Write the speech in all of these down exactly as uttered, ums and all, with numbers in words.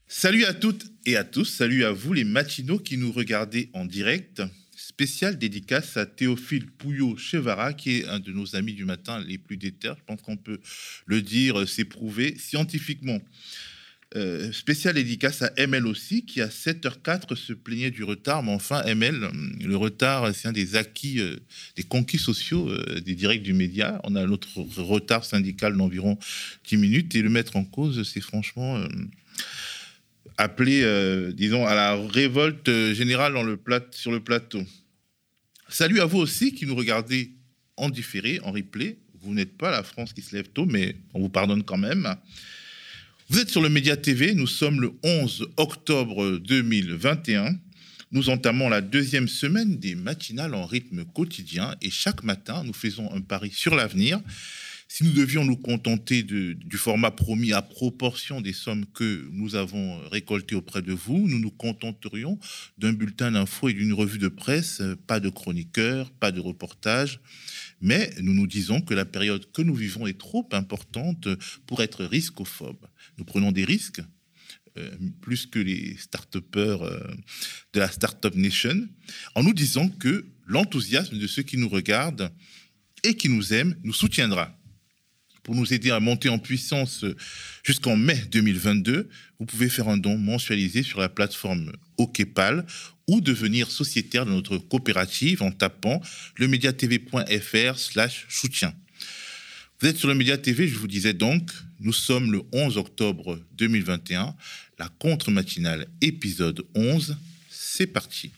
Salut à toutes et à tous, salut à vous les matinaux qui nous regardez en direct. Spéciale dédicace à Théophile Pouillot-Chevara, qui est un de nos amis du matin les plus déter. Je pense qu'on peut le dire, c'est prouvé scientifiquement. Euh, spéciale dédicace à M L aussi, qui à sept heures quatre se plaignait du retard. Mais enfin, M L, le retard, c'est un des acquis, euh, des conquis sociaux euh, des directs du média. On a notre retard syndical d'environ dix minutes. Et le mettre en cause, c'est franchement... Euh, appelé, euh, disons, à la révolte générale dans le plat, sur le plateau. Salut à vous aussi qui nous regardez en différé, en replay. Vous n'êtes pas la France qui se lève tôt, mais on vous pardonne quand même. Vous êtes sur le Média T V, nous sommes le onze octobre deux mille vingt et un. Nous entamons la deuxième semaine des matinales en rythme quotidien et chaque matin, nous faisons un pari sur l'avenir. Si nous devions nous contenter de, du format promis à proportion des sommes que nous avons récoltées auprès de vous, nous nous contenterions d'un bulletin d'info et d'une revue de presse, pas de chroniqueurs, pas de reportages. Mais nous nous disons que la période que nous vivons est trop importante pour être riscophobes. Nous prenons des risques, euh, plus que les start-upers euh, de la Startup Nation, en nous disant que l'enthousiasme de ceux qui nous regardent et qui nous aiment nous soutiendra. Pour nous aider à monter en puissance jusqu'en mai deux mille vingt-deux, vous pouvez faire un don mensualisé sur la plateforme OKPAL ou devenir sociétaire de notre coopérative en tapant lemediatv.fr slash soutien. Vous êtes sur le Média T V, je vous disais donc, nous sommes le onze octobre deux mille vingt et un, la contre-matinale épisode onze, c'est parti.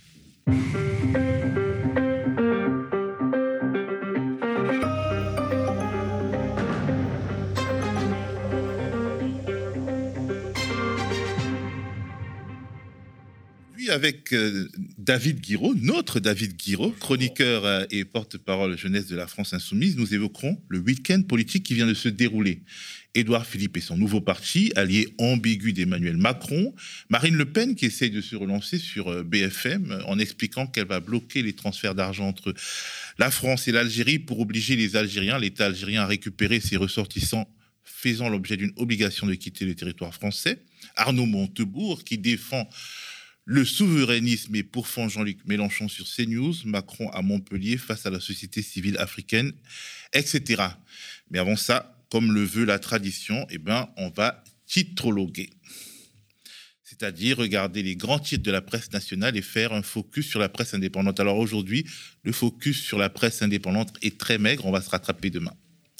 Avec euh, David Guiraud, notre David Guiraud, chroniqueur euh, et porte-parole jeunesse de la France Insoumise, nous évoquerons le week-end politique qui vient de se dérouler. Édouard Philippe et son nouveau parti, allié ambigu d'Emmanuel Macron, Marine Le Pen qui essaye de se relancer sur euh, B F M en expliquant qu'elle va bloquer les transferts d'argent entre la France et l'Algérie pour obliger les Algériens, l'État algérien à récupérer ses ressortissants faisant l'objet d'une obligation de quitter le territoire français. Arnaud Montebourg qui défend le souverainisme et pourfend Jean-Luc Mélenchon sur CNews, Macron à Montpellier face à la société civile africaine, et cetera. Mais avant ça, comme le veut la tradition, eh ben, on va titrologuer. C'est-à-dire regarder les grands titres de la presse nationale et faire un focus sur la presse indépendante. Alors aujourd'hui, le focus sur la presse indépendante est très maigre, on va se rattraper demain.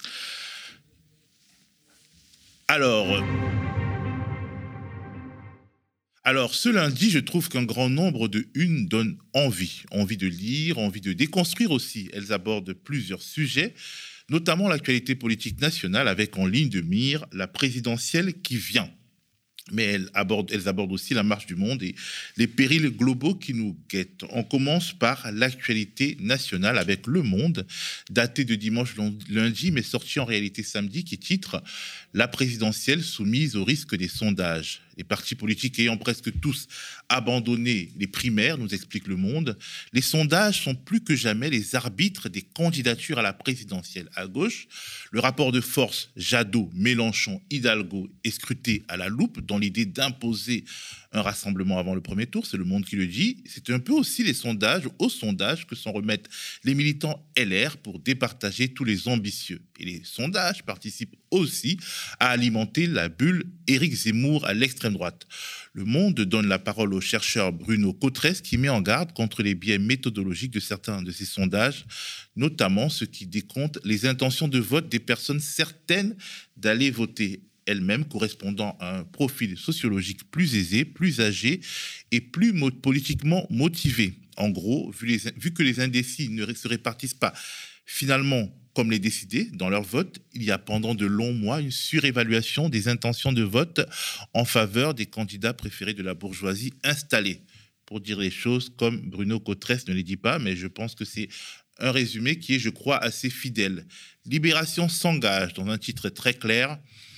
Alors... Alors, ce lundi, je trouve qu'un grand nombre de unes donnent envie. Envie de lire, envie de déconstruire aussi. Elles abordent plusieurs sujets, notamment l'actualité politique nationale avec en ligne de mire la présidentielle qui vient. Mais elles abordent, elles abordent aussi la marche du monde et les périls globaux qui nous guettent. On commence par l'actualité nationale avec Le Monde, daté de dimanche lundi, mais sorti en réalité samedi, qui titre « La présidentielle soumise au risque des sondages ». Les partis politiques ayant presque tous abandonné les primaires, nous explique Le Monde, les sondages sont plus que jamais les arbitres des candidatures à la présidentielle. À gauche, le rapport de force Jadot, Mélenchon, Hidalgo est scruté à la loupe dans l'idée d'imposer un rassemblement avant le premier tour, c'est Le Monde qui le dit. C'est un peu aussi les sondages, aux sondages que s'en remettent les militants L R pour départager tous les ambitieux. Et les sondages participent aussi à alimenter la bulle Éric Zemmour à l'extrême droite. Le Monde donne la parole au chercheur Bruno Cotresse qui met en garde contre les biais méthodologiques de certains de ces sondages, notamment ceux qui décomptent les intentions de vote des personnes certaines d'aller voter elles-mêmes, correspondant à un profil sociologique plus aisé, plus âgé et plus mo- politiquement motivé. En gros, vu, les, vu que les indécis ne se répartissent pas finalement comme les décidés dans leur vote, il y a pendant de longs mois une surévaluation des intentions de vote en faveur des candidats préférés de la bourgeoisie installée. Pour dire les choses comme Bruno Cotresse ne les dit pas, mais je pense que c'est un résumé qui est, je crois, assez fidèle. Libération s'engage dans un titre très clair.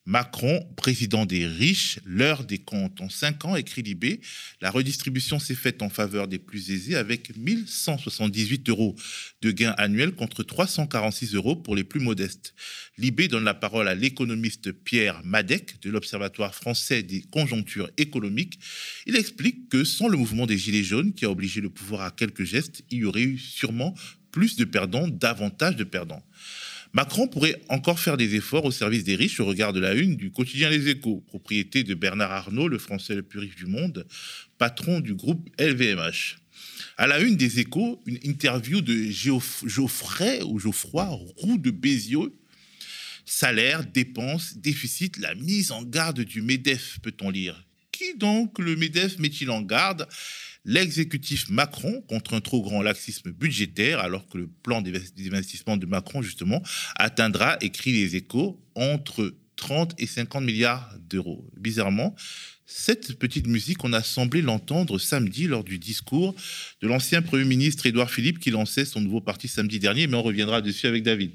Macron, président des riches, l'heure des comptes. En cinq ans, écrit Libé, la redistribution s'est faite en faveur des plus aisés avec mille cent soixante-dix-huit euros de gains annuels contre trois cent quarante-six euros pour les plus modestes. Libé donne la parole à l'économiste Pierre Madec de l'Observatoire français des conjonctures économiques. Il explique que sans le mouvement des Gilets jaunes qui a obligé le pouvoir à quelques gestes, il y aurait eu sûrement plus de perdants, davantage de perdants. Macron pourrait encore faire des efforts au service des riches au regard de la une du quotidien Les Échos, propriété de Bernard Arnault, le Français le plus riche du monde, patron du groupe L V M H. À la une des Échos, une interview de Géoff- Geoffrey ou Geoffroy Roux de Bézieux. Salaire, dépenses, déficit, la mise en garde du MEDEF, peut-on lire. Qui donc le MEDEF met-il en garde ? L'exécutif Macron contre un trop grand laxisme budgétaire, alors que le plan d'investissement de Macron, justement, atteindra, écrit Les Échos, entre trente et cinquante milliards d'euros. Bizarrement, cette petite musique, on a semblé l'entendre samedi lors du discours de l'ancien Premier ministre Édouard Philippe qui lançait son nouveau parti samedi dernier, mais on reviendra dessus avec David.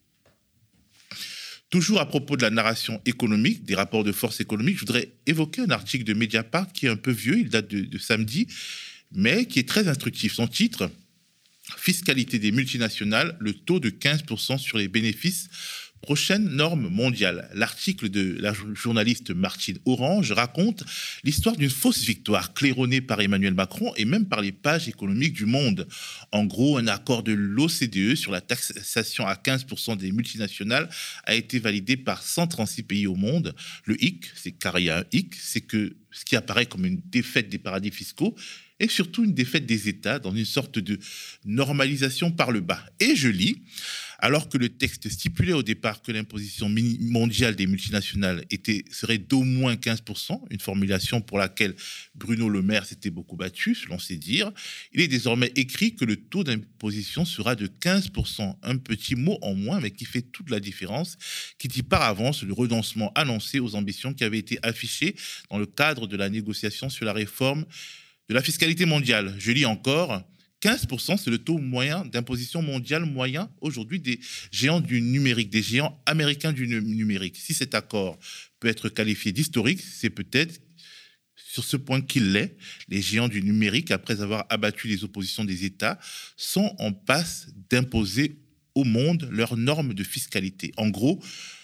Toujours à propos de la narration économique, des rapports de force économique, je voudrais évoquer un article de Mediapart qui est un peu vieux, il date de, de samedi, mais qui est très instructif. Son titre, Fiscalité des multinationales, le taux de quinze pour cent sur les bénéfices, prochaine norme mondiale. L'article de la journaliste Martine Orange raconte l'histoire d'une fausse victoire claironnée par Emmanuel Macron et même par les pages économiques du Monde. En gros, un accord de l'O C D E sur la taxation à quinze pour cent des multinationales a été validé par cent trente-six pays au monde. Le hic, c'est car il y a un hic, c'est que ce qui apparaît comme une défaite des paradis fiscaux est surtout une défaite des États dans une sorte de normalisation par le bas. Et je lis, alors que le texte stipulait au départ que l'imposition mondiale des multinationales était, serait d'au moins quinze pour cent, une formulation pour laquelle Bruno Le Maire s'était beaucoup battu, selon ses dires, il est désormais écrit que le taux d'imposition sera de quinze pour cent. Un petit mot en moins, mais qui fait toute la différence, qui dit par avance le renoncement annoncé aux ambitions qui avaient été affichées dans le cadre de la négociation sur la réforme de la fiscalité mondiale. Je lis encore, quinze pour cent, c'est le taux moyen d'imposition mondiale moyen aujourd'hui des géants du numérique, des géants américains du numérique. Si cet accord peut être qualifié d'historique, c'est peut-être sur ce point qu'il l'est. Les géants du numérique, après avoir abattu les oppositions des États, sont en passe d'imposer au monde leurs normes de fiscalité. En gros,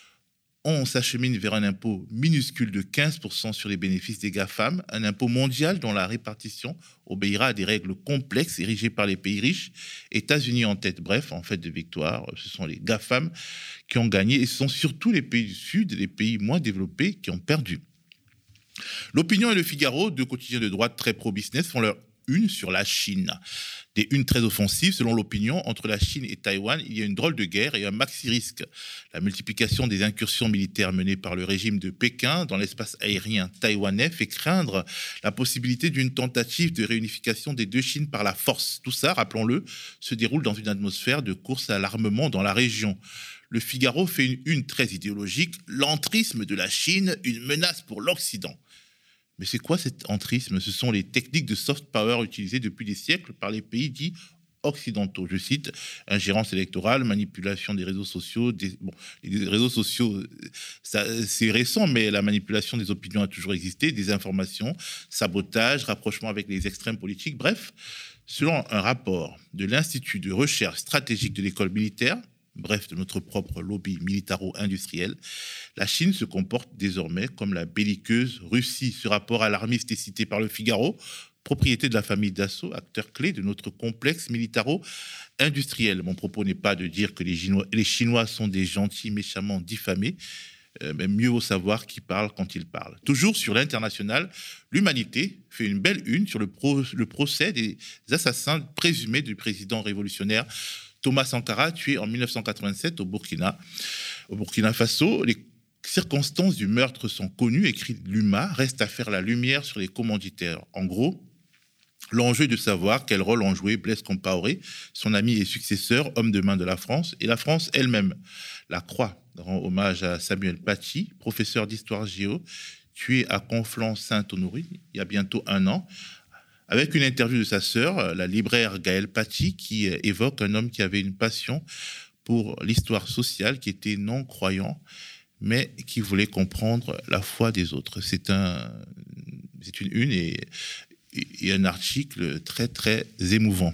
on s'achemine vers un impôt minuscule de quinze pour cent sur les bénéfices des GAFAM, un impôt mondial dont la répartition obéira à des règles complexes érigées par les pays riches, États-Unis en tête. Bref, en fait de victoire, ce sont les GAFAM qui ont gagné et ce sont surtout les pays du Sud, les pays moins développés qui ont perdu. L'Opinion et le Figaro, deux quotidiens de droite très pro-business, font leur une sur la Chine. Des unes très offensives, selon l'opinion, entre la Chine et Taïwan, il y a une drôle de guerre et un maxi-risque. La multiplication des incursions militaires menées par le régime de Pékin dans l'espace aérien taïwanais fait craindre la possibilité d'une tentative de réunification des deux Chines par la force. Tout ça, rappelons-le, se déroule dans une atmosphère de course à l'armement dans la région. Le Figaro fait une une très idéologique, l'entrisme de la Chine, une menace pour l'Occident. Mais c'est quoi cet entrisme ? Ce sont les techniques de soft power utilisées depuis des siècles par les pays dits occidentaux. Je cite, ingérence électorale, manipulation des réseaux sociaux. Des, bon, les réseaux sociaux, ça, c'est récent, mais la manipulation des opinions a toujours existé, désinformation, sabotage, rapprochement avec les extrêmes politiques. Bref, selon un rapport de l'Institut de recherche stratégique de l'école militaire, bref, de notre propre lobby militaro-industriel, la Chine se comporte désormais comme la belliqueuse Russie. Ce rapport alarmiste est cité par le Figaro, propriété de la famille Dassault, acteur clé de notre complexe militaro-industriel. Mon propos n'est pas de dire que les Chinois, les Chinois sont des gentils méchamment diffamés, euh, mais mieux vaut savoir qui parle quand il parle. Toujours sur l'international, l'Humanité fait une belle une sur le, pro, le procès des assassins présumés du président révolutionnaire Thomas Sankara, tué en mille neuf cent quatre-vingt-sept au Burkina. Au Burkina Faso, les circonstances du meurtre sont connues, écrit l'U M A, reste à faire la lumière sur les commanditaires. En gros, l'enjeu est de savoir quel rôle ont joué Blaise Compaoré, son ami et successeur, homme de main de la France, et la France elle-même. La Croix rend hommage à Samuel Paty, professeur d'histoire géo, tué à Conflans-Sainte-Honorine il y a bientôt un an, avec une interview de sa sœur, la libraire Gaëlle Paty, qui évoque un homme qui avait une passion pour l'histoire sociale, qui était non-croyant, mais qui voulait comprendre la foi des autres. C'est, un, c'est une une et, et un article très, très émouvant.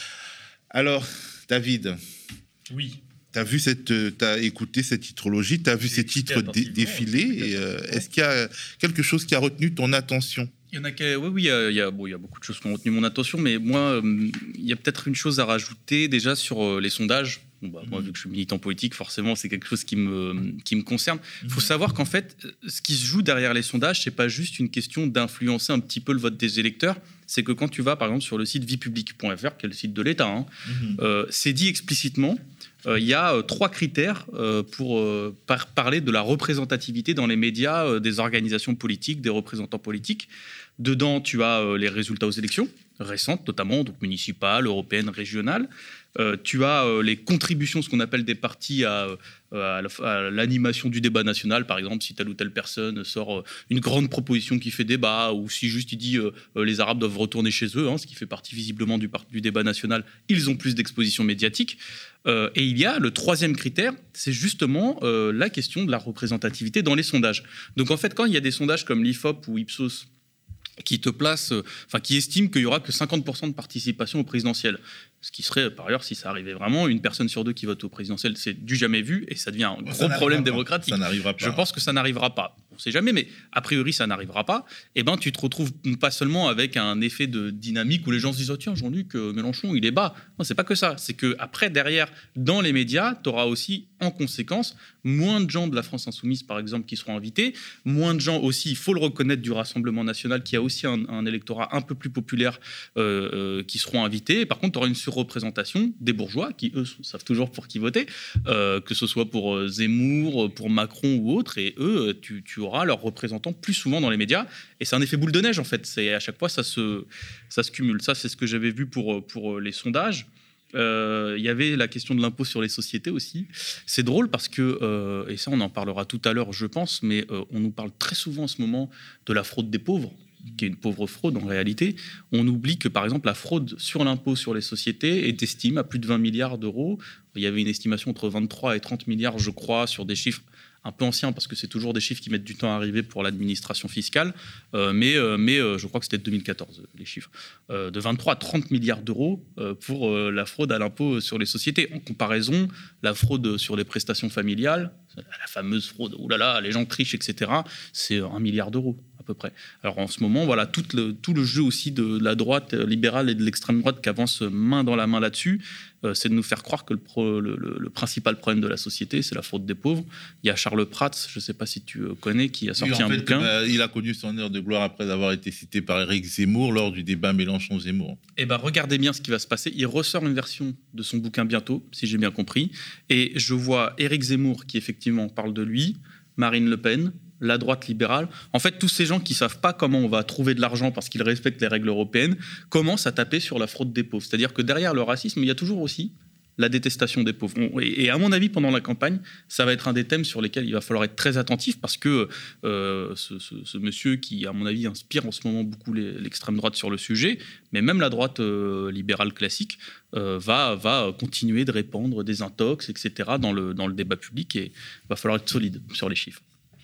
Alors, David. Oui. Tu as vu cette, t'as écouté cette titrologie, tu as vu ces titres dé- défiler. Et, euh, est-ce qu'il y a quelque chose qui a retenu ton attention ? Il y en a qui, oui, oui, il y a, bon, il y a beaucoup de choses qui ont retenu mon attention, mais moi, il y a peut-être une chose à rajouter déjà sur les sondages. Bon, bah, mmh. Moi, vu que je suis militant politique, forcément, c'est quelque chose qui me, qui me concerne. Il mmh. faut savoir qu'en fait, ce qui se joue derrière les sondages, c'est pas juste une question d'influencer un petit peu le vote des électeurs. C'est que quand tu vas, par exemple, sur le site vie publique point f r, qui est le site de l'État, hein, mmh. euh, c'est dit explicitement. Il euh, y a euh, trois critères euh, pour euh, par- parler de la représentativité dans les médias euh, des organisations politiques, des représentants politiques. Dedans, tu as euh, les résultats aux élections récentes, notamment donc municipales, européennes, régionales. Euh, tu as euh, les contributions, ce qu'on appelle des partis à, à, à l'animation du débat national. Par exemple, si telle ou telle personne sort euh, une grande proposition qui fait débat, ou si juste il dit euh, euh, les Arabes doivent retourner chez eux, hein, ce qui fait partie visiblement du, du débat national, ils ont plus d'exposition médiatique. Euh, et il y a le troisième critère, c'est justement euh, la question de la représentativité dans les sondages. Donc en fait, quand il y a des sondages comme l'I F O P ou Ipsos qui te placent, euh, enfin qui estiment qu'il y aura que cinquante pour cent de participation au présidentiel, ce qui serait par ailleurs, si ça arrivait vraiment, une personne sur deux qui vote au présidentiel, c'est du jamais vu et ça devient un gros problème démocratique. Ça n'arrivera pas. Je pense que ça n'arrivera pas. On ne sait jamais, mais a priori ça n'arrivera pas. Et ben tu te retrouves pas seulement avec un effet de dynamique où les gens se disent oh, tiens Jean-Luc Mélenchon il est bas. Non, c'est pas que ça. C'est que après derrière dans les médias, tu auras aussi en conséquence moins de gens de la France insoumise par exemple qui seront invités, moins de gens aussi, il faut le reconnaître, du Rassemblement national qui a aussi un, un électorat un peu plus populaire euh, euh, qui seront invités. Et par contre, tu auras une surreprésentation des bourgeois qui eux savent toujours pour qui voter, euh, que ce soit pour euh, Zemmour, pour Macron ou autre, et eux tu, tu auras leurs représentants plus souvent dans les médias. Et c'est un effet boule de neige en fait. C'est à chaque fois ça se ça se cumule. Ça c'est ce que j'avais vu pour pour les sondages. Il euh, y avait la question de l'impôt sur les sociétés aussi. C'est drôle parce que, euh, et ça on en parlera tout à l'heure je pense, mais euh, on nous parle très souvent en ce moment de la fraude des pauvres, qui est une pauvre fraude en réalité. On oublie que par exemple la fraude sur l'impôt sur les sociétés est estimée à plus de vingt milliards d'euros. Il y avait une estimation entre vingt-trois et trente milliards je crois sur des chiffres un peu ancien parce que c'est toujours des chiffres qui mettent du temps à arriver pour l'administration fiscale, euh, mais, euh, mais euh, je crois que c'était de deux mille quatorze, les chiffres, euh, de vingt-trois à trente milliards d'euros euh, pour euh, la fraude à l'impôt sur les sociétés. En comparaison, la fraude sur les prestations familiales, la fameuse fraude, oulala, les gens trichent, et cetera, c'est un milliard d'euros à peu près. Alors en ce moment, voilà, tout le, tout le jeu aussi de la droite libérale et de l'extrême droite qui avance main dans la main là-dessus, euh, c'est de nous faire croire que le, pro, le, le, le principal problème de la société, c'est la fraude des pauvres. Il y a Charles Prats, je ne sais pas si tu connais, qui a sorti oui, en un fait, bouquin. Bah, il a connu son heure de gloire après avoir été cité par Éric Zemmour lors du débat Mélenchon-Zemmour. Eh bien, regardez bien ce qui va se passer. Il ressort une version de son bouquin bientôt, si j'ai bien compris. Et je vois Éric Zemmour qui, effectivement, parle de lui, Marine Le Pen, la droite libérale. En fait, tous ces gens qui ne savent pas comment on va trouver de l'argent parce qu'ils respectent les règles européennes commencent à taper sur la fraude des pauvres. C'est-à-dire que derrière le racisme, il y a toujours aussi la détestation des pauvres. Et à mon avis, pendant la campagne, ça va être un des thèmes sur lesquels il va falloir être très attentif parce que euh, ce, ce, ce monsieur qui, à mon avis, inspire en ce moment beaucoup les, l'extrême droite sur le sujet, mais même la droite euh, libérale classique, euh, va, va continuer de répandre des intox, et cetera dans le, dans le débat public et il va falloir être solide sur les chiffres.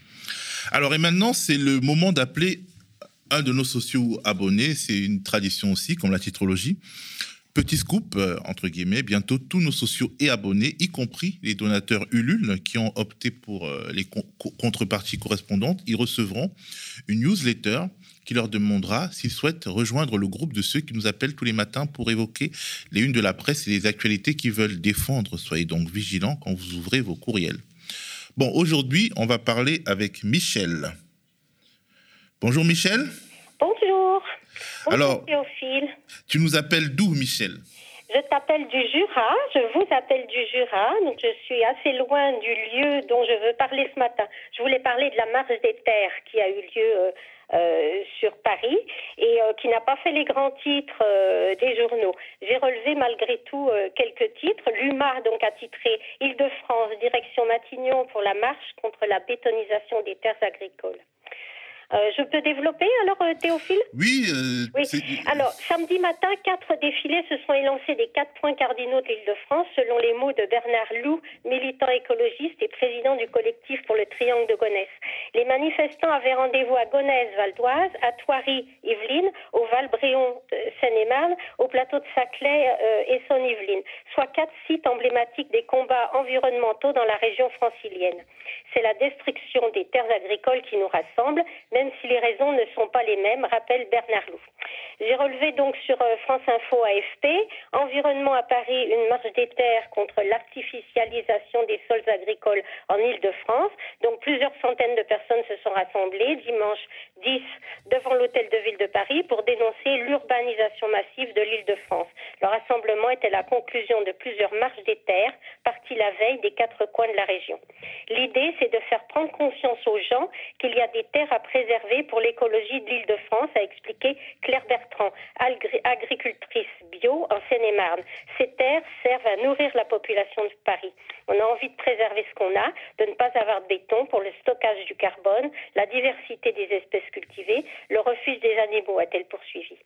Alors, et maintenant, c'est le moment d'appeler un de nos sociaux abonnés. C'est une tradition aussi, comme la titrologie. Petit scoop, euh, entre guillemets, bientôt tous nos sociaux et abonnés, y compris les donateurs Ulule qui ont opté pour euh, les con- contreparties correspondantes, ils recevront une newsletter qui leur demandera s'ils souhaitent rejoindre le groupe de ceux qui nous appellent tous les matins pour évoquer les unes de la presse et les actualités qu'ils veulent défendre. Soyez donc vigilants quand vous ouvrez vos courriels. Bon, aujourd'hui, on va parler avec Michel. Bonjour Michel. Bonjour. Bonjour Alors, Théophile. Tu nous appelles d'où, Michel? Je t'appelle du Jura, je vous appelle du Jura, donc je suis assez loin du lieu dont je veux parler ce matin. Je voulais parler de la marche des terres qui a eu lieu euh, euh, sur Paris et euh, qui n'a pas fait les grands titres euh, des journaux. J'ai relevé malgré tout euh, quelques titres. L'U M A donc a titré « Île-de-France, direction Matignon pour la marche contre la bétonisation des terres agricoles ». Euh, je peux développer alors, euh, Théophile? Oui. Euh, oui. Alors, samedi matin, quatre défilés se sont élancés des quatre points cardinaux de l'Île-de-France, selon les mots de Bernard Loup, militant écologiste et président du collectif pour le Triangle de Gonesse. Les manifestants avaient rendez-vous à Gonesse, Val d'Oise, à Thoiry, Yvelines, au Val-Bréon, euh, Seine-et-Marne, au plateau de Saclay euh, et Saône-Yvelines, soit quatre sites emblématiques des combats environnementaux dans la région francilienne. C'est la destruction des terres agricoles qui nous rassemble, même si les raisons ne sont pas les mêmes, rappelle Bernard Loup. J'ai relevé donc sur France Info A F P, Environnement à Paris, une marche des terres contre l'artificialisation des sols agricoles en Île-de-France. Donc plusieurs centaines de personnes se sont rassemblées dimanche dix devant l'hôtel de ville de Paris pour dénoncer l'urbanisation massive de l'Île-de-France. Le rassemblement était la conclusion de plusieurs marches des terres parties la veille des quatre coins de la région. L'idée, c'est de faire prendre conscience aux gens qu'il y a des terres à préserver pour l'écologie de l'Île-de-France, a expliqué Claire Bertrand, agricultrice bio en Seine-et-Marne. Ces terres servent à nourrir la population de Paris. On a envie de préserver ce qu'on a, de ne pas avoir de béton pour le stockage du carbone, la diversité des espèces cultivées, le refuge des animaux, a-t-elle poursuivi.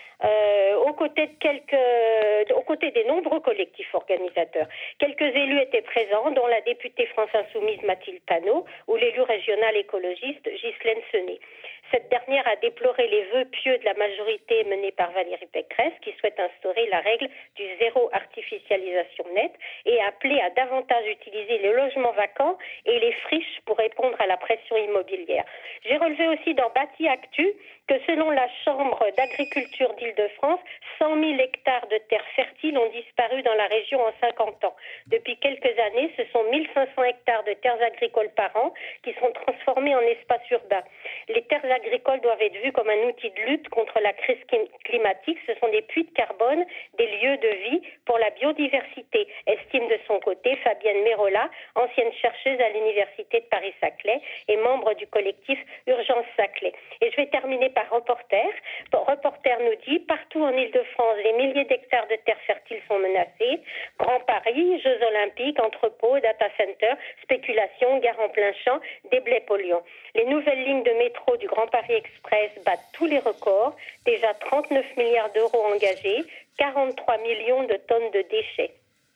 Euh, aux côtés de quelques, aux côtés des nombreux collectifs organisateurs. Quelques élus étaient présents, dont la députée France Insoumise Mathilde Panot ou l'élu régional écologiste Ghislaine Senet. Cette dernière a déploré les vœux pieux de la majorité menée par Valérie Pécresse, qui souhaite instaurer la règle du zéro artificialisation nette et a appelé à davantage utiliser les logements vacants et les friches pour répondre à la pression immobilière. J'ai relevé aussi dans Bâti Actu que selon la Chambre d'agriculture d'Île-de-France, cent mille hectares de terres fertiles ont disparu dans la région en cinquante ans. Depuis quelques années, ce sont mille cinq cents hectares de terres agricoles par an qui sont transformés en espaces urbains. Les terres agricoles doivent être vues comme un outil de lutte contre la crise climatique. Ce sont des puits de carbone, des lieux de vie pour la biodiversité, estime de son côté Fabienne Mérola, ancienne chercheuse à l'université de Paris-Saclay et membre du collectif Urgence Saclay. Et je vais terminer par Reporter. Reporter nous dit, partout en Île-de-France, des milliers d'hectares de terres fertiles sont menacés. Grand Paris, Jeux Olympiques, entrepôts, data centers, spéculation, gare en plein champ, déblais polluants. Les nouvelles lignes de métro du Grand Paris Express battent tous les records. Déjà trente-neuf milliards d'euros engagés, quarante-trois millions de tonnes de déchets.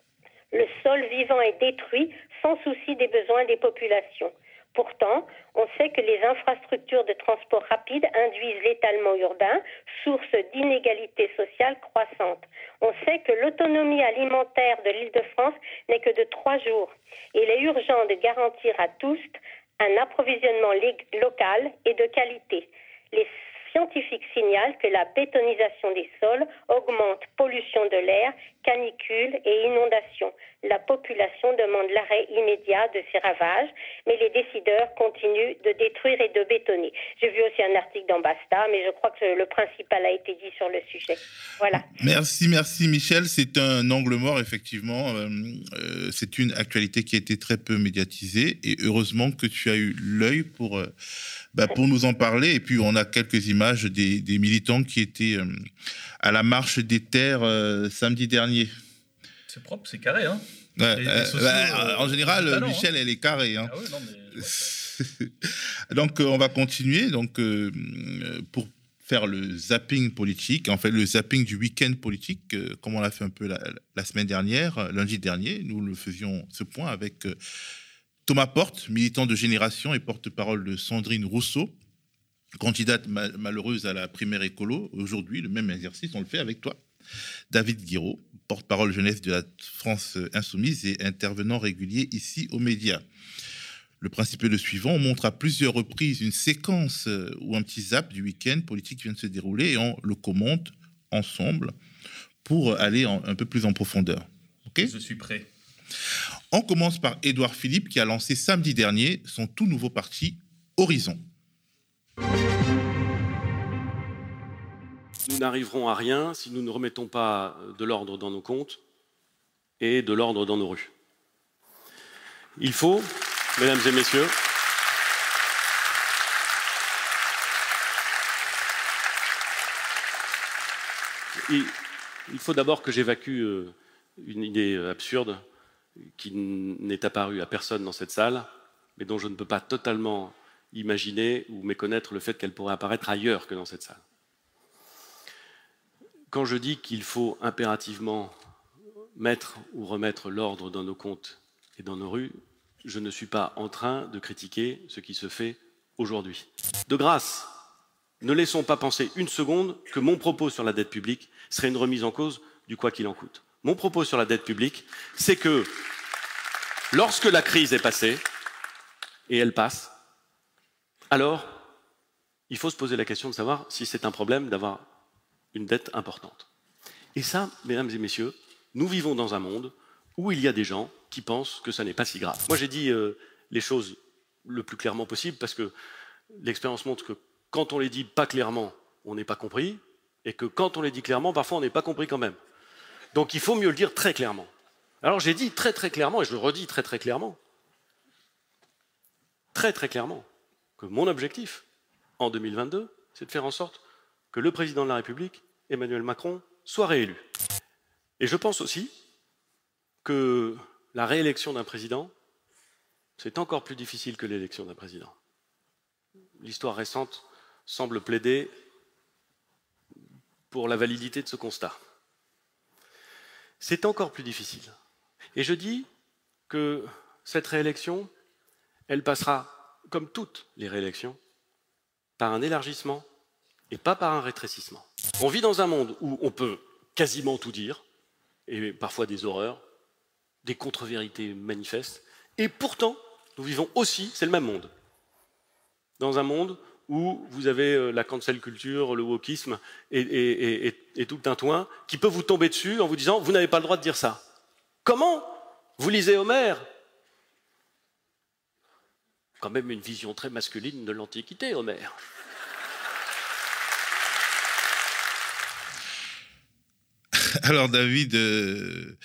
Le sol vivant est détruit sans souci des besoins des populations. Pourtant, on sait que les infrastructures de transport rapide induisent l'étalement urbain, source d'inégalités sociales croissantes. On sait que l'autonomie alimentaire de l'Île-de-France n'est que de trois jours. Il est urgent de garantir à tous un approvisionnement local et de qualité. Les scientifiques signalent que la bétonisation des sols augmente pollution de l'air, canicules et inondations. La population demande l'arrêt immédiat de ces ravages, mais les décideurs continuent de détruire et de bétonner. J'ai vu aussi un article dans Basta, mais je crois que le principal a été dit sur le sujet. Voilà. Merci, merci Michel. C'est un angle mort, effectivement. Euh, euh, c'est une actualité qui a été très peu médiatisée et heureusement que tu as eu l'œil pour, euh, bah, pour nous en parler. Et puis, on a quelques images des, des militants qui étaient euh, à la marche des terres euh, samedi dernier. C'est propre, c'est carré, hein. Ouais, les, les sociaux, bah, euh, en général, talent, Michel, hein. Elle est carrée. Hein. Ah ouais, non, mais... ouais. Donc, euh, on va continuer. Donc, euh, pour faire le zapping politique, en fait, le zapping du week-end politique, euh, comme on l'a fait un peu la, la semaine dernière, lundi dernier, nous le faisions ce point avec euh, Thomas Porte, militant de Génération et porte-parole de Sandrine Rousseau, candidate ma- malheureuse à la primaire écolo. Aujourd'hui, le même exercice, on le fait avec toi. David Guiraud, porte-parole jeunesse de la France Insoumise et intervenant régulier ici aux médias. Le principe est le suivant, on montre à plusieurs reprises une séquence ou un petit zap du week-end politique qui vient de se dérouler et on le commente ensemble pour aller en, un peu plus en profondeur. Okay ? Je suis prêt. On commence par Édouard Philippe qui a lancé samedi dernier son tout nouveau parti Horizon. Nous n'arriverons à rien si nous ne remettons pas de l'ordre dans nos comptes et de l'ordre dans nos rues. Il faut, mesdames et messieurs, il, il faut d'abord que j'évacue une idée absurde qui n'est apparue à personne dans cette salle, mais dont je ne peux pas totalement imaginer ou méconnaître le fait qu'elle pourrait apparaître ailleurs que dans cette salle. Quand je dis qu'il faut impérativement mettre ou remettre l'ordre dans nos comptes et dans nos rues, je ne suis pas en train de critiquer ce qui se fait aujourd'hui. De grâce, ne laissons pas penser une seconde que mon propos sur la dette publique serait une remise en cause du quoi qu'il en coûte. Mon propos sur la dette publique, c'est que lorsque la crise est passée, et elle passe, alors il faut se poser la question de savoir si c'est un problème d'avoir une dette importante. Et ça, mesdames et messieurs, nous vivons dans un monde où il y a des gens qui pensent que ça n'est pas si grave. Moi, j'ai dit euh, les choses le plus clairement possible parce que l'expérience montre que quand on les dit pas clairement, on n'est pas compris, et que quand on les dit clairement, parfois on n'est pas compris quand même. Donc il faut mieux le dire très clairement. Alors j'ai dit très très clairement, et je le redis très très clairement, très très clairement, que mon objectif en deux mille vingt-deux, c'est de faire en sorte que le président de la République, Emmanuel Macron, soit réélu. Et je pense aussi que la réélection d'un président, c'est encore plus difficile que l'élection d'un président. L'histoire récente semble plaider pour la validité de ce constat. C'est encore plus difficile. Et je dis que cette réélection, elle passera, comme toutes les réélections, par un élargissement et pas par un rétrécissement. On vit dans un monde où on peut quasiment tout dire, et parfois des horreurs, des contre-vérités manifestes, et pourtant, nous vivons aussi, c'est le même monde, dans un monde où vous avez la cancel culture, le wokisme et, et, et, et tout le tintouin qui peut vous tomber dessus en vous disant « vous n'avez pas le droit de dire ça ». Comment ? Vous lisez Homère ? Quand même une vision très masculine de l'Antiquité, Homère. Alors David, euh,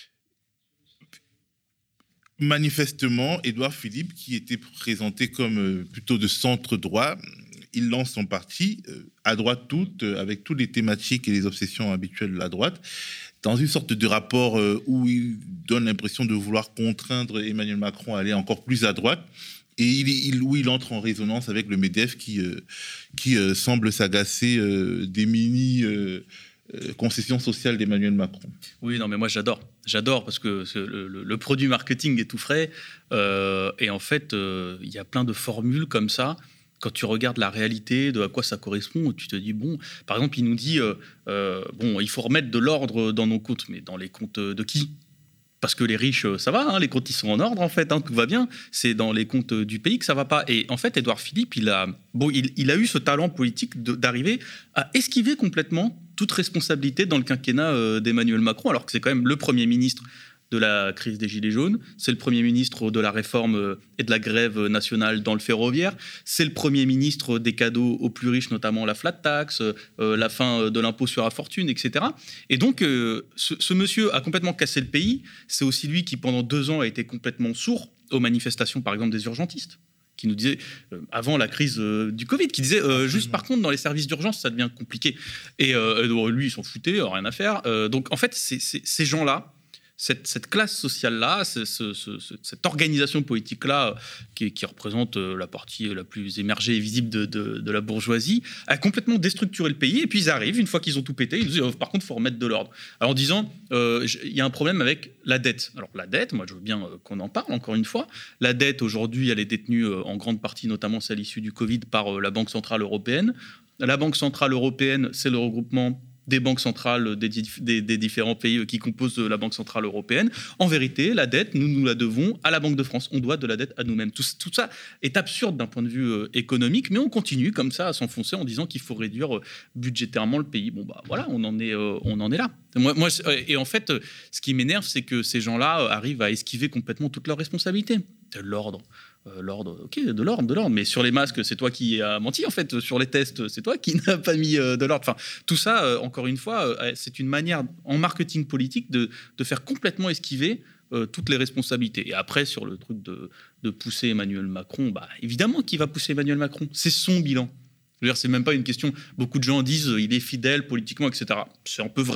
manifestement, Édouard Philippe, qui était présenté comme euh, plutôt de centre droit, il lance son parti euh, à droite toute, euh, avec toutes les thématiques et les obsessions habituelles de la droite, dans une sorte de rapport euh, où il donne l'impression de vouloir contraindre Emmanuel Macron à aller encore plus à droite, et il, il, où il entre en résonance avec le MEDEF qui, euh, qui euh, semble s'agacer euh, des mini... Euh, Euh, concession sociale d'Emmanuel Macron. Oui, non, mais moi j'adore. J'adore parce que le, le, le produit marketing est tout frais. Euh, et en fait, euh, il y a plein de formules comme ça. Quand tu regardes la réalité, de à quoi ça correspond, tu te dis, bon, par exemple, il nous dit, euh, euh, bon, il faut remettre de l'ordre dans nos comptes. Mais dans les comptes de qui ? Parce que les riches, ça va, hein, les comptes, ils sont en ordre, en fait, hein, tout va bien. C'est dans les comptes du pays que ça va pas. Et en fait, Édouard Philippe, il a, bon, il, il a eu ce talent politique de, d'arriver à esquiver complètement toute responsabilité dans le quinquennat euh, d'Emmanuel Macron, alors que c'est quand même le Premier ministre de la crise des Gilets jaunes, c'est le Premier ministre de la réforme et de la grève nationale dans le ferroviaire, c'est le Premier ministre des cadeaux aux plus riches, notamment la flat tax, euh, la fin de l'impôt sur la fortune, et cetera. Et donc, euh, ce, ce monsieur a complètement cassé le pays. C'est aussi lui qui, pendant deux ans, a été complètement sourd aux manifestations, par exemple, des urgentistes, qui nous disait, euh, avant la crise euh, du Covid, qui disait, euh, juste par contre, dans les services d'urgence, ça devient compliqué. Et euh, lui, il s'en foutait, rien à faire. Euh, donc, en fait, c'est, c'est, ces gens-là, Cette, cette classe sociale-là, ce, ce, ce, cette organisation politique-là, qui, qui représente la partie la plus émergée et visible de, de, de la bourgeoisie, a complètement déstructuré le pays. Et puis ils arrivent, une fois qu'ils ont tout pété, ils disent oh, par contre, il faut remettre de l'ordre. Alors en disant, euh, il y a un problème avec la dette. Alors la dette, moi je veux bien qu'on en parle encore une fois. La dette, aujourd'hui, elle est détenue en grande partie, notamment celle issue du Covid, par la Banque Centrale Européenne. La Banque Centrale Européenne, c'est le regroupement des banques centrales des, des, des différents pays qui composent la Banque Centrale Européenne. En vérité, la dette, nous nous la devons à la Banque de France. On doit de la dette à nous-mêmes. Tout, tout ça est absurde d'un point de vue euh, économique, mais on continue comme ça à s'enfoncer en disant qu'il faut réduire euh, budgétairement le pays. Bon, bah voilà, on en est, euh, on en est là. Moi, moi, et en fait, euh, ce qui m'énerve, c'est que ces gens-là euh, arrivent à esquiver complètement toutes leurs responsabilités. De l'ordre. Euh, l'ordre, ok, de l'ordre, de l'ordre, mais sur les masques, c'est toi qui as menti, en fait. Sur les tests, c'est toi qui n'as pas mis euh, de l'ordre. Enfin, tout ça, euh, encore une fois, euh, c'est une manière, en marketing politique, de, de faire complètement esquiver euh, toutes les responsabilités. Et après, sur le truc de, de pousser Emmanuel Macron, bah, évidemment qu'il va pousser Emmanuel Macron. C'est son bilan. Je veux dire, c'est même pas une question... Beaucoup de gens disent euh, il est fidèle politiquement, et cetera. C'est un peu vrai.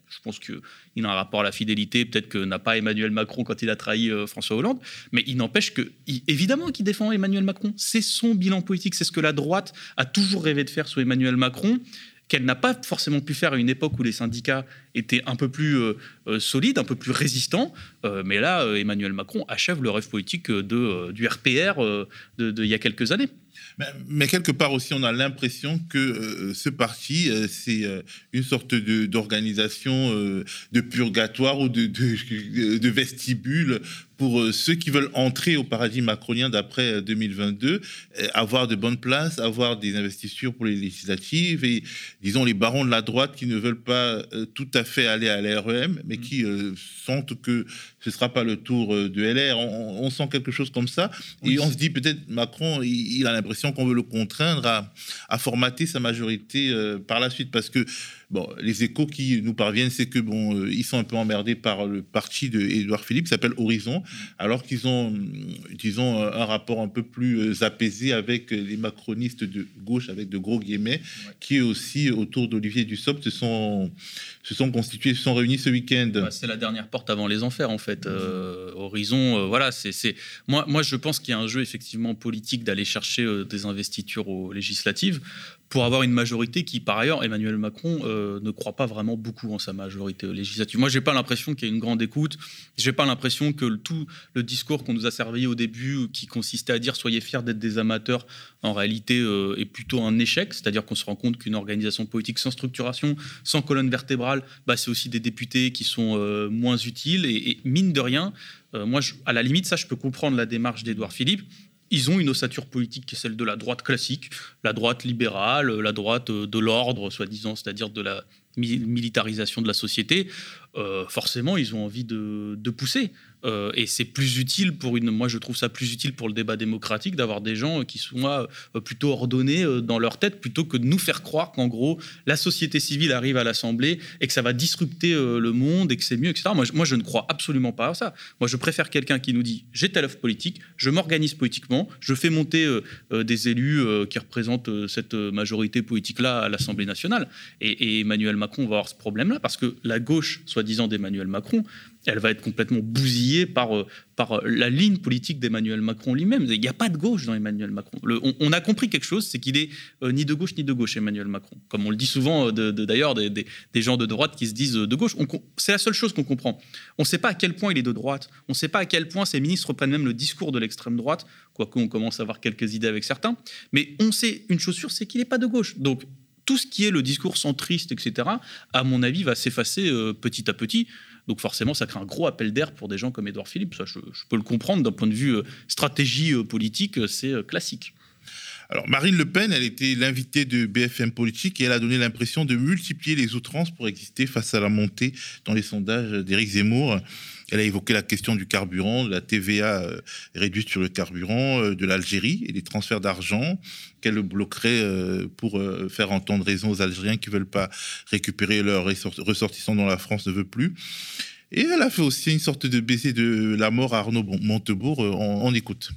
Je pense qu'il a un rapport à la fidélité, peut-être que n'a pas Emmanuel Macron quand il a trahi euh, François Hollande, mais il n'empêche que, il, évidemment qu'il défend Emmanuel Macron. C'est son bilan politique, c'est ce que la droite a toujours rêvé de faire sous Emmanuel Macron, qu'elle n'a pas forcément pu faire à une époque où les syndicats étaient un peu plus euh, euh, solides, un peu plus résistants. Euh, mais là, euh, Emmanuel Macron achève le rêve politique de, euh, du R P R euh, de, de, il y a quelques années. Mais, mais quelque part aussi, on a l'impression que euh, ce parti, euh, c'est euh, une sorte de, d'organisation euh, de purgatoire ou de, de, de vestibule pour euh, ceux qui veulent entrer au paradigme macronien d'après deux mille vingt-deux, euh, avoir de bonnes places, avoir des investitures pour les législatives et, disons, les barons de la droite qui ne veulent pas euh, tout à fait aller à l'R E M, mais qui euh, sentent que ce ne sera pas le tour euh, de L R. On, on sent quelque chose comme ça. Et oui. On se dit peut-être Macron, il, il a l'impression qu'on veut le contraindre à, à formater sa majorité euh, par la suite. Parce que bon, les échos qui nous parviennent, c'est que bon, euh, ils sont un peu emmerdés par le parti d'Édouard Philippe, qui s'appelle Horizon, alors qu'ils ont, disons, un rapport un peu plus apaisé avec les macronistes de gauche, avec de gros guillemets, ouais. qui aussi, autour d'Olivier Dussopt, se sont, se sont constitués, se sont réunis ce week-end. Bah, c'est la dernière porte avant les enfers, en fait. Euh, Horizon, euh, voilà, c'est, c'est... Moi, moi, je pense qu'il y a un jeu, effectivement, politique d'aller chercher euh, des investitures aux législatives pour avoir une majorité qui, par ailleurs, Emmanuel Macron euh, ne croit pas vraiment beaucoup en sa majorité législative. Moi, j'ai pas l'impression qu'il y ait une grande écoute. J'ai pas l'impression que le, tout le discours qu'on nous a servi au début, qui consistait à dire « soyez fiers d'être des amateurs », en réalité euh, est plutôt un échec. C'est-à-dire qu'on se rend compte qu'une organisation politique sans structuration, sans colonne vertébrale, bah, c'est aussi des députés qui sont euh, moins utiles. Et, et mine de rien, euh, moi, je, à la limite, ça, je peux comprendre la démarche d'Édouard Philippe. Ils ont une ossature politique qui est celle de la droite classique, la droite libérale, la droite de l'ordre, soi-disant, c'est-à-dire de la militarisation de la société. Euh, forcément, ils ont envie de, de pousser. Euh, et c'est plus utile pour une... Moi, je trouve ça plus utile pour le débat démocratique d'avoir des gens qui soient plutôt ordonnés dans leur tête, plutôt que de nous faire croire qu'en gros, la société civile arrive à l'Assemblée et que ça va disrupter le monde et que c'est mieux, et cetera. Moi, je, moi, je ne crois absolument pas à ça. Moi, je préfère quelqu'un qui nous dit « j'ai telle offre politique, je m'organise politiquement, je fais monter euh, des élus euh, qui représentent euh, cette majorité politique-là à l'Assemblée nationale. » Et, et Emmanuel Macron va avoir ce problème-là parce que la gauche, soi-disant d'Emmanuel Macron, elle va être complètement bousillée par, euh, par la ligne politique d'Emmanuel Macron lui-même. Il n'y a pas de gauche dans Emmanuel Macron. Le, on, on a compris quelque chose, c'est qu'il est euh, ni de gauche ni de gauche, Emmanuel Macron. Comme on le dit souvent, de, de, d'ailleurs, des, des, des gens de droite qui se disent de gauche. On, c'est la seule chose qu'on comprend. On ne sait pas à quel point il est de droite. On ne sait pas à quel point ces ministres reprennent même le discours de l'extrême droite, quoique on commence à avoir quelques idées avec certains. Mais on sait une chose sûre, c'est qu'il n'est pas de gauche. Donc, tout ce qui est le discours centriste, et cetera, à mon avis, va s'effacer euh, petit à petit. Donc forcément, ça crée un gros appel d'air pour des gens comme Édouard Philippe. Ça, je, je peux le comprendre d'un point de vue euh, stratégie euh, politique, euh, c'est euh, classique. Alors, Marine Le Pen, elle était l'invitée de B F M Politique et elle a donné l'impression de multiplier les outrances pour exister face à la montée dans les sondages d'Éric Zemmour. Elle a évoqué la question du carburant, de la T V A euh, réduite sur le carburant, euh, de l'Algérie et des transferts d'argent qu'elle bloquerait euh, pour euh, faire entendre raison aux Algériens qui ne veulent pas récupérer leurs ressortissants dont la France ne veut plus. Et elle a fait aussi une sorte de baiser de la mort à Arnaud Montebourg. Euh, on, on écoute.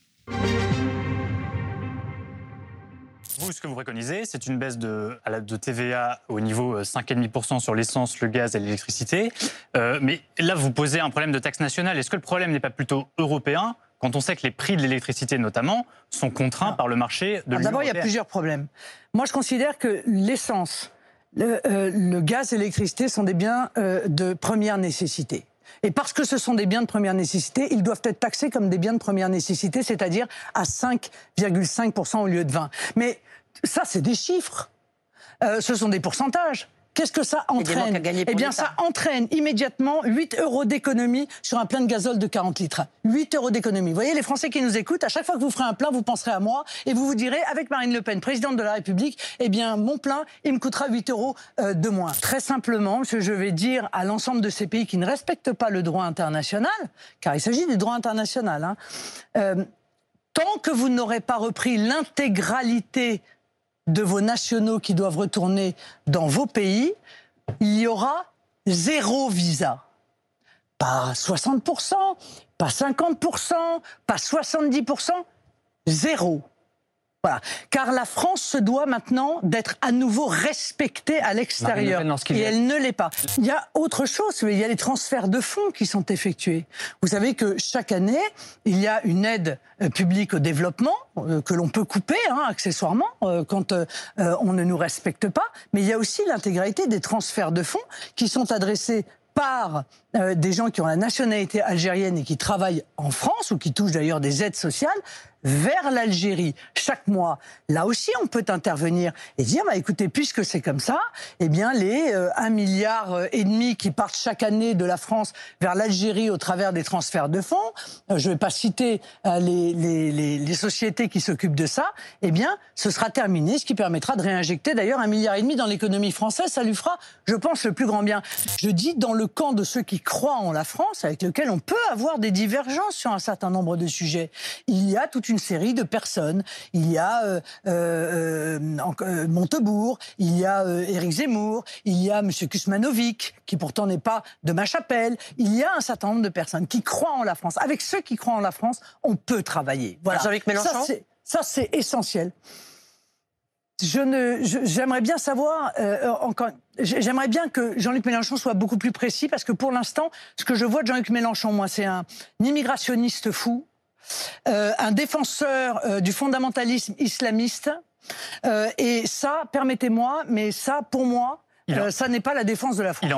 Vous, ce que vous préconisez, c'est une baisse de, de T V A au niveau cinq virgule cinq pour cent sur l'essence, le gaz et l'électricité. Euh, mais là, vous posez un problème de taxe nationale. Est-ce que le problème n'est pas plutôt européen, quand on sait que les prix de l'électricité, notamment, sont contraints ah. par le marché de l'Union D'abord, il y a plusieurs problèmes. Moi, je considère que l'essence, le, euh, le gaz et l'électricité sont des biens euh, de première nécessité. Et parce que ce sont des biens de première nécessité, ils doivent être taxés comme des biens de première nécessité, c'est-à-dire à cinq virgule cinq pour cent au lieu de vingt. Mais ça, c'est des chiffres. Euh, ce sont des pourcentages. Qu'est-ce que ça entraîne ? Eh bien, ça entraîne immédiatement huit euros d'économie sur un plein de gazole de quarante litres. huit euros d'économie. Vous voyez, les Français qui nous écoutent, à chaque fois que vous ferez un plein, vous penserez à moi et vous vous direz, avec Marine Le Pen, présidente de la République, eh bien, mon plein, il me coûtera huit euros euh, de moins. Très simplement, ce que je vais dire à l'ensemble de ces pays qui ne respectent pas le droit international, car il s'agit du droit international, hein, euh, tant que vous n'aurez pas repris l'intégralité de vos nationaux qui doivent retourner dans vos pays, il y aura zéro visa. Pas soixante pour cent, pas cinquante pour cent, pas soixante-dix pour cent, zéro. Voilà. Car la France se doit maintenant d'être à nouveau respectée à l'extérieur. Et elle ne l'est pas. Il y a autre chose, il y a les transferts de fonds qui sont effectués. Vous savez que chaque année, il y a une aide publique au développement euh, que l'on peut couper, hein, accessoirement, euh, quand euh, on ne nous respecte pas. Mais il y a aussi l'intégralité des transferts de fonds qui sont adressés par euh, des gens qui ont la nationalité algérienne et qui travaillent en France, ou qui touchent d'ailleurs des aides sociales, vers l'Algérie chaque mois. Là aussi, on peut intervenir et dire, bah, écoutez, puisque c'est comme ça, eh bien, les euh, un milliard euh, et demi qui partent chaque année de la France vers l'Algérie au travers des transferts de fonds, euh, je ne vais pas citer euh, les, les, les, les sociétés qui s'occupent de ça, eh bien, ce sera terminé, ce qui permettra de réinjecter d'ailleurs un milliard et demi dans l'économie française. Ça lui fera, je pense, le plus grand bien. Je dis dans le camp de ceux qui croient en la France, avec lequel on peut avoir des divergences sur un certain nombre de sujets. Il y a toute une série de personnes. Il y a euh, euh, euh, Montebourg, il y a euh, Éric Zemmour, il y a M. Kuzmanovic, qui pourtant n'est pas de ma chapelle. Il y a un certain nombre de personnes qui croient en la France. Avec ceux qui croient en la France, on peut travailler. Voilà. Jean-Luc Mélenchon ? Ça, c'est, ça, c'est essentiel. Je ne, je, j'aimerais bien savoir, euh, encore, j'aimerais bien que Jean-Luc Mélenchon soit beaucoup plus précis, parce que pour l'instant, ce que je vois de Jean-Luc Mélenchon, moi, c'est un immigrationniste fou, euh, un défenseur euh, du fondamentalisme islamiste, euh, et ça, permettez-moi, mais ça, pour moi, euh, ça n'est pas la défense de la France.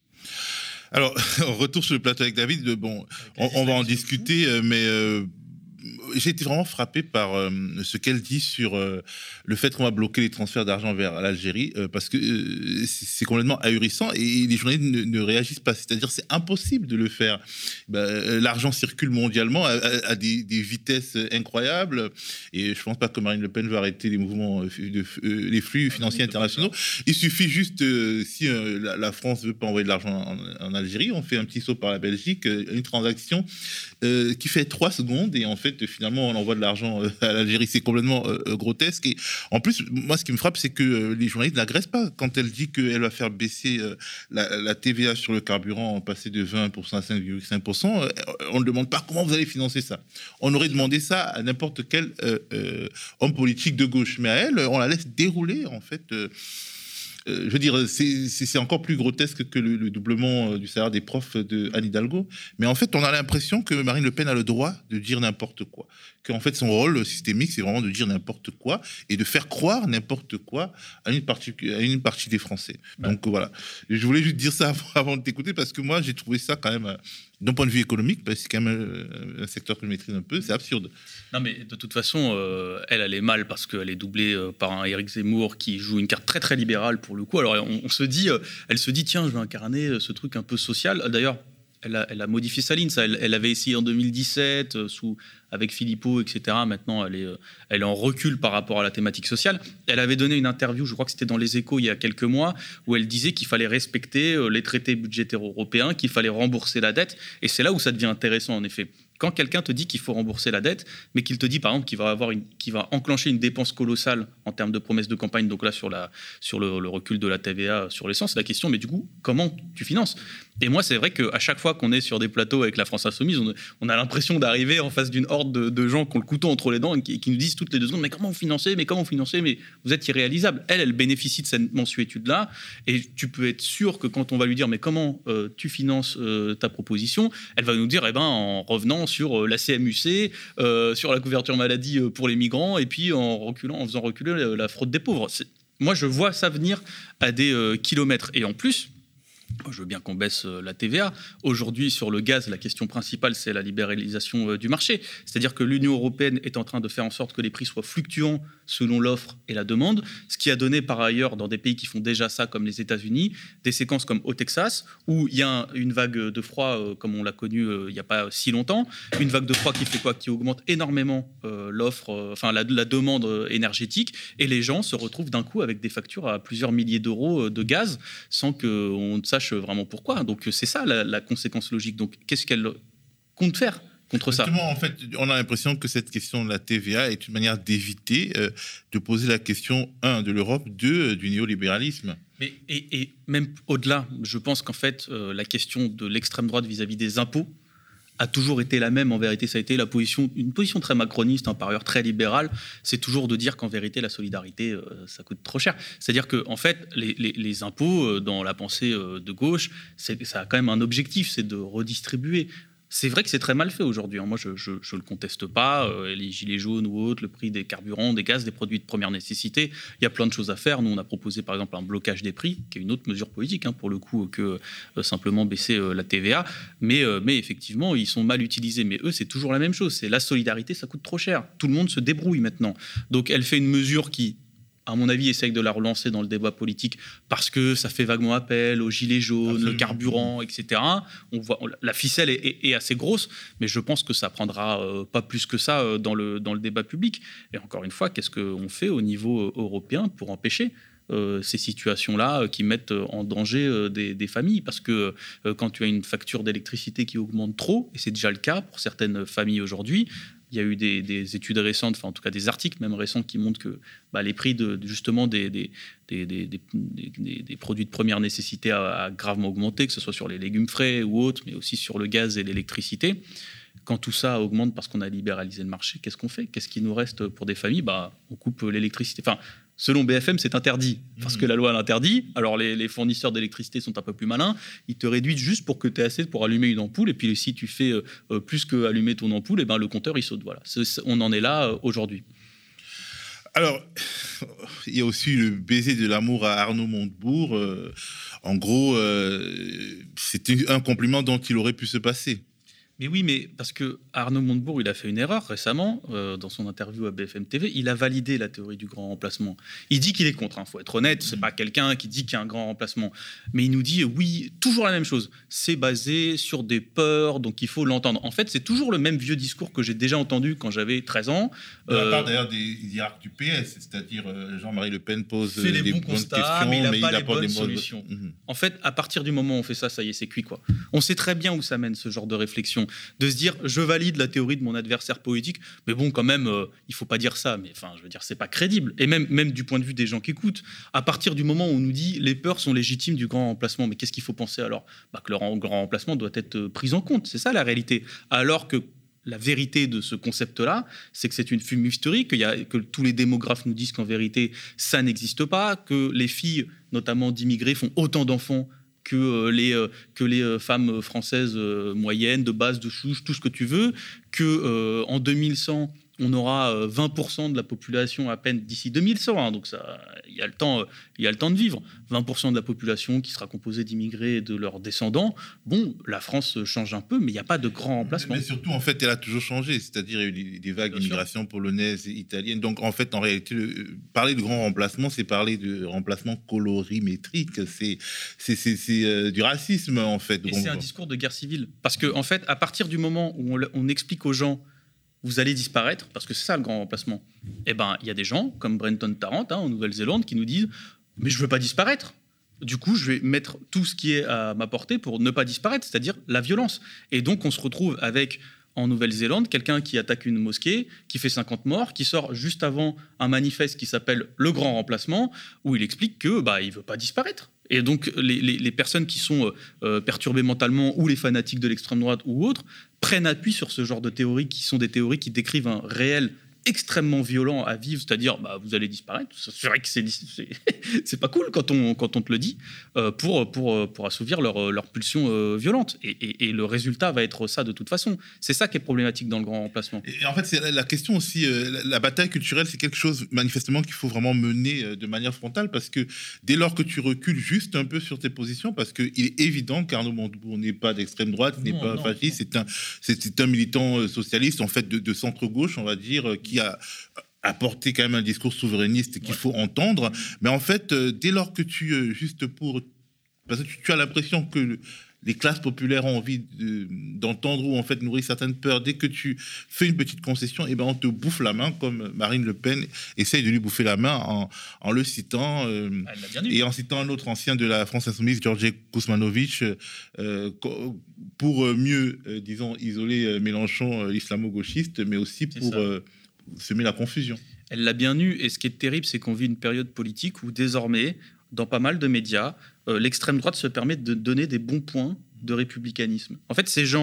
Alors, on retourne sur le plateau avec David. Bon, on, on va en discuter, mais euh, j'ai été vraiment frappé par euh, ce qu'elle dit sur euh, le fait qu'on va bloquer les transferts d'argent vers l'Algérie, euh, parce que euh, c'est, c'est complètement ahurissant et les journalistes ne, ne réagissent pas. C'est-à-dire, c'est impossible de le faire. Ben, l'argent circule mondialement à, à, à des, des vitesses incroyables, et je pense pas que Marine Le Pen va arrêter les mouvements, de, de, les flux financiers internationaux. Il suffit juste, euh, si euh, la, la France veut pas envoyer de l'argent en, en Algérie, on fait un petit saut par la Belgique, une transaction euh, qui fait trois secondes, et en fait, finalement, on envoie de l'argent à l'Algérie. C'est complètement euh, grotesque. Et en plus, moi, ce qui me frappe, c'est que euh, les journalistes n'agressent pas quand elle dit qu'elle va faire baisser euh, la, la T V A sur le carburant, passer de vingt pour cent à cinq virgule cinq pour cent. Euh, on ne demande pas comment vous allez financer ça. On aurait demandé ça à n'importe quel euh, euh, homme politique de gauche. Mais à elle, on la laisse dérouler, en fait. Euh, Euh, je veux dire, c'est, c'est, c'est encore plus grotesque que le, le doublement du salaire des profs de Anne Hidalgo. Mais en fait, on a l'impression que Marine Le Pen a le droit de dire n'importe quoi. Qu'en fait, son rôle systémique, c'est vraiment de dire n'importe quoi et de faire croire n'importe quoi à une partie, à une partie des Français. Ouais. Donc voilà. Je voulais juste dire ça avant, avant de t'écouter, parce que moi, j'ai trouvé ça quand même, d'un point de vue économique, parce que c'est quand même un secteur que je maîtrise un peu, c'est absurde. Non, mais de toute façon, euh, elle, elle est mal parce qu'elle est doublée euh, par un Éric Zemmour qui joue une carte très très libérale pour le coup. Alors on, on se dit, euh, elle se dit, tiens, je vais incarner ce truc un peu social. D'ailleurs, elle a, elle a modifié sa ligne. Ça, elle, elle avait essayé en deux mille dix-sept euh, sous avec Philippot, et cetera. Maintenant, elle est, euh, elle est en recul par rapport à la thématique sociale. Elle avait donné une interview, je crois que c'était dans Les Échos il y a quelques mois, où elle disait qu'il fallait respecter euh, les traités budgétaires européens, qu'il fallait rembourser la dette. Et c'est là où ça devient intéressant, en effet. Quand quelqu'un te dit qu'il faut rembourser la dette, mais qu'il te dit par exemple qu'il va avoir une, qu'il va enclencher une dépense colossale en termes de promesses de campagne, donc là sur la sur le, le recul de la T V A sur l'essence, c'est la question. Mais du coup, comment tu finances ? Et moi, c'est vrai qu'à chaque fois qu'on est sur des plateaux avec la France Insoumise, on, on a l'impression d'arriver en face d'une horde de, de gens qui ont le couteau entre les dents et qui, qui nous disent toutes les deux secondes, mais comment vous financez ? Mais comment vous financez ? Mais vous êtes irréalisable. Elle, elle bénéficie de cette mensuétude-là, et tu peux être sûr que quand on va lui dire, mais comment euh, tu finances euh, ta proposition, elle va nous dire, eh ben, en revenant sur la C M U C, euh, sur la couverture maladie pour les migrants, et puis en reculant, en faisant reculer la fraude des pauvres. C'est... Moi, je vois ça venir à des euh, kilomètres. Et en plus, je veux bien qu'on baisse la T V A. Aujourd'hui, sur le gaz, la question principale, c'est la libéralisation du marché. C'est-à-dire que l'Union européenne est en train de faire en sorte que les prix soient fluctuants selon l'offre et la demande, ce qui a donné par ailleurs, dans des pays qui font déjà ça, comme les États-Unis, des séquences comme au Texas, où il y a une vague de froid, euh, comme on l'a connu euh, il n'y a pas si longtemps, une vague de froid qui fait quoi ? Qui augmente énormément euh, l'offre, euh, enfin la, la demande énergétique, et les gens se retrouvent d'un coup avec des factures à plusieurs milliers d'euros de gaz, sans qu'on ne sache vraiment pourquoi. Donc c'est ça la, la conséquence logique. Donc qu'est-ce qu'elle compte faire contre ça ? Justement, en fait, on a l'impression que cette question de la T V A est une manière d'éviter euh, de poser la question, un, de l'Europe, deux, euh, du néolibéralisme. Mais, et, et même au-delà, je pense qu'en fait, euh, la question de l'extrême droite vis-à-vis des impôts a toujours été la même. En vérité, ça a été la position, une position très macroniste, hein, par ailleurs très libérale. C'est toujours de dire qu'en vérité, la solidarité, euh, ça coûte trop cher. C'est-à-dire que, en fait, les, les, les impôts, euh, dans la pensée euh, de gauche, c'est, ça a quand même un objectif, c'est de redistribuer. C'est vrai que c'est très mal fait aujourd'hui, hein. Moi, je ne le conteste pas. Euh, les gilets jaunes ou autres, le prix des carburants, des gaz, des produits de première nécessité, il y a plein de choses à faire. Nous, on a proposé, par exemple, un blocage des prix, qui est une autre mesure politique, hein, pour le coup, que euh, simplement baisser euh, la T V A. Mais, euh, mais effectivement, ils sont mal utilisés. Mais eux, c'est toujours la même chose. C'est la solidarité, ça coûte trop cher. Tout le monde se débrouille maintenant. Donc, elle fait une mesure qui, à mon avis, essaye de la relancer dans le débat politique parce que ça fait vaguement appel aux gilets jaunes, Absolument. Le carburant, et cetera. On voit, on, la ficelle est, est, est assez grosse, mais je pense que ça prendra euh, pas plus que ça euh, dans, le, dans le débat public. Et encore une fois, qu'est-ce qu'on fait au niveau européen pour empêcher Euh, ces situations-là euh, qui mettent en danger euh, des, des familles, parce que euh, quand tu as une facture d'électricité qui augmente trop, et c'est déjà le cas pour certaines familles aujourd'hui, il y a eu des, des études récentes, enfin en tout cas des articles même récents qui montrent que bah, les prix de, de justement des, des, des, des, des, des, des produits de première nécessité a, a gravement augmenté, que ce soit sur les légumes frais ou autres, mais aussi sur le gaz et l'électricité. Quand tout ça augmente parce qu'on a libéralisé le marché, qu'est-ce qu'on fait? Qu'est-ce qui nous reste pour des familles? Bah, on coupe l'électricité. Enfin, selon B F M, c'est interdit, parce que la loi l'interdit. Alors, les, les fournisseurs d'électricité sont un peu plus malins. Ils te réduisent juste pour que tu aies assez pour allumer une ampoule. Et puis, si tu fais euh, plus qu'allumer ton ampoule, et ben, le compteur, il saute. Voilà. C'est, c'est, on en est là euh, aujourd'hui. Alors, il y a aussi le baiser de l'amour à Arnaud Montebourg. Euh, en gros, euh, c'était un compliment dont il aurait pu se passer. Mais oui, mais parce que Arnaud Montebourg, il a fait une erreur récemment euh, dans son interview à B F M T V. Il a validé la théorie du grand remplacement. Il dit qu'il est contre. Il hein, faut être honnête. C'est pas quelqu'un qui dit qu'il y a un grand remplacement, mais il nous dit oui, toujours la même chose. C'est basé sur des peurs, donc il faut l'entendre. En fait, c'est toujours le même vieux discours que j'ai déjà entendu quand j'avais treize ans. De la part d'ailleurs des hiérarques du P S, c'est-à-dire euh, Jean-Marie Le Pen pose fait des les bons bonnes constats, questions, mais il n'a mais pas il les bonnes des solutions. Mmh. En fait, à partir du moment où on fait ça, ça y est, c'est cuit, quoi. On sait très bien où ça mène ce genre de réflexion, de se dire je valide la théorie de mon adversaire politique, mais bon, quand même, euh, il faut pas dire ça. Mais enfin, je veux dire, c'est pas crédible. Et même, même du point de vue des gens qui écoutent, à partir du moment où on nous dit les peurs sont légitimes du grand remplacement, mais qu'est-ce qu'il faut penser alors? Bah, que le grand remplacement doit être pris en compte. C'est ça la réalité. Alors que la vérité de ce concept-là, c'est que c'est une fumisterie, qu'il y a, que tous les démographes nous disent qu'en vérité, ça n'existe pas, que les filles, notamment d'immigrés, font autant d'enfants que euh, les, euh, que les euh, femmes françaises euh, moyennes, de base, de souche, tout ce que tu veux, que euh, en deux mille cent, on aura euh, vingt pour cent de la population à peine d'ici deux mille cent, hein, donc ça, il y a le temps, euh, il y a le temps de vivre. vingt pour cent de la population qui sera composée d'immigrés et de leurs descendants. Bon, la France change un peu, mais il n'y a pas de grand remplacement. Mais surtout, en fait, elle a toujours changé, c'est-à-dire il y a eu des, des vagues d'immigration polonaise et italienne. Donc, en fait, en réalité, le, parler de grand remplacement, c'est parler de remplacement colorimétrique. C'est, c'est, c'est, c'est euh, du racisme, en fait. Et bon, c'est un discours de guerre civile. Parce qu'en en fait, à partir du moment où on, on explique aux gens vous allez disparaître, parce que c'est ça le grand remplacement, eh ben, il y a des gens, comme Brenton Tarrant, hein, en Nouvelle-Zélande, qui nous disent « mais je ne veux pas disparaître ». Du coup, je vais mettre tout ce qui est à ma portée pour ne pas disparaître, c'est-à-dire la violence. Et donc, on se retrouve avec, en Nouvelle-Zélande, quelqu'un qui attaque une mosquée, qui fait cinquante morts, qui sort juste avant un manifeste qui s'appelle « Le Grand Remplacement », où il explique que bah, il ne veut pas disparaître. Et donc, les, les, les personnes qui sont euh, perturbées mentalement, ou les fanatiques de l'extrême droite ou autres, prennent appui sur ce genre de théories qui sont des théories qui décrivent un réel extrêmement violent à vivre, c'est-à-dire bah, vous allez disparaître. C'est vrai que c'est, c'est, c'est pas cool quand on, quand on te le dit, euh, pour, pour, pour assouvir leur, leur pulsion euh, violente. Et, et, et le résultat va être ça de toute façon. C'est ça qui est problématique dans le grand remplacement. Et en fait, c'est la, la question aussi, euh, la, la bataille culturelle, c'est quelque chose manifestement qu'il faut vraiment mener euh, de manière frontale, parce que dès lors que tu recules juste un peu sur tes positions, parce qu'il est évident qu'Arnaud Montebourg n'est pas d'extrême droite, n'est non, pas non, fasciste, non. C'est, un, c'est, c'est un militant euh, socialiste, en fait, de, de centre-gauche, on va dire, euh, qui a apporté quand même un discours souverainiste qu'il ouais. faut entendre. Mais en fait, euh, dès lors que tu, euh, juste pour... Parce que tu, tu as l'impression que le, les classes populaires ont envie de, d'entendre ou en fait nourrir certaines peurs, dès que tu fais une petite concession, eh ben on te bouffe la main, comme Marine Le Pen essaye de lui bouffer la main en, en le citant, euh, et en citant un autre ancien de la France Insoumise, Georges Kuzmanovic, euh, pour mieux, euh, disons, isoler euh, Mélenchon, euh, l'islamo-gauchiste, mais aussi pour... semer la confusion. Elle l'a bien eu, et ce qui est terrible, c'est qu'on vit une période politique où désormais, dans pas mal de médias, euh, l'extrême droite se permet de donner des bons points de républicanisme. En fait, ces gens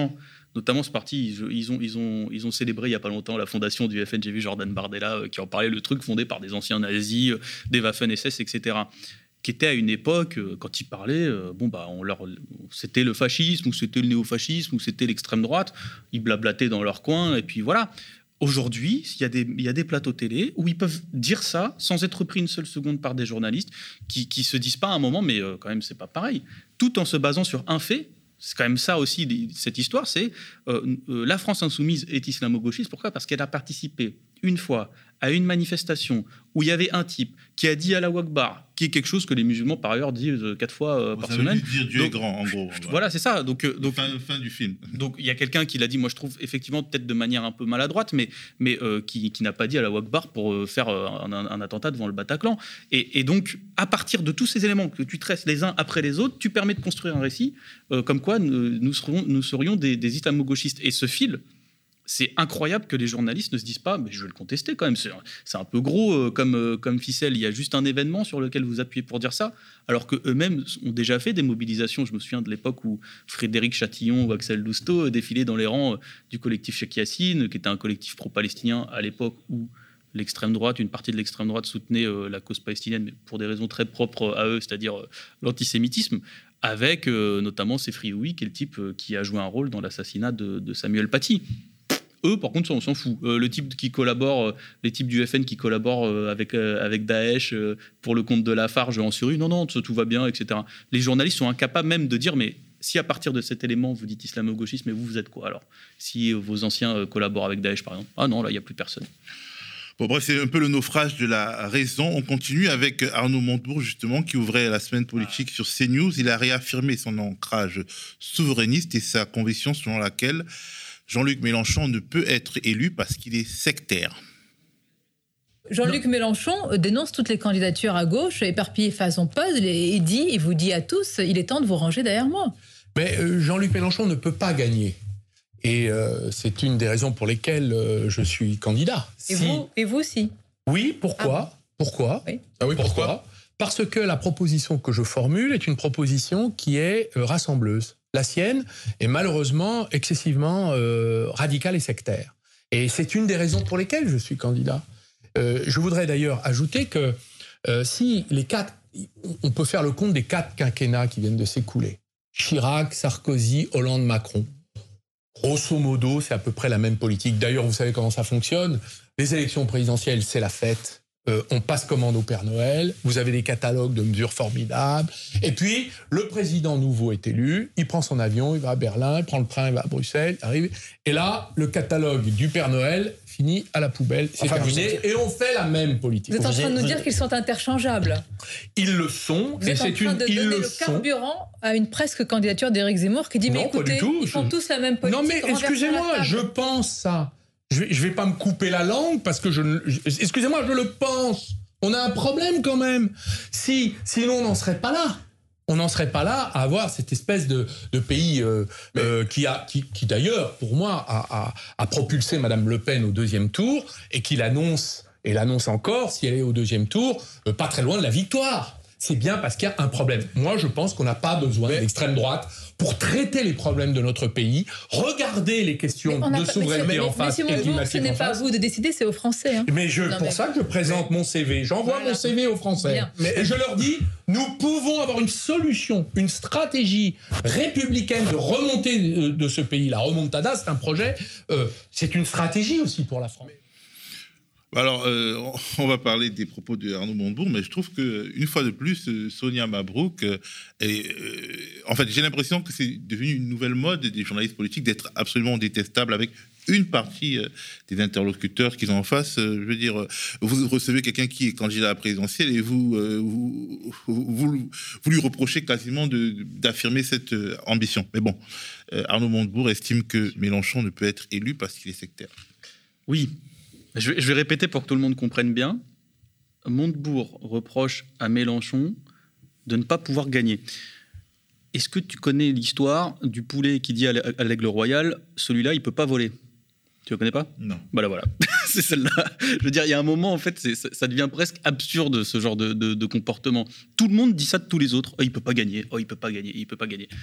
notamment ce parti, ils, ils, ont, ils, ont, ils ont célébré il n'y a pas longtemps la fondation du F N. J'ai vu Jordan Bardella euh, qui en parlait, le truc fondé par des anciens nazis, euh, des Waffen-S S, et cetera, qui était à une époque, euh, quand ils parlaient, euh, bon, bah, on leur, c'était le fascisme, ou c'était le néofascisme, ou c'était l'extrême droite. Ils blablataient dans leur coin, et puis voilà. Aujourd'hui, il y, a des, il y a des plateaux télé où ils peuvent dire ça sans être pris une seule seconde par des journalistes qui ne se disent pas à un moment, mais euh, quand même, c'est pas pareil. Tout en se basant sur un fait. C'est quand même ça aussi, cette histoire, c'est euh, euh, la France insoumise est islamo-gauchiste. Pourquoi ? Parce qu'elle a participé une fois à une manifestation où il y avait un type qui a dit Allahu Akbar, qui est quelque chose que les musulmans, par ailleurs, disent quatre fois euh, par semaine. Ça veut dire Dieu donc, est grand, en gros. Voilà, voilà c'est ça. Donc, euh, donc, fin, fin du film. Donc, il y a quelqu'un qui l'a dit, moi, je trouve, effectivement, peut-être de manière un peu maladroite, mais, mais euh, qui, qui n'a pas dit Allahu Akbar pour euh, faire euh, un, un, un attentat devant le Bataclan. Et, et donc, à partir de tous ces éléments que tu tresses les uns après les autres, tu permets de construire un récit euh, comme quoi nous, nous, serons, nous serions des, des islamo-gauchistes. Et ce fil... C'est incroyable que les journalistes ne se disent pas, mais je vais le contester quand même, c'est, c'est un peu gros euh, comme, euh, comme ficelle, il y a juste un événement sur lequel vous appuyez pour dire ça, alors qu'eux-mêmes ont déjà fait des mobilisations. Je me souviens de l'époque où Frédéric Chatillon ou Axel Lousteau défilaient dans les rangs du collectif Cheikh Yassine, qui était un collectif pro-palestinien à l'époque où l'extrême droite, une partie de l'extrême droite soutenait euh, la cause palestinienne, mais pour des raisons très propres à eux, c'est-à-dire euh, l'antisémitisme, avec euh, notamment Sefri Oui, qui est le type euh, qui a joué un rôle dans l'assassinat de, de Samuel Paty. Eux, par contre, ça, on s'en fout. Euh, le type qui collabore, euh, les types du F N qui collaborent euh, avec, euh, avec Daesh euh, pour le compte de Lafarge en Syrie, non, non, tout va bien, et cetera. Les journalistes sont incapables même de dire, mais si à partir de cet élément, vous dites islamo-gauchisme, mais vous, vous êtes quoi alors ? Si euh, vos anciens euh, collaborent avec Daesh, par exemple. Ah non, là, il n'y a plus personne. Bon, bref, c'est un peu le naufrage de la raison. On continue avec Arnaud Montebourg, justement, qui ouvrait la semaine politique sur CNews. Il a réaffirmé son ancrage souverainiste et sa conviction selon laquelle Jean-Luc Mélenchon ne peut être élu parce qu'il est sectaire. Jean-Luc non. Mélenchon dénonce toutes les candidatures à gauche, éparpillé face son puzzle, et dit, il vous dit à tous, il est temps de vous ranger derrière moi. Mais euh, Jean-Luc Mélenchon ne peut pas gagner. Et euh, c'est une des raisons pour lesquelles euh, je suis candidat. Et, si... vous, et vous aussi. Oui, pourquoi ah. Pourquoi oui. Ah oui, pourquoi, pourquoi Parce que la proposition que je formule est une proposition qui est euh, rassembleuse. La sienne est malheureusement excessivement euh, radicale et sectaire. Et c'est une des raisons pour lesquelles je suis candidat. Euh, je voudrais d'ailleurs ajouter que euh, si les quatre, on peut faire le compte des quatre quinquennats qui viennent de s'écouler. Chirac, Sarkozy, Hollande, Macron. Grosso modo, c'est à peu près la même politique. D'ailleurs, vous savez comment ça fonctionne. Les élections présidentielles, c'est la fête. Euh, on passe commande au Père Noël, vous avez des catalogues de mesures formidables, et puis le président nouveau est élu, il prend son avion, il va à Berlin, il prend le train, il va à Bruxelles, il arrive, et là, le catalogue du Père Noël finit à la poubelle, c'est enfin, terminé, êtes... et on fait la même politique. Vous êtes en train de nous dire qu'ils sont interchangeables. Ils le sont, vous et êtes c'est en train une... de ils donner le, le sont. carburant à une presque candidature d'Éric Zemmour qui dit, non, mais écoutez, ils font je... tous la même politique. Non mais excusez-moi, je pense ça. Je vais, je vais pas me couper la langue parce que je... je excusez-moi, je le pense. On a un problème quand même. Si, sinon, on n'en serait pas là. On n'en serait pas là à avoir cette espèce de, de pays euh, euh, qui, a, qui, qui d'ailleurs, pour moi, a, a, a propulsé Madame Le Pen au deuxième tour et qui l'annonce, et l'annonce encore, si elle est au deuxième tour, euh, pas très loin de la victoire. C'est bien parce qu'il y a un problème. Moi, je pense qu'on n'a pas besoin de l'extrême droite pour traiter les problèmes de notre pays, regarder les questions de pas, souveraineté en face et climatique en face. Ce n'est pas à vous de décider, c'est aux Français. Hein. Mais je, non, pour mais... ça que je présente mon C V. J'envoie voilà. mon C V aux Français. Mais, et je leur dis, nous pouvons avoir une solution, une stratégie républicaine de remonter de, de ce pays. La remontada, c'est un projet, euh, c'est une stratégie aussi pour la France. Alors, euh, on va parler des propos de Arnaud Montebourg, mais je trouve qu'une fois de plus, Sonia Mabrouk, euh, est, euh, en fait, j'ai l'impression que c'est devenu une nouvelle mode des journalistes politiques d'être absolument détestables avec une partie euh, des interlocuteurs qu'ils ont en face. Euh, je veux dire, euh, vous recevez quelqu'un qui est candidat à la présidentielle et vous, euh, vous, vous, vous lui reprochez quasiment de, d'affirmer cette euh, ambition. Mais bon, euh, Arnaud Montebourg estime que Mélenchon ne peut être élu parce qu'il est sectaire. Oui. Je vais, je vais répéter pour que tout le monde comprenne bien. Montebourg reproche à Mélenchon de ne pas pouvoir gagner. Est-ce que tu connais l'histoire du poulet qui dit à l'aigle royal, celui-là, il ne peut pas voler ? Tu ne le connais pas ? Non. Voilà, voilà. C'est celle-là. Je veux dire, il y a un moment, en fait, c'est, ça devient presque absurde, ce genre de, de, de comportement. Tout le monde dit ça de tous les autres. Oh, il ne peut pas gagner. Oh, il ne peut pas gagner. Il ne peut pas gagner.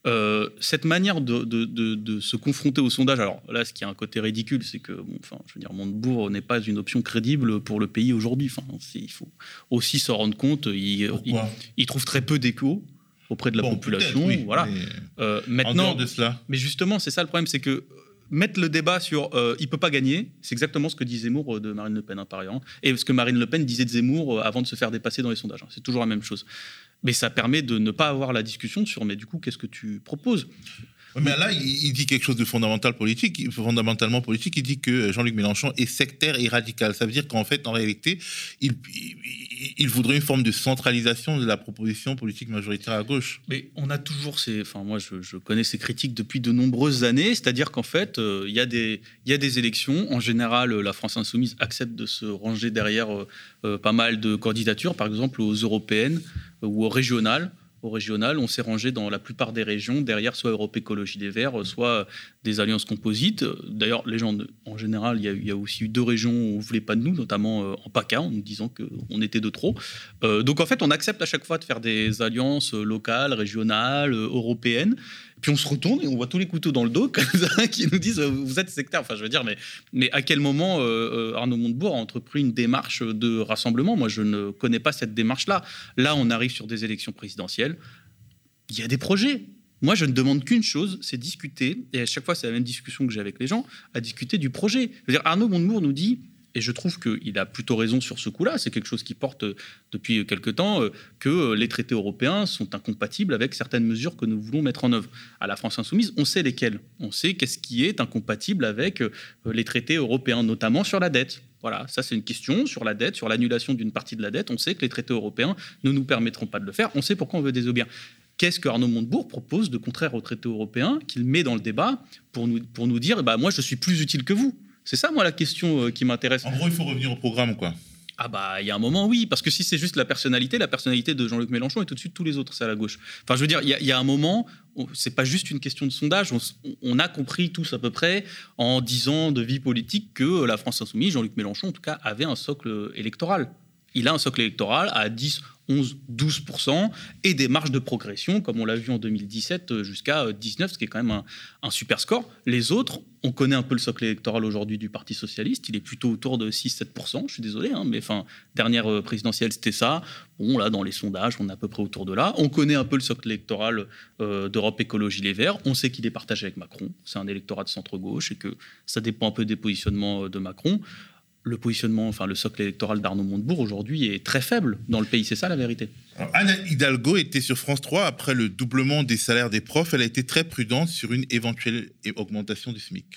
Euh, cette manière de, de, de, de se confronter au sondage, alors là, ce qui a un côté ridicule, c'est que, bon, enfin, je veux dire, Montebourg n'est pas une option crédible pour le pays aujourd'hui. Enfin, il faut aussi s'en rendre compte. Il, il, il trouve très peu d'écho auprès de la bon, population. Oui, voilà. Mais euh, maintenant, en dehors de cela. Mais justement, c'est ça le problème, c'est que mettre le débat sur euh, il peut pas gagner, c'est exactement ce que dit Zemmour euh, de Marine Le Pen, hein, par exemple, et ce que Marine Le Pen disait de Zemmour euh, avant de se faire dépasser dans les sondages. Hein. C'est toujours la même chose. Mais ça permet de ne pas avoir la discussion sur mais du coup qu'est-ce que tu proposes. Mais là, il dit quelque chose de fondamental politique, fondamentalement politique. Il dit que Jean-Luc Mélenchon est sectaire et radical. Ça veut dire qu'en fait, en réalité, il, il, il voudrait une forme de centralisation de la proposition politique majoritaire à gauche. Mais on a toujours ces... Enfin, moi, je, je connais ces critiques depuis de nombreuses années. C'est-à-dire qu'en fait, euh, il y a des, il y a des élections. En général, la France Insoumise accepte de se ranger derrière euh, euh, pas mal de candidatures, par exemple aux européennes euh, ou aux régionales. Au régional, on s'est rangé dans la plupart des régions derrière soit Europe Écologie Les Verts, soit des alliances composites. D'ailleurs, les gens, en général, il y a, il y a aussi eu deux régions où on ne voulait pas de nous, notamment euh, en PACA, en nous disant qu'on était de trop. Euh, donc en fait, on accepte à chaque fois de faire des alliances locales, régionales, euh, européennes. Puis on se retourne et on voit tous les couteaux dans le dos comme ça, qui nous disent euh, vous êtes sectaire. Enfin, je veux dire, mais, mais à quel moment euh, Arnaud Montebourg a entrepris une démarche de rassemblement ? Moi, je ne connais pas cette démarche-là. Là, on arrive sur des élections présidentielles. Il y a des projets. Moi, je ne demande qu'une chose, c'est discuter. Et à chaque fois, c'est la même discussion que j'ai avec les gens, à discuter du projet. Je veux dire, Arnaud Montebourg nous dit. Et je trouve qu'il a plutôt raison sur ce coup-là. C'est quelque chose qui porte depuis quelque temps euh, que les traités européens sont incompatibles avec certaines mesures que nous voulons mettre en œuvre. À la France Insoumise, on sait lesquelles. On sait qu'est-ce qui est incompatible avec euh, les traités européens, notamment sur la dette. Voilà, ça c'est une question sur la dette, sur l'annulation d'une partie de la dette. On sait que les traités européens ne nous permettront pas de le faire. On sait pourquoi on veut désobéir. Qu'est-ce que Arnaud Montebourg propose de contraire aux traités européens qu'il met dans le débat pour nous, pour nous dire bah, « moi je suis plus utile que vous ». C'est ça, moi, la question euh, qui m'intéresse. En gros, il faut revenir au programme, quoi. Ah bah, il y a un moment, oui, parce que si c'est juste la personnalité, la personnalité de Jean-Luc Mélenchon est au-dessus de tous les autres, c'est à la gauche. Enfin, je veux dire, il y, y a un moment, c'est pas juste une question de sondage, on, on a compris tous à peu près, en dix ans de vie politique, que la France Insoumise, Jean-Luc Mélenchon, en tout cas, avait un socle électoral. Il a un socle électoral à dix, onze, douze pour cent et des marges de progression, comme on l'a vu en deux mille dix-sept, jusqu'à dix-neuf, ce qui est quand même un, un super score. Les autres, on connaît un peu le socle électoral aujourd'hui du Parti Socialiste, il est plutôt autour de six à sept pour cent, je suis désolé, hein, mais enfin, dernière présidentielle, c'était ça. Bon, là, dans les sondages, on est à peu près autour de là. On connaît un peu le socle électoral euh, d'Europe Écologie Les Verts. On sait qu'il est partagé avec Macron. C'est un électorat de centre-gauche et que ça dépend un peu des positionnements de Macron. Le positionnement, enfin le socle électoral d'Arnaud Montebourg aujourd'hui est très faible dans le pays, c'est ça la vérité. Alors, Anne Hidalgo était sur France trois après le doublement des salaires des profs. Elle a été très prudente sur une éventuelle augmentation du SMIC.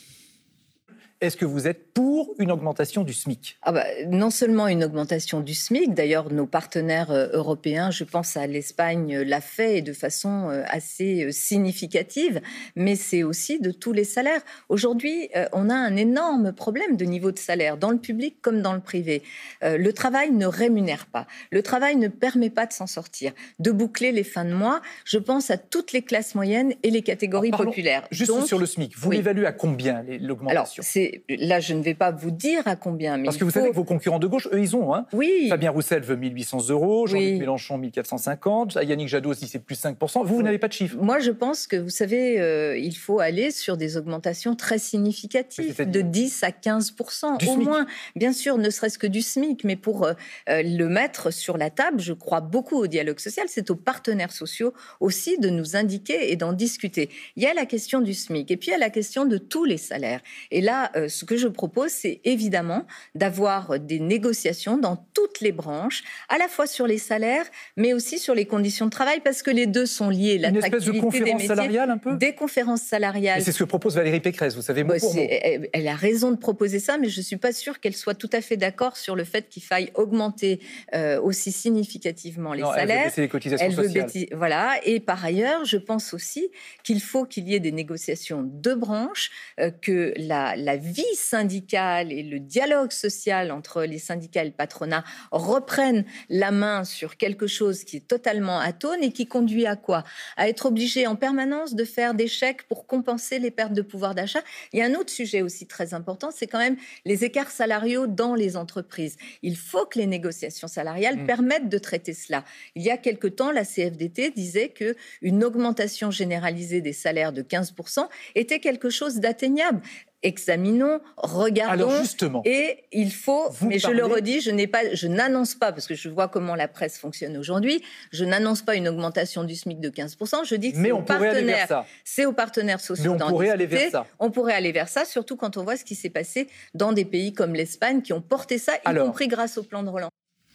Est-ce que vous êtes pour une augmentation du SMIC ? Ah bah, non seulement une augmentation du SMIC, d'ailleurs nos partenaires euh, européens, je pense à l'Espagne, euh, l'a fait et de façon euh, assez euh, significative, mais c'est aussi de tous les salaires. Aujourd'hui, euh, on a un énorme problème de niveau de salaire, dans le public comme dans le privé. Euh, le travail ne rémunère pas, le travail ne permet pas de s'en sortir, de boucler les fins de mois. Je pense à toutes les classes moyennes et les catégories Alors, populaires. Juste Donc, sur le SMIC, vous oui. l'évaluez à combien l'augmentation ? Alors, c'est là, je ne vais pas vous dire à combien. Mais Parce que vous faut... savez que vos concurrents de gauche, eux, ils ont. Hein. Oui. Fabien Roussel veut mille huit cents euros, Jean-Luc oui. Mélenchon mille quatre cent cinquante, Yannick Jadot aussi c'est plus cinq pour cent. Vous, vous n'avez pas de chiffres. Moi, je pense que, vous savez, euh, il faut aller sur des augmentations très significatives, de dix à quinze pour cent au SMIC. Moins. Bien sûr, ne serait-ce que du SMIC, mais pour euh, le mettre sur la table, je crois beaucoup au dialogue social. C'est aux partenaires sociaux aussi de nous indiquer et d'en discuter. Il y a la question du SMIC et puis il y a la question de tous les salaires. Et là, euh, ce que je propose, c'est évidemment d'avoir des négociations dans toutes les branches, à la fois sur les salaires, mais aussi sur les conditions de travail, parce que les deux sont liés. Une espèce de conférence salariale un peu ? Des conférences salariales. Et c'est ce que propose Valérie Pécresse, vous savez, mot bah, pour mot. Elle, elle a raison de proposer ça, mais je ne suis pas sûre qu'elle soit tout à fait d'accord sur le fait qu'il faille augmenter euh, aussi significativement les non, salaires. Elle veut baisser les cotisations elle sociales. Veut baisser, voilà. Et par ailleurs, je pense aussi qu'il faut qu'il y ait des négociations de branches, euh, que la, la vie syndicale et le dialogue social entre les syndicats et le patronat reprennent la main sur quelque chose qui est totalement atone et qui conduit à quoi? À être obligé en permanence de faire des chèques pour compenser les pertes de pouvoir d'achat. Il y a un autre sujet aussi très important, c'est quand même les écarts salariaux dans les entreprises. Il faut que les négociations salariales mmh. permettent de traiter cela. Il y a quelque temps, la C F D T disait qu'une augmentation généralisée des salaires de quinze pour cent était quelque chose d'atteignable. Examinons, regardons. Alors justement, et il faut, mais parlez... je le redis, je n'ai pas, je n'annonce pas, parce que je vois comment la presse fonctionne aujourd'hui, je n'annonce pas une augmentation du SMIC de quinze pour cent, je dis que c'est aux, partenaires, c'est aux partenaires sociaux d'en discuter. Mais on pourrait aller vers ça. On pourrait aller vers ça, surtout quand on voit ce qui s'est passé dans des pays comme l'Espagne qui ont porté ça, y Alors... compris grâce au plan de relance.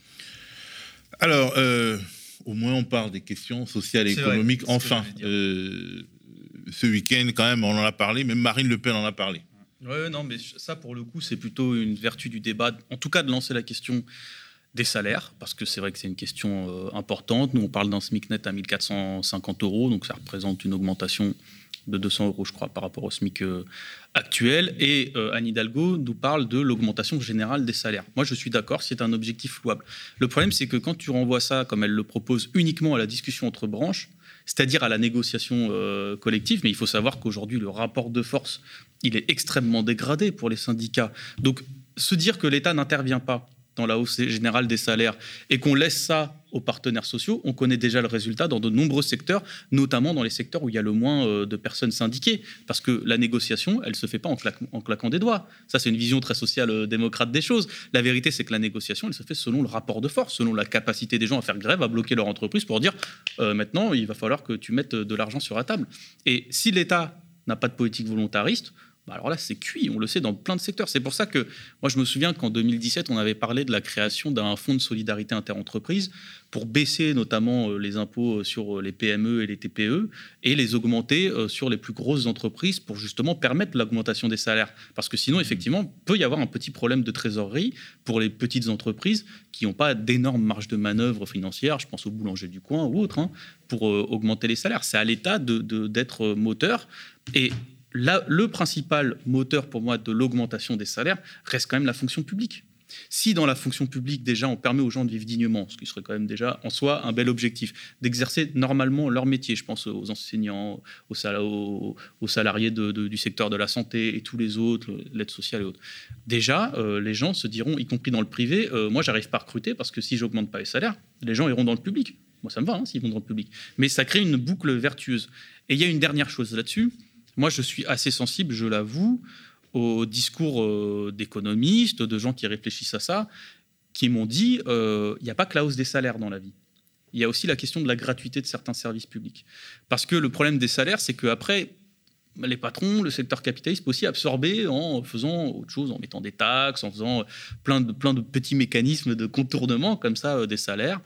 Alors, euh, au moins on parle des questions sociales et c'est économiques, vrai, enfin. Euh, ce week-end, quand même, on en a parlé, même Marine Le Pen en a parlé. Oui, non, mais ça, pour le coup, c'est plutôt une vertu du débat, en tout cas de lancer la question des salaires, parce que c'est vrai que c'est une question euh, importante. Nous, on parle d'un SMIC net à mille quatre cent cinquante euros, donc ça représente une augmentation de deux cents euros, je crois, par rapport au SMIC euh, actuel. Et euh, Anne Hidalgo nous parle de l'augmentation générale des salaires. Moi, je suis d'accord, c'est un objectif louable. Le problème, c'est que quand tu renvoies ça, comme elle le propose, uniquement à la discussion entre branches, c'est-à-dire à la négociation euh, collective, mais il faut savoir qu'aujourd'hui, le rapport de force, il est extrêmement dégradé pour les syndicats. Donc, se dire que l'État n'intervient pas dans la hausse générale des salaires et qu'on laisse ça aux partenaires sociaux, on connaît déjà le résultat dans de nombreux secteurs, notamment dans les secteurs où il y a le moins euh, de personnes syndiquées, parce que la négociation, elle ne se fait pas en, claque, en claquant des doigts. Ça, c'est une vision très social-démocrate des choses. La vérité, c'est que la négociation, elle se fait selon le rapport de force, selon la capacité des gens à faire grève, à bloquer leur entreprise pour dire euh, maintenant, il va falloir que tu mettes de l'argent sur la table. Et si l'État n'a pas de politique volontariste, bah alors là, c'est cuit, on le sait dans plein de secteurs. C'est pour ça que moi, je me souviens qu'en deux mille dix-sept, on avait parlé de la création d'un fonds de solidarité interentreprises pour baisser notamment les impôts sur les P M E et les T P E et les augmenter sur les plus grosses entreprises pour justement permettre l'augmentation des salaires. Parce que sinon, effectivement, il peut y avoir un petit problème de trésorerie pour les petites entreprises qui n'ont pas d'énormes marges de manœuvre financières, je pense au boulanger du coin ou autre, hein, pour augmenter les salaires. C'est à l'État de, de, d'être moteur. Et Là, le principal moteur pour moi de l'augmentation des salaires reste quand même la fonction publique. Si dans la fonction publique, déjà, on permet aux gens de vivre dignement, ce qui serait quand même déjà en soi un bel objectif, d'exercer normalement leur métier, je pense aux enseignants, aux, sal- aux, aux salariés de, de, du secteur de la santé et tous les autres, l'aide sociale et autres. Déjà, euh, les gens se diront, y compris dans le privé, euh, moi, j'arrive pas à recruter parce que si j'augmente pas les salaires, les gens iront dans le public. Moi, ça me va hein, s'ils vont dans le public. Mais ça crée une boucle vertueuse. Et il y a une dernière chose là-dessus. Moi, je suis assez sensible, je l'avoue, aux discours euh, d'économistes, de gens qui réfléchissent à ça, qui m'ont dit il euh, n'y a pas que la hausse des salaires dans la vie. Il y a aussi la question de la gratuité de certains services publics. Parce que le problème des salaires, c'est qu'après, les patrons, le secteur capitaliste peut aussi absorber en faisant autre chose, en mettant des taxes, en faisant plein de, plein de petits mécanismes de contournement comme ça euh, des salaires.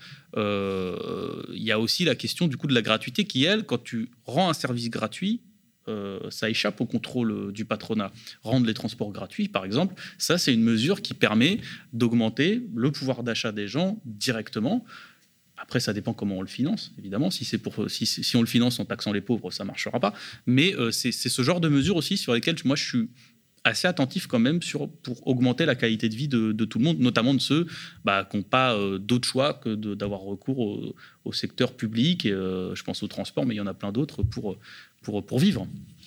Euh, il y a aussi la question du coup de la gratuité qui, elle, quand tu rends un service gratuit, Euh, ça échappe au contrôle du patronat. Rendre les transports gratuits, par exemple, ça, c'est une mesure qui permet d'augmenter le pouvoir d'achat des gens directement. Après, ça dépend comment on le finance, évidemment. Si, c'est pour, si, si on le finance en taxant les pauvres, ça ne marchera pas. Mais euh, c'est, c'est ce genre de mesures aussi sur lesquelles moi, je suis assez attentif quand même sur, pour augmenter la qualité de vie de, de tout le monde, notamment de ceux bah, qui n'ont pas euh, d'autre choix que de, d'avoir recours au, au secteur public. Et, euh, je pense au transport, mais il y en a plein d'autres pour, pour, pour vivre.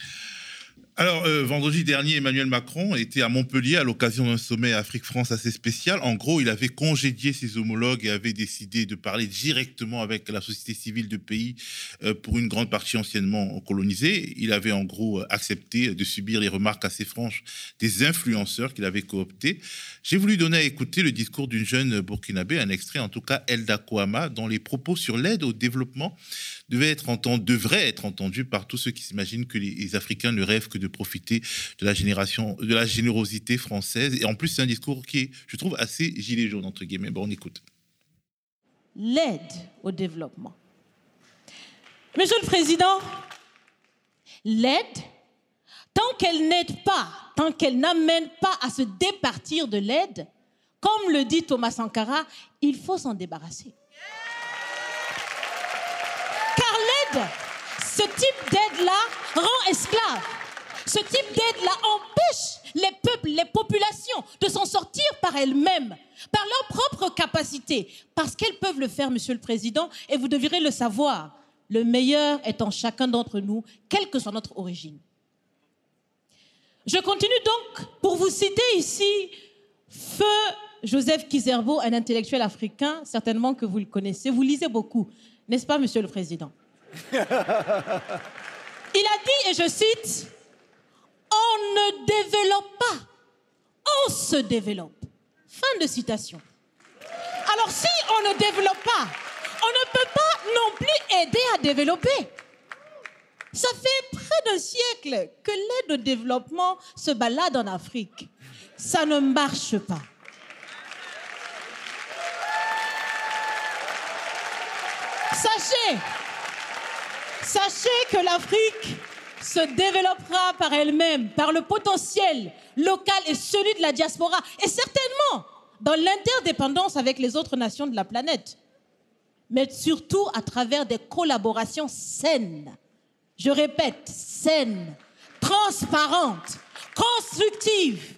Alors, euh, vendredi dernier, Emmanuel Macron était à Montpellier à l'occasion d'un sommet Afrique-France assez spécial. En gros, il avait congédié ses homologues et avait décidé de parler directement avec la société civile de pays euh, pour une grande partie anciennement colonisée. Il avait en gros accepté de subir les remarques assez franches des influenceurs qu'il avait cooptés. J'ai voulu donner à écouter le discours d'une jeune burkinabé, un extrait en tout cas, Elda Kouama, dont les propos sur l'aide au développement devaient être entendus, devraient être entendus par tous ceux qui s'imaginent que les, les Africains ne rêvent que de profiter de la génération, de la générosité française. Et en plus, c'est un discours qui est, je trouve, assez gilet jaune, entre guillemets. Bon, on écoute. L'aide au développement. Monsieur le Président, l'aide, tant qu'elle n'aide pas, tant qu'elle n'amène pas à se départir de l'aide, comme le dit Thomas Sankara, il faut s'en débarrasser. Car l'aide, ce type d'aide-là rend esclave. Ce type d'aide-là empêche les peuples, les populations de s'en sortir par elles-mêmes, par leur propre capacité, parce qu'elles peuvent le faire, Monsieur le Président, et vous devrez le savoir. Le meilleur est en chacun d'entre nous, quelle que soit notre origine. Je continue donc pour vous citer ici Feu Joseph Kizerbo, un intellectuel africain, certainement que vous le connaissez. Vous lisez beaucoup, n'est-ce pas, Monsieur le Président? Il a dit, et je cite, « On ne développe pas, on se développe. » Fin de citation. Alors si on ne développe pas, on ne peut pas non plus aider à développer. Ça fait près d'un siècle que l'aide au développement se balade en Afrique. Ça ne marche pas. Sachez, sachez que l'Afrique se développera par elle-même, par le potentiel local et celui de la diaspora, et certainement dans l'interdépendance avec les autres nations de la planète, mais surtout à travers des collaborations saines. Je répète, saines, transparentes, constructives.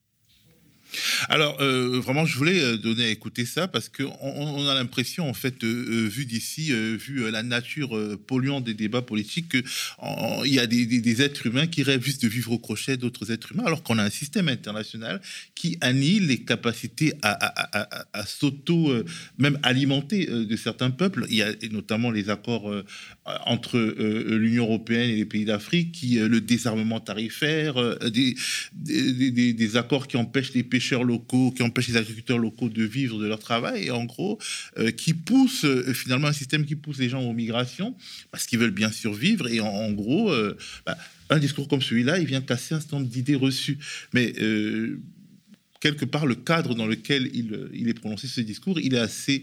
Alors, euh, vraiment, je voulais donner à écouter ça parce qu'on on a l'impression, en fait, euh, vu d'ici, euh, vu euh, la nature euh, polluante des débats politiques, qu'il y a des, des, des êtres humains qui rêvent juste de vivre au crochet d'autres êtres humains, alors qu'on a un système international qui annihile les capacités à, à, à, à, à s'auto, euh, même alimenter euh, de certains peuples. Il y a notamment les accords euh, entre euh, l'Union européenne et les pays d'Afrique, qui euh, le désarmement tarifaire, euh, des, des, des, des accords qui empêchent les pêcheurs locaux, qui empêchent les agriculteurs locaux de vivre de leur travail, et en gros, euh, qui poussent euh, finalement un système qui pousse les gens aux migrations parce qu'ils veulent bien survivre. Et en, en gros, euh, bah, un discours comme celui-là, il vient casser un certain nombre d'idées reçues. Mais euh, quelque part, le cadre dans lequel il, il est prononcé ce discours, il est assez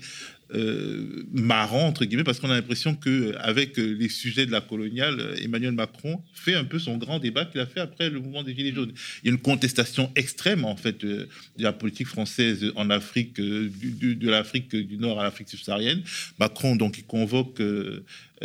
euh, marrant, entre guillemets, parce qu'on a l'impression qu'avec les sujets de la coloniale, Emmanuel Macron fait un peu son grand débat qu'il a fait après le mouvement des Gilets jaunes. Il y a une contestation extrême, en fait, de la politique française en Afrique, du, de l'Afrique du Nord à l'Afrique subsaharienne. Macron, donc, il convoque euh,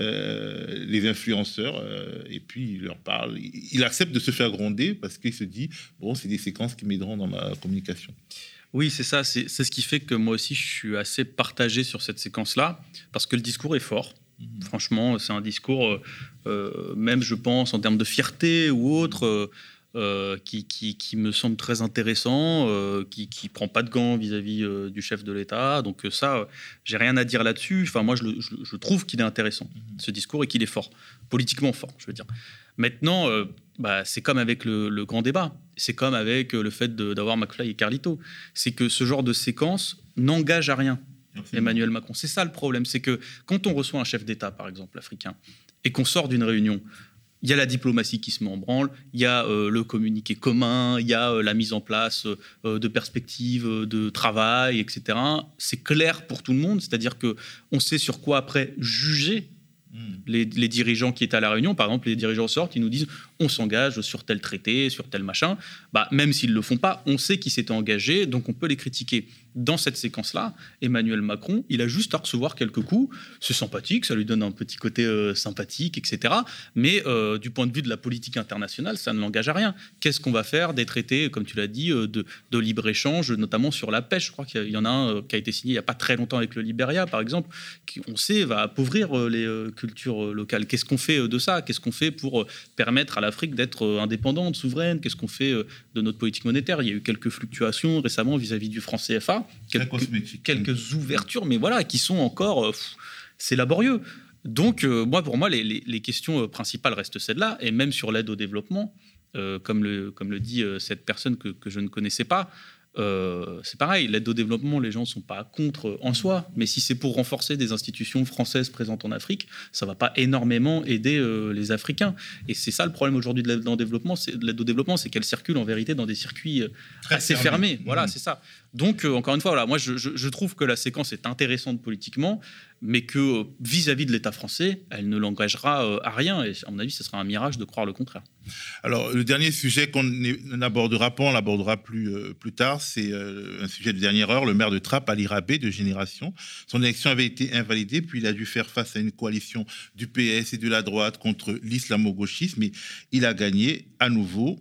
euh, les influenceurs euh, et puis il leur parle. Il accepte de se faire gronder parce qu'il se dit, bon, c'est des séquences qui m'aideront dans ma communication. Oui, c'est ça. C'est, c'est ce qui fait que moi aussi, je suis assez partagé sur cette séquence-là, parce que le discours est fort. Mmh. Franchement, c'est un discours, euh, même, je pense, en termes de fierté ou autre, euh, euh, qui, qui, qui me semble très intéressant, euh, qui ne prend pas de gants vis-à-vis euh, du chef de l'État. Donc ça, euh, j'ai rien à dire là-dessus. Enfin, moi, je, le, je, je trouve qu'il est intéressant, mmh. ce discours, et qu'il est fort, politiquement fort, je veux dire. Maintenant, euh, bah, c'est comme avec le, le grand débat. C'est comme avec le fait de, d'avoir McFly et Carlito. C'est que ce genre de séquence n'engage à rien, Merci. Emmanuel Macron. C'est ça le problème. C'est que quand on reçoit un chef d'État, par exemple, africain, et qu'on sort d'une réunion, il y a la diplomatie qui se met en branle, il y a euh, le communiqué commun, il y a euh, la mise en place euh, de perspectives de travail, et cetera. C'est clair pour tout le monde. C'est-à-dire qu'on sait sur quoi, après, juger Les, les dirigeants qui étaient à la réunion. Par exemple, les dirigeants sortent, ils nous disent on s'engage sur tel traité, sur tel machin. Bah, même s'ils ne le font pas, on sait qu'ils s'étaient engagés, donc on peut les critiquer. Dans cette séquence-là, Emmanuel Macron, il a juste à recevoir quelques coups. C'est sympathique, ça lui donne un petit côté euh, sympathique, et cetera. Mais euh, du point de vue de la politique internationale, ça ne l'engage à rien. Qu'est-ce qu'on va faire des traités, comme tu l'as dit, euh, de, de libre-échange, notamment sur la pêche? Je crois qu'il y en a un euh, qui a été signé il n'y a pas très longtemps avec le Libéria, par exemple, qui, on sait, va appauvrir euh, les euh, cultures euh, locales. Qu'est-ce qu'on fait euh, de ça? Qu'est-ce qu'on fait pour euh, permettre à l'Afrique d'être euh, indépendante, souveraine? Qu'est-ce qu'on fait euh, de notre politique monétaire? Il y a eu quelques fluctuations récemment vis-à-vis du franc C F A. Quelques, quelques ouvertures, mais voilà, qui sont encore... Euh, pff, c'est laborieux. Donc, euh, moi, pour moi, les, les, les questions principales restent celles-là, et même sur l'aide au développement, euh, comme, le, comme le dit euh, cette personne que, que je ne connaissais pas, euh, c'est pareil, l'aide au développement, les gens ne sont pas contre en soi, mais si c'est pour renforcer des institutions françaises présentes en Afrique, ça ne va pas énormément aider euh, les Africains. Et c'est ça le problème aujourd'hui de l'aide au développement, c'est, de l'aide au développement, c'est qu'elle circule en vérité dans des circuits euh, assez fermés. Mmh. Voilà, c'est ça. Donc, euh, encore une fois, voilà, moi, je, je, je trouve que la séquence est intéressante politiquement, mais que euh, vis-à-vis de l'État français, elle ne l'engagera euh, à rien. Et à mon avis, ce sera un mirage de croire le contraire. Alors, le dernier sujet qu'on n'abordera pas, on l'abordera plus, euh, plus tard, c'est euh, un sujet de dernière heure, le maire de Trappes, Ali Rabé, de Génération. Son élection avait été invalidée, puis il a dû faire face à une coalition du P S et de la droite contre l'islamo-gauchisme, mais il a gagné à nouveau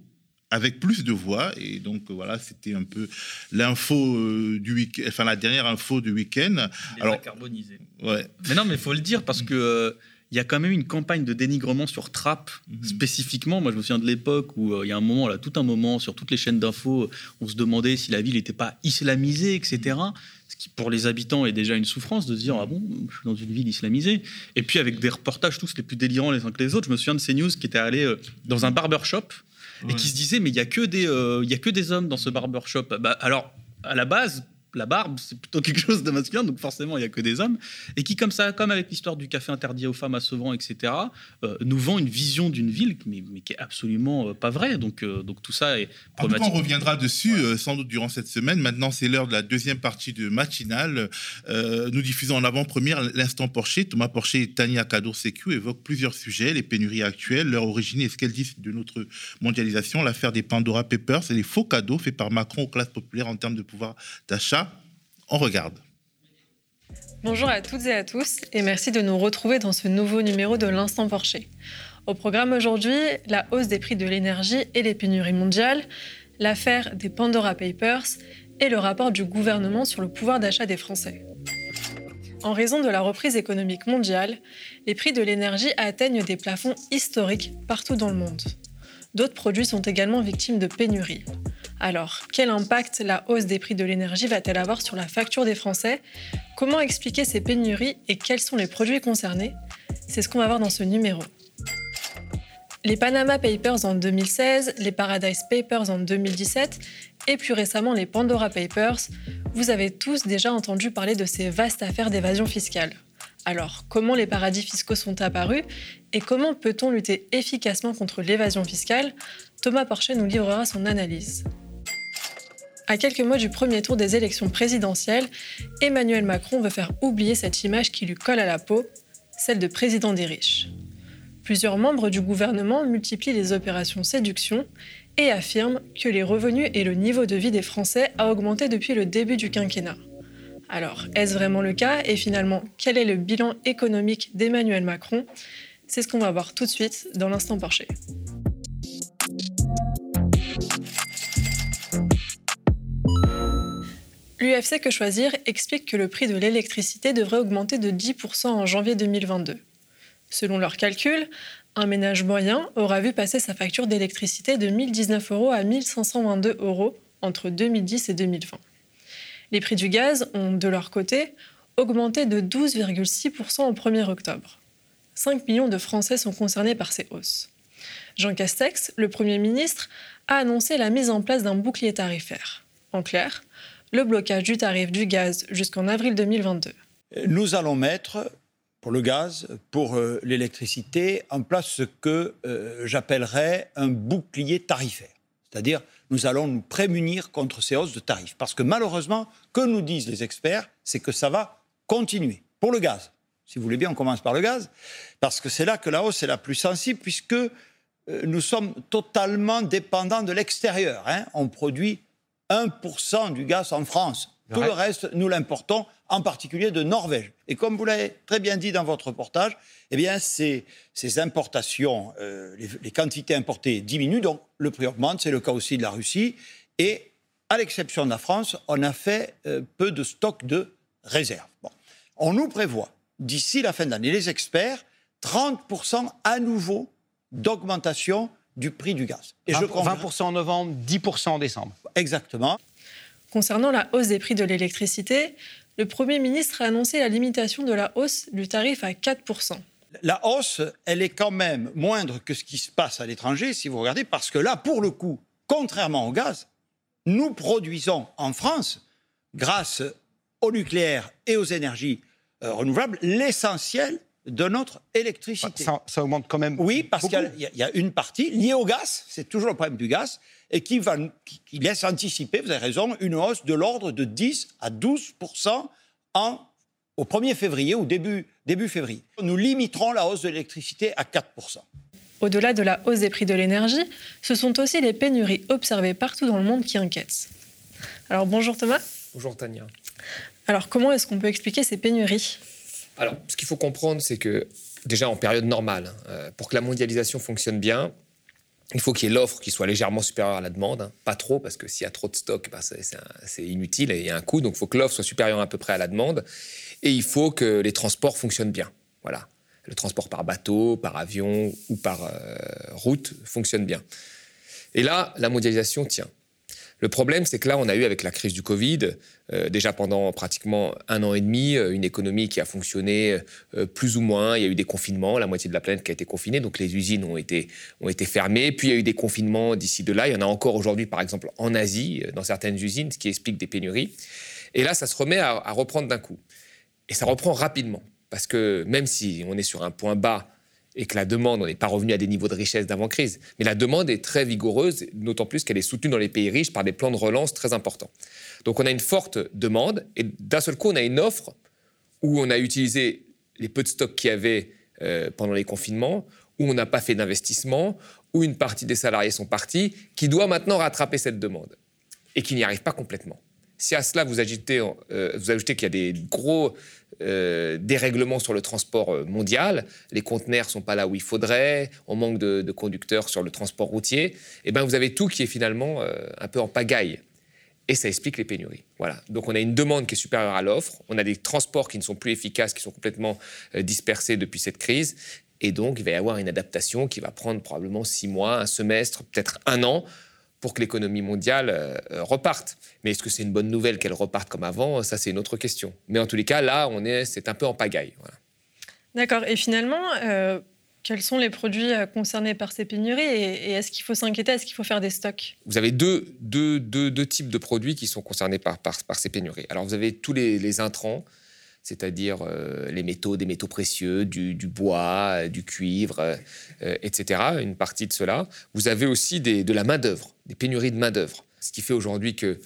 avec plus de voix. Et donc, voilà, c'était un peu l'info euh, du week-end, enfin, la dernière info du week-end. Il est Alors, carbonisé. Ouais. Mais non, mais il faut le dire parce que euh, il y a quand même une campagne de dénigrement sur Trapp, mm-hmm. spécifiquement. Moi, je me souviens de l'époque où euh, il y a un moment, là, tout un moment, sur toutes les chaînes d'infos, on se demandait si la ville n'était pas islamisée, et cetera. Ce qui, pour les habitants, est déjà une souffrance de se dire « Ah bon, je suis dans une ville islamisée ». Et puis, avec des reportages tous les plus délirants les uns que les autres, je me souviens de CNews qui était allé euh, dans un barbershop ouais. et qui se disait « Mais il n'y a, que des, euh, y a que des hommes dans ce barbershop ». Bah, alors, à la base... la barbe, c'est plutôt quelque chose de masculin, donc forcément, il n'y a que des hommes, et qui, comme ça, comme avec l'histoire du café interdit aux femmes à Sevran, et cetera, euh, nous vend une vision d'une ville, mais, mais qui est absolument euh, pas vraie. Donc, euh, donc tout ça est problématique. En tout cas, on reviendra dessus, ouais. euh, sans doute durant cette semaine. Maintenant, c'est l'heure de la deuxième partie de Matinale. Euh, nous diffusons en avant-première l'instant Porcher. Thomas Porcher et Tania Kadour-Sékou évoquent plusieurs sujets, les pénuries actuelles, leur origine et ce qu'elles disent de notre mondialisation, l'affaire des Pandora Papers et les faux cadeaux faits par Macron aux classes populaires en termes de pouvoir d'achat. On regarde. Bonjour à toutes et à tous et merci de nous retrouver dans ce nouveau numéro de l'Instant Porcher. Au programme aujourd'hui, la hausse des prix de l'énergie et les pénuries mondiales, l'affaire des Pandora Papers et le rapport du gouvernement sur le pouvoir d'achat des Français. En raison de la reprise économique mondiale, les prix de l'énergie atteignent des plafonds historiques partout dans le monde. D'autres produits sont également victimes de pénuries. Alors, quel impact la hausse des prix de l'énergie va-t-elle avoir sur la facture des Français ? Comment expliquer ces pénuries et quels sont les produits concernés ? C'est ce qu'on va voir dans ce numéro. Les Panama Papers en deux mille seize, les Paradise Papers en deux mille dix-sept et plus récemment les Pandora Papers, vous avez tous déjà entendu parler de ces vastes affaires d'évasion fiscale. Alors, comment les paradis fiscaux sont apparus et comment peut-on lutter efficacement contre l'évasion fiscale ? Thomas Porcher nous livrera son analyse. À quelques mois du premier tour des élections présidentielles, Emmanuel Macron veut faire oublier cette image qui lui colle à la peau, celle de président des riches. Plusieurs membres du gouvernement multiplient les opérations séduction et affirment que les revenus et le niveau de vie des Français a augmenté depuis le début du quinquennat. Alors, est-ce vraiment le cas ? Et finalement, quel est le bilan économique d'Emmanuel Macron ? C'est ce qu'on va voir tout de suite dans l'Instant Porcher. L'U F C Que Choisir explique que le prix de l'électricité devrait augmenter de dix pour cent en janvier deux mille vingt-deux. Selon leurs calculs, un ménage moyen aura vu passer sa facture d'électricité de mille dix-neuf euros à mille cinq cent vingt-deux euros entre deux mille dix et deux mille vingt. Les prix du gaz ont, de leur côté, augmenté de douze virgule six pour cent au premier octobre. cinq millions de Français sont concernés par ces hausses. Jean Castex, le Premier ministre, a annoncé la mise en place d'un bouclier tarifaire. En clair, le blocage du tarif du gaz jusqu'en avril deux mille vingt-deux. Nous allons mettre, pour le gaz, pour euh, l'électricité, en place ce que euh, j'appellerais un bouclier tarifaire. C'est-à-dire, nous allons nous prémunir contre ces hausses de tarifs. Parce que malheureusement, que nous disent les experts, c'est que ça va continuer. Pour le gaz, si vous voulez bien, on commence par le gaz, parce que c'est là que la hausse est la plus sensible, puisque euh, nous sommes totalement dépendants de l'extérieur. Hein. On produit un pour cent du gaz en France. Tout ouais. le reste, nous l'importons, en particulier de Norvège. Et comme vous l'avez très bien dit dans votre reportage, eh bien, ces, ces importations, euh, les, les quantités importées diminuent, donc le prix augmente. C'est le cas aussi de la Russie. Et à l'exception de la France, on a fait euh, peu de stock de réserve. Bon. On nous prévoit, d'ici la fin de l'année, les experts, trente pour cent à nouveau d'augmentation du prix du gaz. Et vingt, je vingt pour cent en novembre, dix pour cent en décembre. Exactement. Concernant la hausse des prix de l'électricité, le Premier ministre a annoncé la limitation de la hausse du tarif à quatre pour cent. La hausse, elle est quand même moindre que ce qui se passe à l'étranger, si vous regardez, parce que là, pour le coup, contrairement au gaz, nous produisons en France, grâce au nucléaire et aux énergies euh, renouvelables, l'essentiel de notre électricité. Ça, ça augmente quand même. Oui, parce beaucoup. qu'il y a, il y a une partie liée au gaz, c'est toujours le problème du gaz, et qui, va, qui, qui laisse anticiper, vous avez raison, une hausse de l'ordre de dix à douze pour cent en, au premier février ou début, début février. Nous limiterons la hausse de l'électricité à quatre pour cent. Au-delà de la hausse des prix de l'énergie, ce sont aussi les pénuries observées partout dans le monde qui inquiètent. Alors bonjour Thomas. Bonjour Tania. Alors comment est-ce qu'on peut expliquer ces pénuries ? Alors, ce qu'il faut comprendre, c'est que, déjà en période normale, euh, pour que la mondialisation fonctionne bien, il faut qu'il y ait l'offre qui soit légèrement supérieure à la demande, hein, pas trop, parce que s'il y a trop de stock, ben c'est, c'est, un, c'est inutile et il y a un coût. Donc, il faut que l'offre soit supérieure à peu près à la demande. Et il faut que les transports fonctionnent bien. Voilà. Le transport par bateau, par avion ou par euh, route fonctionne bien. Et là, la mondialisation tient. Le problème, c'est que là, on a eu, avec la crise du Covid, euh, déjà pendant pratiquement un an et demi, euh, une économie qui a fonctionné euh, plus ou moins. Il y a eu des confinements, la moitié de la planète qui a été confinée, donc les usines ont été, ont été fermées. Puis il y a eu des confinements d'ici de là. Il y en a encore aujourd'hui, par exemple, en Asie, dans certaines usines, ce qui explique des pénuries. Et là, ça se remet à, à reprendre d'un coup. Et ça reprend rapidement, parce que même si on est sur un point bas et que la demande, on n'est pas revenu à des niveaux de richesse d'avant-crise, mais la demande est très vigoureuse, d'autant plus qu'elle est soutenue dans les pays riches par des plans de relance très importants. Donc on a une forte demande, et d'un seul coup, on a une offre où on a utilisé les peu de stocks qu'il y avait euh, pendant les confinements, où on n'a pas fait d'investissement, où une partie des salariés sont partis, qui doit maintenant rattraper cette demande, et qui n'y arrive pas complètement. Si à cela, vous ajoutez, euh, vous ajoutez qu'il y a des gros euh, dérèglements sur le transport mondial, les conteneurs ne sont pas là où il faudrait, on manque de, de conducteurs sur le transport routier, et ben vous avez tout qui est finalement euh, un peu en pagaille. Et ça explique les pénuries. Voilà. Donc on a une demande qui est supérieure à l'offre, on a des transports qui ne sont plus efficaces, qui sont complètement euh, dispersés depuis cette crise, et donc il va y avoir une adaptation qui va prendre probablement six mois, un semestre, peut-être un an, pour que l'économie mondiale euh, reparte. Mais est-ce que c'est une bonne nouvelle qu'elle reparte comme avant ? Ça, c'est une autre question. Mais en tous les cas, là, on est, c'est un peu en pagaille. Voilà. D'accord. Et finalement, euh, quels sont les produits concernés par ces pénuries et, et est-ce qu'il faut s'inquiéter ? Est-ce qu'il faut faire des stocks ? Vous avez deux, deux, deux, deux types de produits qui sont concernés par, par, par ces pénuries. Alors, vous avez tous les, les intrants, c'est-à-dire euh, les métaux, des métaux précieux, du, du bois, du cuivre, euh, et cetera, une partie de cela. Vous avez aussi des, de la main-d'œuvre, des pénuries de main-d'œuvre. Ce qui fait aujourd'hui que,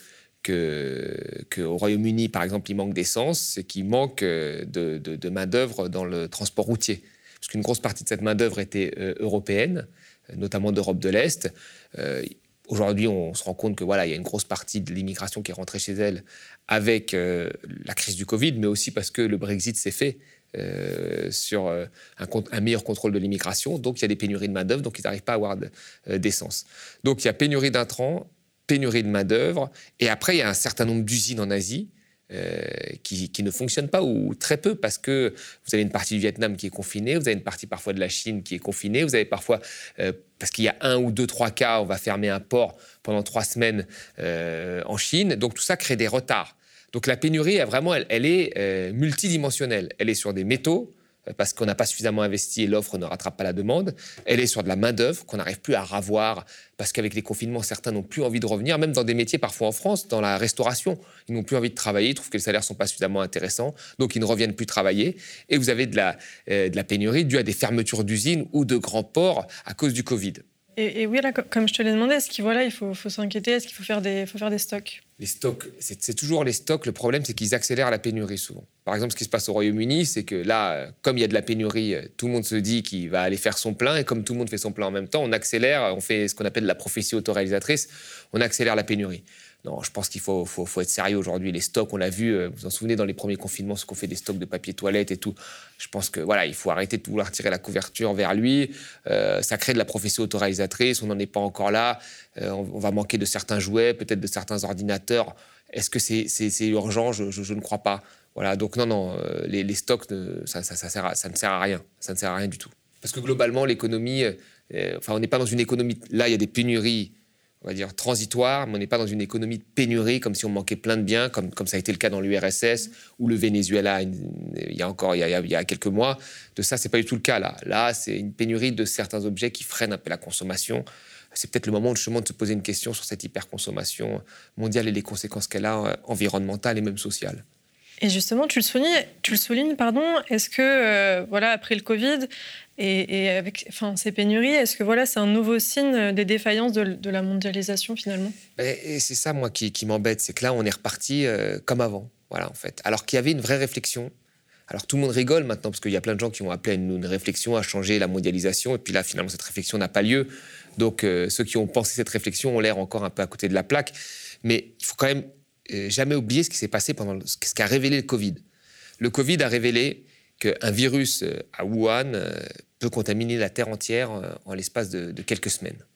que, qu'au Royaume-Uni, par exemple, il manque d'essence, c'est qu'il manque de, de, de main-d'œuvre dans le transport routier. Parce qu'une grosse partie de cette main-d'œuvre était euh, européenne, notamment d'Europe de l'Est. Euh, Aujourd'hui, on se rend compte que voilà, il y a une grosse partie de l'immigration qui est rentrée chez elle avec euh, la crise du Covid, mais aussi parce que le Brexit s'est fait euh, sur euh, un, un meilleur contrôle de l'immigration. Donc, il y a des pénuries de main-d'œuvre, donc ils n'arrivent pas à avoir de, euh, d'essence. Donc, il y a pénurie d'intrants, pénurie de main-d'œuvre, et après, il y a un certain nombre d'usines en Asie Euh, qui, qui ne fonctionnent pas, ou très peu, parce que vous avez une partie du Vietnam qui est confinée, vous avez une partie parfois de la Chine qui est confinée, vous avez parfois, euh, parce qu'il y a un ou deux, trois cas, on va fermer un port pendant trois semaines euh, en Chine, donc tout ça crée des retards. Donc la pénurie, elle, vraiment, elle, elle est euh, multidimensionnelle. Elle est sur des métaux, parce qu'on n'a pas suffisamment investi et l'offre ne rattrape pas la demande. Elle est sur de la main-d'œuvre qu'on n'arrive plus à ravoir parce qu'avec les confinements, certains n'ont plus envie de revenir, même dans des métiers parfois en France, dans la restauration. Ils n'ont plus envie de travailler, ils trouvent que les salaires ne sont pas suffisamment intéressants, donc ils ne reviennent plus travailler. Et vous avez de la, euh, de la pénurie due à des fermetures d'usines ou de grands ports à cause du Covid. Et, et oui, là, comme je te l'ai demandé, est-ce qu'il voilà, il faut, faut s'inquiéter ? Est-ce qu'il faut faire des, faut faire des stocks ? Les stocks, c'est, c'est toujours les stocks. Le problème, c'est qu'ils accélèrent la pénurie souvent. Par exemple, ce qui se passe au Royaume-Uni, c'est que là, comme il y a de la pénurie, tout le monde se dit qu'il va aller faire son plein. Et comme tout le monde fait son plein en même temps, on accélère, on fait ce qu'on appelle la prophétie autoréalisatrice, on accélère la pénurie. Non, je pense qu'il faut, faut, faut être sérieux aujourd'hui. Les stocks, on l'a vu, vous vous en souvenez, dans les premiers confinements, ce qu'on fait des stocks de papier toilette et tout. Je pense que voilà, il faut arrêter de vouloir tirer la couverture vers lui. Euh, ça crée de la prophétie autoréalisatrice. On n'en est pas encore là. Euh, on, on va manquer de certains jouets, peut-être de certains ordinateurs. Est-ce que c'est, c'est, c'est urgent ? je, je, je ne crois pas. Voilà, donc non, non, euh, les, les stocks, ne, ça, ça, ça, sert à, ça ne sert à rien. Ça ne sert à rien du tout. Parce que globalement, l'économie, euh, enfin, on n'est pas dans une économie. Là, il y a des pénuries, on va dire, transitoires, mais on n'est pas dans une économie de pénurie, comme si on manquait plein de biens, comme, comme ça a été le cas dans l'U R S S ou le Venezuela il y a encore il y a, il y a quelques mois. De ça, c'est pas du tout le cas là. Là, c'est une pénurie de certains objets qui freinent un peu la consommation. C'est peut-être le moment justement de se poser une question sur cette hyperconsommation mondiale et les conséquences qu'elle a environnementales et même sociales. Et justement, tu le soulignes, tu le soulignes pardon, est-ce que, euh, voilà, après le Covid et, et avec enfin, ces pénuries, est-ce que voilà, c'est un nouveau signe des défaillances de, de la mondialisation finalement ? Et c'est ça, moi, qui, qui m'embête, c'est que là, on est reparti euh, comme avant, voilà, en fait. Alors qu'il y avait une vraie réflexion. Alors tout le monde rigole maintenant, parce qu'il y a plein de gens qui ont appelé à une, une réflexion, à changer la mondialisation, et puis là, finalement, cette réflexion n'a pas lieu. Donc euh, ceux qui ont pensé cette réflexion ont l'air encore un peu à côté de la plaque. Mais il faut quand même euh, jamais oublier ce qui s'est passé pendant le, ce qu'a révélé le Covid. Le Covid a révélé qu'un virus euh, à Wuhan euh, peut contaminer la Terre entière euh, en l'espace de, de quelques semaines.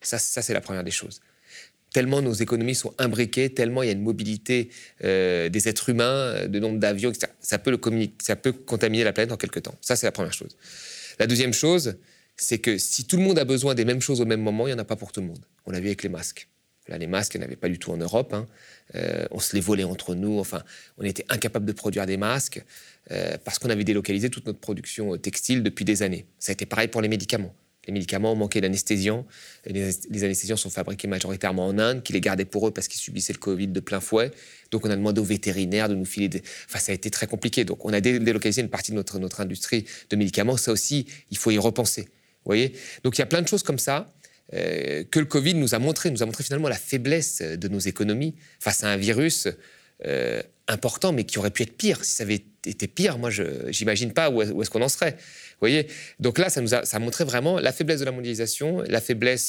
Ça, ça c'est la première des choses. Tellement nos économies sont imbriquées, tellement il y a une mobilité euh, des êtres humains, de nombre d'avions, et cetera. Ça peut, le ça peut contaminer la planète en quelque temps. Ça, c'est la première chose. La deuxième chose, c'est que si tout le monde a besoin des mêmes choses au même moment, il n'y en a pas pour tout le monde. On l'a vu avec les masques. Là, les masques, il n'y en avait pas du tout en Europe. Hein. Euh, on se les volait entre nous. Enfin, on était incapable de produire des masques euh, parce qu'on avait délocalisé toute notre production textile depuis des années. Ça a été pareil pour les médicaments. Les médicaments ont manqué d'anesthésiens. Les, les anesthésiens sont fabriqués majoritairement en Inde, qui les gardaient pour eux parce qu'ils subissaient le Covid de plein fouet. Donc, on a demandé aux vétérinaires de nous filer des... Enfin, ça a été très compliqué. Donc, on a délocalisé une partie de notre, notre industrie de médicaments. Ça aussi, il faut y repenser. Vous voyez ? Donc, il y a plein de choses comme ça euh, que le Covid nous a montré. nous a montré finalement la faiblesse de nos économies face à un virus euh, important, mais qui aurait pu être pire. Si ça avait été pire, moi, je n'imagine pas où, où est-ce qu'on en serait. Vous voyez ? Donc là, ça nous a, ça a montré vraiment la faiblesse de la mondialisation, la faiblesse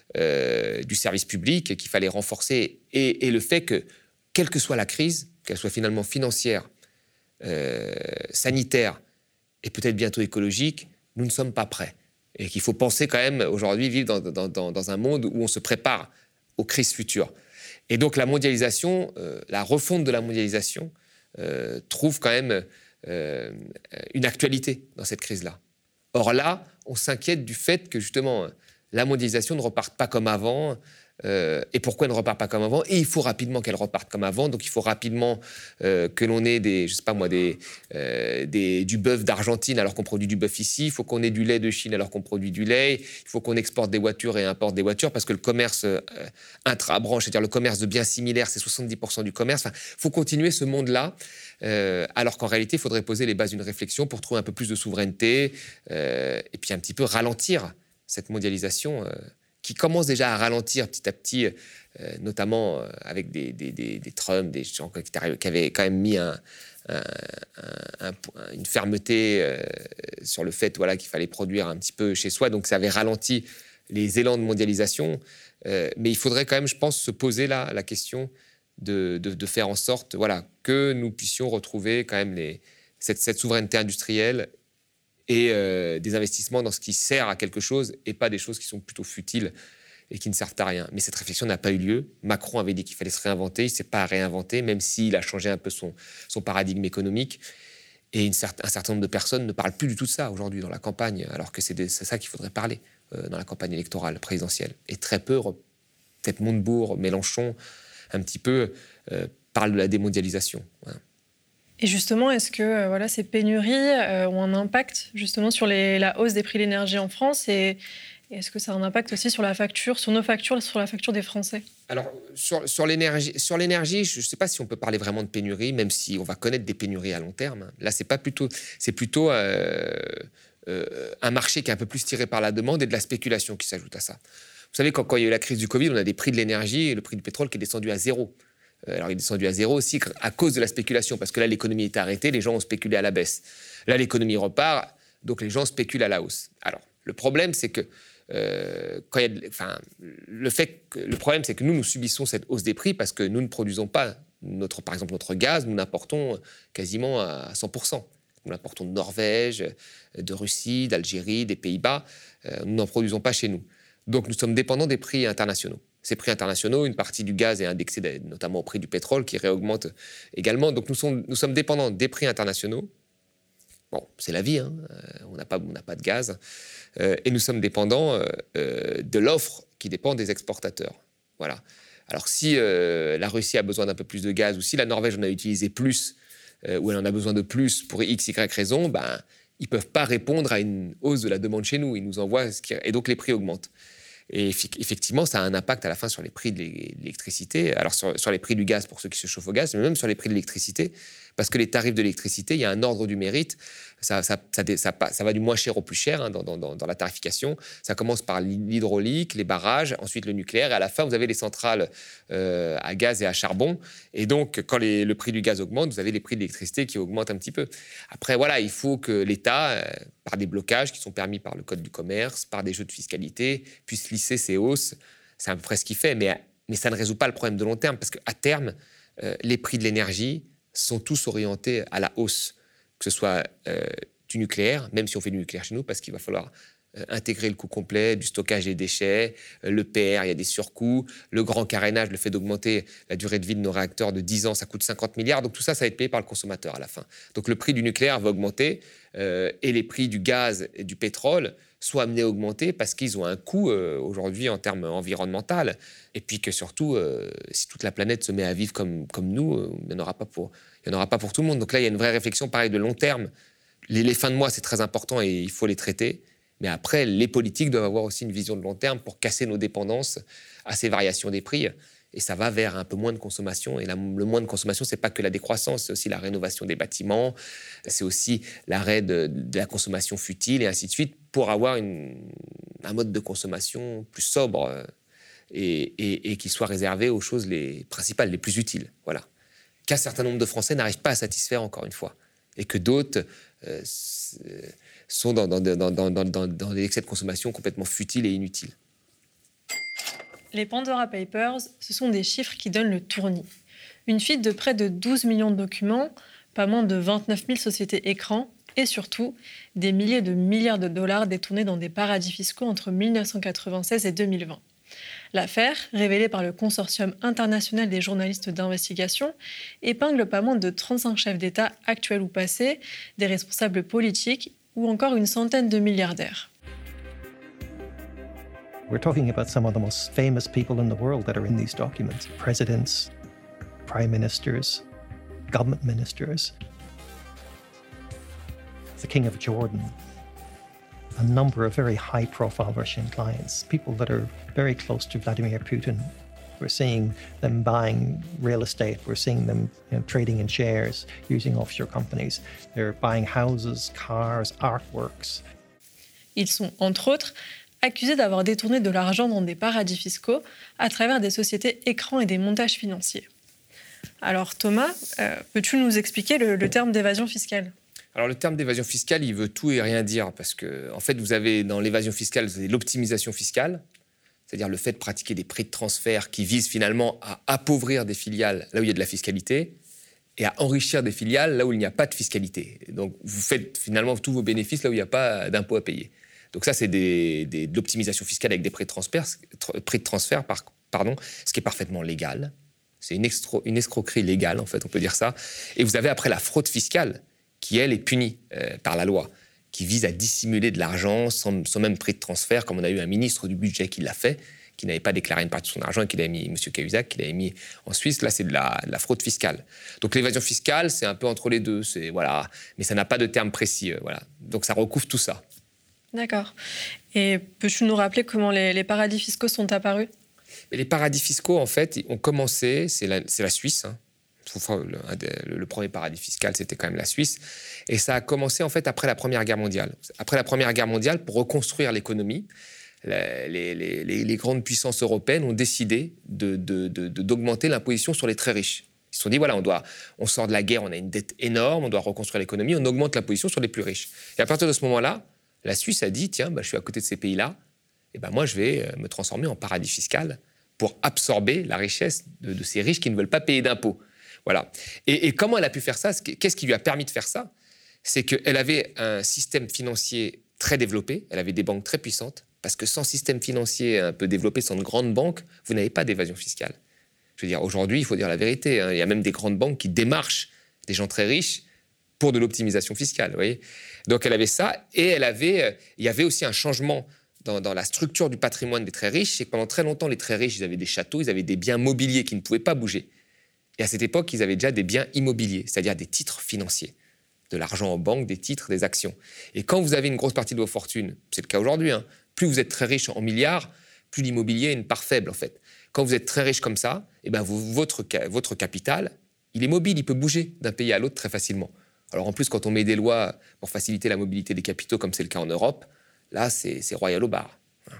euh, du service public qu'il fallait renforcer et, et le fait que, quelle que soit la crise, qu'elle soit finalement financière, euh, sanitaire et peut-être bientôt écologique, nous ne sommes pas prêts. Et qu'il faut penser quand même aujourd'hui vivre dans, dans, dans, dans un monde où on se prépare aux crises futures. Et donc la mondialisation, euh, la refonte de la mondialisation euh, trouve quand même euh, une actualité dans cette crise-là. Or là, on s'inquiète du fait que justement la mondialisation ne reparte pas comme avant. Euh, et pourquoi elle ne repart pas comme avant ? Et il faut rapidement qu'elle reparte comme avant. Donc il faut rapidement euh, que l'on ait des, je sais pas moi, des, euh, des, du bœuf d'Argentine alors qu'on produit du bœuf ici. Il faut qu'on ait du lait de Chine alors qu'on produit du lait. Il faut qu'on exporte des voitures et importe des voitures parce que le commerce euh, intra-branche, c'est-à-dire le commerce de biens similaires, c'est soixante-dix pour cent du commerce. Enfin, il faut continuer ce monde-là. Euh, alors qu'en réalité, il faudrait poser les bases d'une réflexion pour trouver un peu plus de souveraineté euh, et puis un petit peu ralentir cette mondialisation euh, qui commence déjà à ralentir petit à petit, euh, notamment euh, avec des, des, des, des Trump, des gens qui, qui avaient quand même mis un, un, un, un, une fermeté euh, sur le fait voilà, qu'il fallait produire un petit peu chez soi. Donc ça avait ralenti les élans de mondialisation. Euh, mais il faudrait quand même, je pense, se poser là la question de, de, de faire en sorte voilà, que nous puissions retrouver quand même les, cette, cette souveraineté industrielle et euh, des investissements dans ce qui sert à quelque chose et pas des choses qui sont plutôt futiles et qui ne servent à rien. Mais cette réflexion n'a pas eu lieu. Macron avait dit qu'il fallait se réinventer. Il ne s'est pas réinventé, même s'il a changé un peu son, son paradigme économique. Et une cer- un certain nombre de personnes ne parlent plus du tout de ça aujourd'hui dans la campagne, alors que c'est, de, c'est ça qu'il faudrait parler euh, dans la campagne électorale présidentielle. Et très peu, peut-être Montebourg, Mélenchon, un petit peu, euh, parlent de la démondialisation. Voilà. Et justement, est-ce que euh, voilà, ces pénuries euh, ont un impact justement sur les, la hausse des prix de l'énergie en France et, et est-ce que ça a un impact aussi sur la facture, sur nos factures, sur la facture des Français ? Alors, sur, sur, l'énergie, sur l'énergie, je ne sais pas si on peut parler vraiment de pénurie, même si on va connaître des pénuries à long terme. Là, c'est pas plutôt, c'est plutôt euh, euh, un marché qui est un peu plus tiré par la demande et de la spéculation qui s'ajoute à ça. Vous savez, quand, quand il y a eu la crise du Covid, on a des prix de l'énergie et le prix du pétrole qui est descendu à zéro. Alors, il est descendu à zéro aussi à cause de la spéculation, parce que là, l'économie est arrêtée, les gens ont spéculé à la baisse. Là, l'économie repart, donc les gens spéculent à la hausse. Alors, le problème, c'est que, euh, quand il y a de, enfin, le, fait que, le problème, c'est que nous, nous subissons cette hausse des prix parce que nous ne produisons pas, notre, par exemple, notre gaz, nous l'importons quasiment à cent pour cent. Nous l'importons de Norvège, de Russie, d'Algérie, des Pays-Bas. Euh, nous n'en produisons pas chez nous. Donc, nous sommes dépendants des prix internationaux. Ces prix internationaux, une partie du gaz est indexée notamment au prix du pétrole qui réaugmente également. Donc nous sommes, nous sommes dépendants des prix internationaux. Bon, c'est la vie, hein. euh, on n'a pas, on n'a pas de gaz. Euh, et nous sommes dépendants euh, de l'offre qui dépend des exportateurs. Voilà. Alors si euh, la Russie a besoin d'un peu plus de gaz ou si la Norvège en a utilisé plus euh, ou elle en a besoin de plus pour X, Y raison, ben, ils ne peuvent pas répondre à une hausse de la demande chez nous. Ils nous envoient ce qui... Et donc les prix augmentent. Et effectivement, ça a un impact à la fin sur les prix de l'électricité, alors sur, sur les prix du gaz pour ceux qui se chauffent au gaz, mais même sur les prix de l'électricité, parce que les tarifs de l'électricité, il y a un ordre du mérite, ça, ça, ça, ça, ça va du moins cher au plus cher hein, dans, dans, dans la tarification. Ça commence par l'hydraulique, les barrages, ensuite le nucléaire, et à la fin, vous avez les centrales euh, à gaz et à charbon. Et donc, quand les, le prix du gaz augmente, vous avez les prix de l'électricité qui augmentent un petit peu. Après, voilà, il faut que l'État, euh, par des blocages qui sont permis par le Code du commerce, par des jeux de fiscalité, puisse lisser ces hausses. C'est à peu près ce qu'il fait, mais, mais ça ne résout pas le problème de long terme, parce qu'à terme, euh, les prix de l'énergie sont tous orientés à la hausse, que ce soit euh, du nucléaire, même si on fait du nucléaire chez nous, parce qu'il va falloir euh, intégrer le coût complet du stockage des déchets, euh, le P R, il y a des surcoûts, le grand carénage, le fait d'augmenter la durée de vie de nos réacteurs de dix ans, ça coûte cinquante milliards, donc tout ça, ça va être payé par le consommateur à la fin. Donc le prix du nucléaire va augmenter euh, et les prix du gaz et du pétrole sont amenés à augmenter parce qu'ils ont un coût euh, aujourd'hui en termes environnementaux. Et puis que surtout, euh, si toute la planète se met à vivre comme, comme nous, euh, il n'y en aura pas pour, il y en aura pas pour tout le monde. Donc là, il y a une vraie réflexion, pareil, de long terme. Les, les fins de mois, c'est très important et il faut les traiter. Mais après, les politiques doivent avoir aussi une vision de long terme pour casser nos dépendances à ces variations des prix. Et ça va vers un peu moins de consommation. Et la, le moins de consommation, ce n'est pas que la décroissance, c'est aussi la rénovation des bâtiments, c'est aussi l'arrêt de, de la consommation futile et ainsi de suite, pour avoir une, un mode de consommation plus sobre et, et, et qui soit réservé aux choses les principales, les plus utiles. Voilà. Qu'un certain nombre de Français n'arrivent pas à satisfaire, encore une fois. Et que d'autres euh, sont dans, dans, dans, dans, dans, dans, dans des excès de consommation complètement futiles et inutiles. Les Pandora Papers, ce sont des chiffres qui donnent le tournis. Une fuite de près de douze millions de documents, pas moins de vingt-neuf mille sociétés écrans et surtout des milliers de milliards de dollars détournés dans des paradis fiscaux entre mille neuf cent quatre-vingt-seize et deux mille vingt. L'affaire, révélée par le Consortium international des journalistes d'investigation, épingle pas moins de trente-cinq chefs d'État actuels ou passés, des responsables politiques ou encore une centaine de milliardaires. We're talking about some of the most famous people in the world that are in these documents. Presidents, prime ministers, government ministers, the King of Jordan, a number of very high-profile Russian clients, people that are very close to Vladimir Putin. We're seeing them buying real estate. We're seeing them you know, trading in shares, using offshore companies. They're buying houses, cars, artworks. Ils sont, entre autres, accusés d'avoir détourné de l'argent dans des paradis fiscaux à travers des sociétés écrans et des montages financiers. Alors Thomas, euh, peux-tu nous expliquer le, le terme d'évasion fiscale ? Alors le terme d'évasion fiscale, il veut tout et rien dire parce que en fait, vous avez dans l'évasion fiscale, vous avez l'optimisation fiscale, c'est-à-dire le fait de pratiquer des prix de transfert qui visent finalement à appauvrir des filiales là où il y a de la fiscalité et à enrichir des filiales là où il n'y a pas de fiscalité. Donc vous faites finalement tous vos bénéfices là où il n'y a pas d'impôt à payer. Donc ça, c'est des, des, de l'optimisation fiscale avec des prix de transfert, tr- prix de transfert par, pardon, ce qui est parfaitement légal. C'est une, extro, une escroquerie légale, en fait, on peut dire ça. Et vous avez après la fraude fiscale, qui, elle, est punie euh, par la loi, qui vise à dissimuler de l'argent sans, sans même prix de transfert, comme on a eu un ministre du budget qui l'a fait, qui n'avait pas déclaré une partie de son argent et qui l'avait mis, M. Cahuzac, qui l'avait mis en Suisse. Là, c'est de la, de la fraude fiscale. Donc l'évasion fiscale, c'est un peu entre les deux. C'est, voilà, mais ça n'a pas de terme précis. Euh, voilà. Donc ça recouvre tout ça. D'accord. Et peux-tu nous rappeler comment les, les paradis fiscaux sont apparus ? Et les paradis fiscaux, en fait, ont commencé, c'est la, c'est la Suisse. Hein. Le, le premier paradis fiscal, c'était quand même la Suisse. Et ça a commencé, en fait, après la Première Guerre mondiale. Après la Première Guerre mondiale, pour reconstruire l'économie, les, les, les, les grandes puissances européennes ont décidé de, de, de, de, d'augmenter l'imposition sur les très riches. Ils se sont dit, voilà, on, doit, on sort de la guerre, on a une dette énorme, on doit reconstruire l'économie, on augmente l'imposition sur les plus riches. Et à partir de ce moment-là, la Suisse a dit, tiens, bah, je suis à côté de ces pays-là, et ben moi, je vais me transformer en paradis fiscal pour absorber la richesse de, de ces riches qui ne veulent pas payer d'impôts. Voilà. Et, et comment elle a pu faire ça ? Qu'est-ce qui lui a permis de faire ça ? C'est qu'elle avait un système financier très développé, elle avait des banques très puissantes, parce que sans système financier un peu développé, sans de grandes banques, vous n'avez pas d'évasion fiscale. Je veux dire, aujourd'hui, il faut dire la vérité, hein, il y a même des grandes banques qui démarchent des gens très riches pour de l'optimisation fiscale, vous voyez ? Donc elle avait ça, et elle avait, il y avait aussi un changement dans, dans la structure du patrimoine des très riches, c'est que pendant très longtemps, les très riches, ils avaient des châteaux, ils avaient des biens mobiliers qui ne pouvaient pas bouger. Et à cette époque, ils avaient déjà des biens immobiliers, c'est-à-dire des titres financiers, de l'argent en banque, des titres, des actions. Et quand vous avez une grosse partie de vos fortunes, c'est le cas aujourd'hui, hein, plus vous êtes très riche en milliards, plus l'immobilier a une part faible, en fait. Quand vous êtes très riche comme ça, eh ben vous, votre, votre capital, il est mobile, il peut bouger d'un pays à l'autre très facilement. Alors en plus, quand on met des lois pour faciliter la mobilité des capitaux, comme c'est le cas en Europe, là, c'est, c'est royal au bar.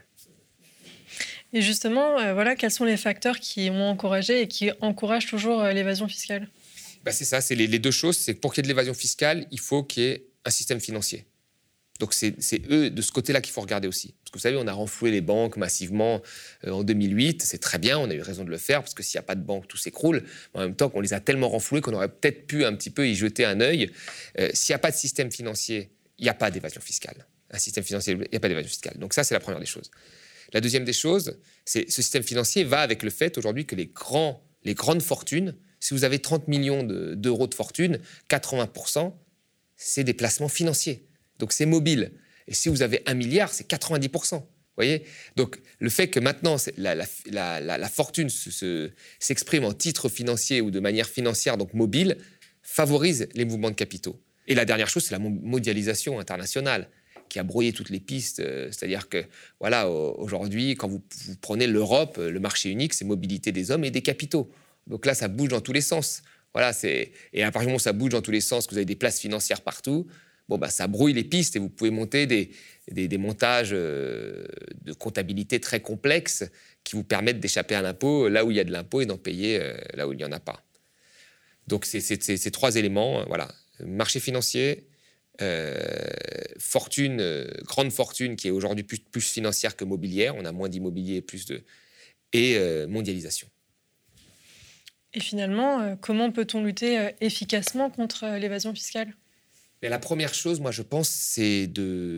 Et justement, euh, voilà, quels sont les facteurs qui ont encouragé et qui encouragent toujours euh, l'évasion fiscale ? Ben c'est ça, c'est les, les deux choses. C'est que pour qu'il y ait de l'évasion fiscale, il faut qu'il y ait un système financier. Donc c'est, c'est eux, de ce côté-là, qu'il faut regarder aussi. Parce que vous savez, on a renfloué les banques massivement euh, en deux mille huit. C'est très bien, on a eu raison de le faire, parce que s'il n'y a pas de banque, tout s'écroule. Mais en même temps, qu'on les a tellement renfloués qu'on aurait peut-être pu un petit peu y jeter un œil. Euh, s'il n'y a pas de système financier il n'y a pas d'évasion fiscale. Un système financier, il n'y a pas d'évasion fiscale. Donc ça, c'est la première des choses. La deuxième des choses, c'est ce système financier va avec le fait aujourd'hui que les, grands, les grandes fortunes, si vous avez trente millions de, d'euros de fortune, quatre-vingts pour cent, c'est des placements financiers. Donc c'est mobile. Et si vous avez un milliard, c'est quatre-vingt-dix pour cent. Vous voyez ? Donc le fait que maintenant la, la, la, la, la fortune se, se, s'exprime en titres financiers ou de manière financière, donc mobile, favorise les mouvements de capitaux. Et la dernière chose, c'est la mondialisation internationale qui a brouillé toutes les pistes. C'est-à-dire que, voilà, aujourd'hui, quand vous, vous prenez l'Europe, le marché unique, c'est mobilité des hommes et des capitaux. Donc là, ça bouge dans tous les sens. Voilà, c'est... Et à partir du moment où ça bouge dans tous les sens, que vous avez des places financières partout, bon, bah, ça brouille les pistes et vous pouvez monter des, des, des montages de comptabilité très complexes qui vous permettent d'échapper à l'impôt là où il y a de l'impôt et d'en payer là où il n'y en a pas. Donc, c'est, c'est, c'est, ces trois éléments, voilà. Marché financier, euh, fortune, euh, grande fortune qui est aujourd'hui plus, plus financière que mobilière, on a moins d'immobilier, plus de... et euh, mondialisation. Et finalement, euh, comment peut-on lutter euh, efficacement contre euh, l'évasion fiscale ? Mais la première chose, moi je pense, c'est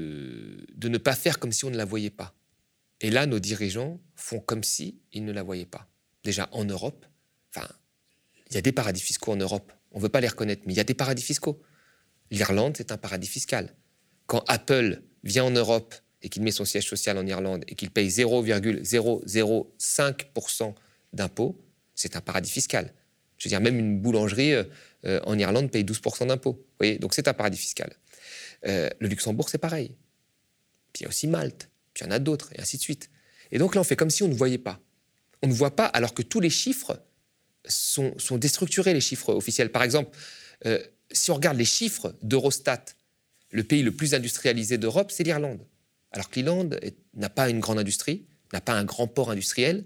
de, de ne pas faire comme si on ne la voyait pas. Et là, nos dirigeants font comme si ils ne la voyaient pas. Déjà en Europe, enfin, il y a des paradis fiscaux en Europe. On ne veut pas les reconnaître, mais il y a des paradis fiscaux. L'Irlande, c'est un paradis fiscal. Quand Apple vient en Europe et qu'il met son siège social en Irlande et qu'il paye zéro virgule zéro zéro cinq pour cent d'impôts, c'est un paradis fiscal. Je veux dire, même une boulangerie euh, en Irlande paye douze pour cent d'impôts. Vous voyez, donc c'est un paradis fiscal. Euh, le Luxembourg, c'est pareil. Puis il y a aussi Malte, puis il y en a d'autres, et ainsi de suite. Et donc là, on fait comme si on ne voyait pas. On ne voit pas, alors que tous les chiffres sont, sont déstructurés, les chiffres officiels. Par exemple, euh, si on regarde les chiffres d'Eurostat, le pays le plus industrialisé d'Europe, c'est l'Irlande. Alors que l'Irlande est, n'a pas une grande industrie, n'a pas un grand port industriel,